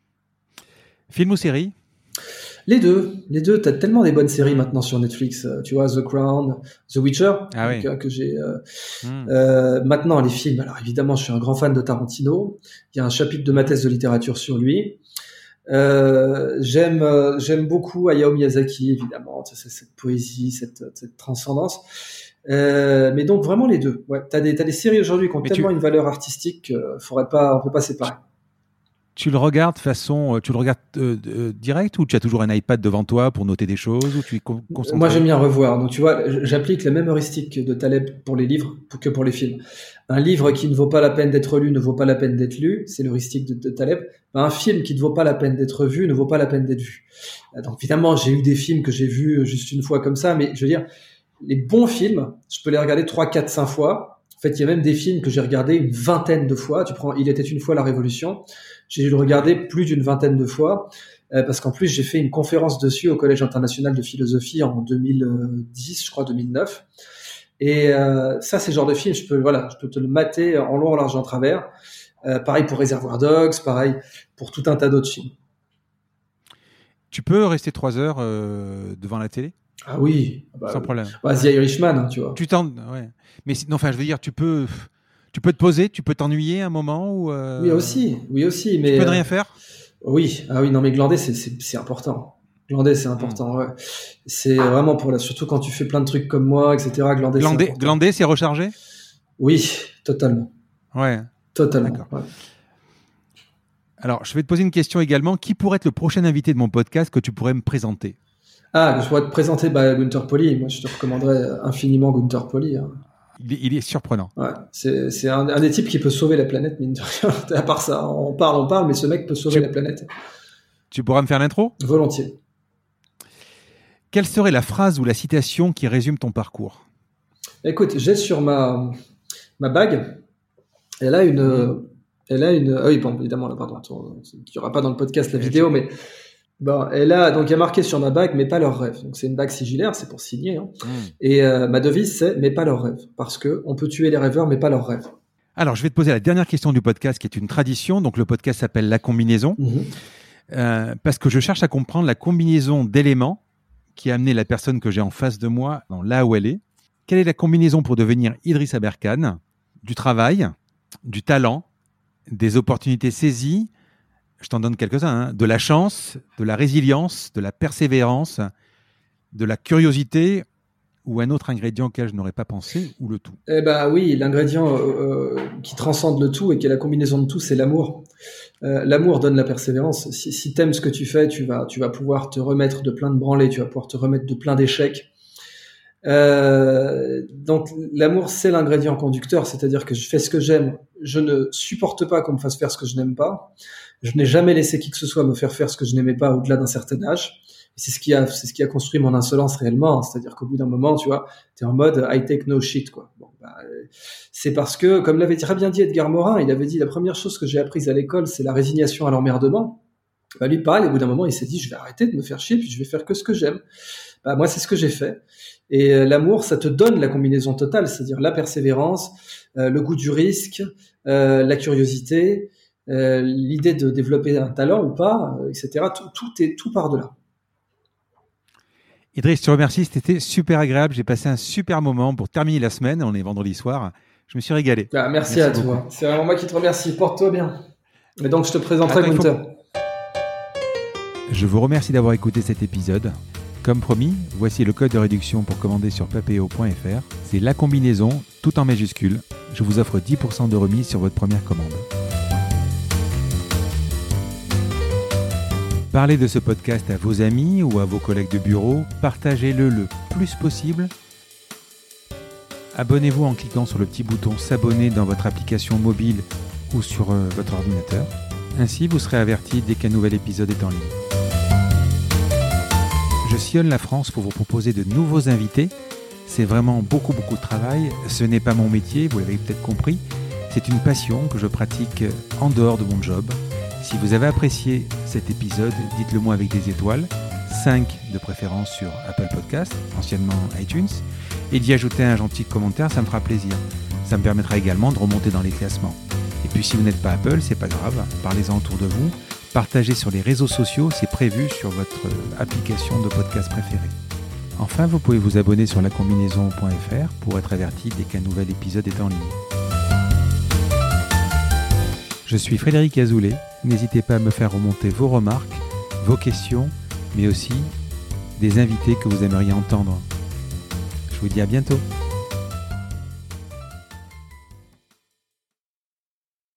Film ou série ? Les deux, les deux. T'as tellement des bonnes séries maintenant sur Netflix. Euh, tu vois, The Crown, The Witcher, ah donc, oui. euh, que j'ai. Euh, mm. euh, maintenant, les films. Alors évidemment, je suis un grand fan de Tarantino. Il y a un chapitre de ma thèse de littérature sur lui. Euh, j'aime, euh, j'aime beaucoup Hayao Miyazaki, évidemment. Cette, cette poésie, cette, cette transcendance. Euh, mais donc vraiment les deux. Ouais. T'as des, t'as des séries aujourd'hui qui ont mais tellement tu... une valeur artistique qu'il faudrait pas, on peut pas séparer. Tu le regardes façon, tu le regardes euh, euh, direct ou tu as toujours un iPad devant toi pour noter des choses ou tu es con- concentré ? Moi, j'aime bien revoir. Donc, tu vois, j'applique la même heuristique de Taleb pour les livres que pour les films. Un livre qui ne vaut pas la peine d'être lu ne vaut pas la peine d'être lu. C'est l'heuristique de, de Taleb. Un film qui ne vaut pas la peine d'être vu ne vaut pas la peine d'être vu. Donc, évidemment, j'ai eu des films que j'ai vus juste une fois comme ça, mais je veux dire, les bons films, je peux les regarder trois, quatre, cinq fois. En fait, il y a même des films que j'ai regardés une vingtaine de fois. Tu prends Il était une fois la Révolution. J'ai dû le regarder plus d'une vingtaine de fois euh, parce qu'en plus j'ai fait une conférence dessus au Collège international de philosophie en deux mille dix, je crois deux mille neuf. Et euh, ça, c'est le genre de film, je peux voilà, je peux te le mater en long, en large, en travers. Euh, pareil pour Reservoir Dogs, pareil pour tout un tas d'autres films. Tu peux rester trois heures euh, devant la télé ? Ah oui, bah, sans problème. Bah, The Irishman, hein, tu vois. Tu t'en, ouais. Mais non, enfin, je veux dire, tu peux. Tu peux te poser, tu peux t'ennuyer un moment ou euh... Oui aussi, oui aussi, mais tu peux ne rien faire. Euh, oui, ah oui, non mais glander c'est c'est c'est important. Glander c'est important, mmh. ouais. C'est vraiment pour la, surtout quand tu fais plein de trucs comme moi, et cetera. Glander, glander, c'est glander, c'est recharger. Oui, totalement. Ouais. Totalement. D'accord. Ouais. Alors, je vais te poser une question également. Qui pourrait être le prochain invité de mon podcast que tu pourrais me présenter ? Ah, je pourrais te présenter bah, Gunther Pauli. Moi, je te recommanderais infiniment Gunther Pauli. Hein. Il est, il est surprenant. Ouais, c'est, c'est un, un des types qui peut sauver la planète, mine de rien. À part ça, on parle, on parle, mais ce mec peut sauver tu, la planète. Tu pourras me faire l'intro ? Volontiers. Quelle serait la phrase ou la citation qui résume ton parcours ? Écoute, j'ai sur ma, ma bague, elle a une... Mmh. Elle a une... Ah oui, bon, évidemment, là, pardon, il n'y aura pas dans le podcast la vidéo, mais... Bon, elle a, donc il y a marqué sur ma bague, mais pas leurs rêves. Donc c'est une bague sigillaire, c'est pour signer. Hein. Mmh. Et euh, ma devise, c'est mais pas leurs rêves. Parce que on peut tuer les rêveurs, mais pas leurs rêves. Alors, je vais te poser la dernière question du podcast, qui est une tradition. Donc le podcast s'appelle La Combinaison. Mmh. Euh, parce que je cherche à comprendre la combinaison d'éléments qui a amené la personne que j'ai en face de moi dans là où elle est. Quelle est la combinaison pour devenir Idriss Aberkane ? Du travail, du talent, des opportunités saisies. Je t'en donne quelques-uns, hein. De la chance, de la résilience, de la persévérance, de la curiosité ou un autre ingrédient auquel je n'aurais pas pensé, ou le tout. Eh ben oui, l'ingrédient euh, qui transcende le tout et qui est la combinaison de tout, c'est l'amour. Euh, l'amour donne la persévérance. Si, si t'aimes ce que tu fais, tu vas, tu vas pouvoir te remettre de plein de branlées, tu vas pouvoir te remettre de plein d'échecs. Euh, donc l'amour, c'est l'ingrédient conducteur, c'est-à-dire que je fais ce que j'aime, je ne supporte pas qu'on me fasse faire ce que je n'aime pas. Je n'ai jamais laissé qui que ce soit me faire faire ce que je n'aimais pas au-delà d'un certain âge. Et c'est ce qui a, c'est ce qui a construit mon insolence réellement. C'est-à-dire qu'au bout d'un moment, tu vois, t'es en mode I take no shit, quoi. Bon, bah, c'est parce que, comme l'avait très bien dit Edgar Morin, il avait dit la première chose que j'ai apprise à l'école, c'est la résignation à l'emmerdement. Bah, lui, pareil, au bout d'un moment, il s'est dit, je vais arrêter de me faire chier, puis je vais faire que ce que j'aime. Bah, moi, c'est ce que j'ai fait. Et euh, l'amour, ça te donne la combinaison totale, c'est-à-dire la persévérance, euh, le goût du risque, euh, la curiosité, Euh, l'idée de développer un talent ou pas, euh, et cetera. Tout, tout, est, tout part de là. Idriss, je te remercie. C'était super agréable. J'ai passé un super moment pour terminer la semaine. On est vendredi soir. Je me suis régalé. Ah, merci, merci à beaucoup. Toi. C'est vraiment moi qui te remercie. Porte-toi bien. Et donc, je te présenterai Attends, Gunther. Faut... Je vous remercie d'avoir écouté cet épisode. Comme promis, voici le code de réduction pour commander sur papéo point f r. C'est la combinaison, tout en majuscule. Je vous offre dix pour cent de remise sur votre première commande. Parlez de ce podcast à vos amis ou à vos collègues de bureau. Partagez-le le plus possible. Abonnez-vous en cliquant sur le petit bouton s'abonner dans votre application mobile ou sur euh, votre ordinateur. Ainsi, vous serez averti dès qu'un nouvel épisode est en ligne. Je sillonne la France pour vous proposer de nouveaux invités. C'est vraiment beaucoup, beaucoup de travail. Ce n'est pas mon métier, vous l'avez peut-être compris. C'est une passion que je pratique en dehors de mon job. Si vous avez apprécié cet épisode, dites-le moi avec des étoiles, cinq de préférence sur Apple Podcast, anciennement iTunes, et d'y ajouter un gentil commentaire, ça me fera plaisir. Ça me permettra également de remonter dans les classements. Et puis si vous n'êtes pas Apple, c'est pas grave, parlez-en autour de vous, partagez sur les réseaux sociaux, c'est prévu sur votre application de podcast préférée. Enfin, vous pouvez vous abonner sur la combinaison point f r pour être averti dès qu'un nouvel épisode est en ligne. Je suis Frédéric Azoulay. N'hésitez pas à me faire remonter vos remarques, vos questions, mais aussi des invités que vous aimeriez entendre. Je vous dis à bientôt.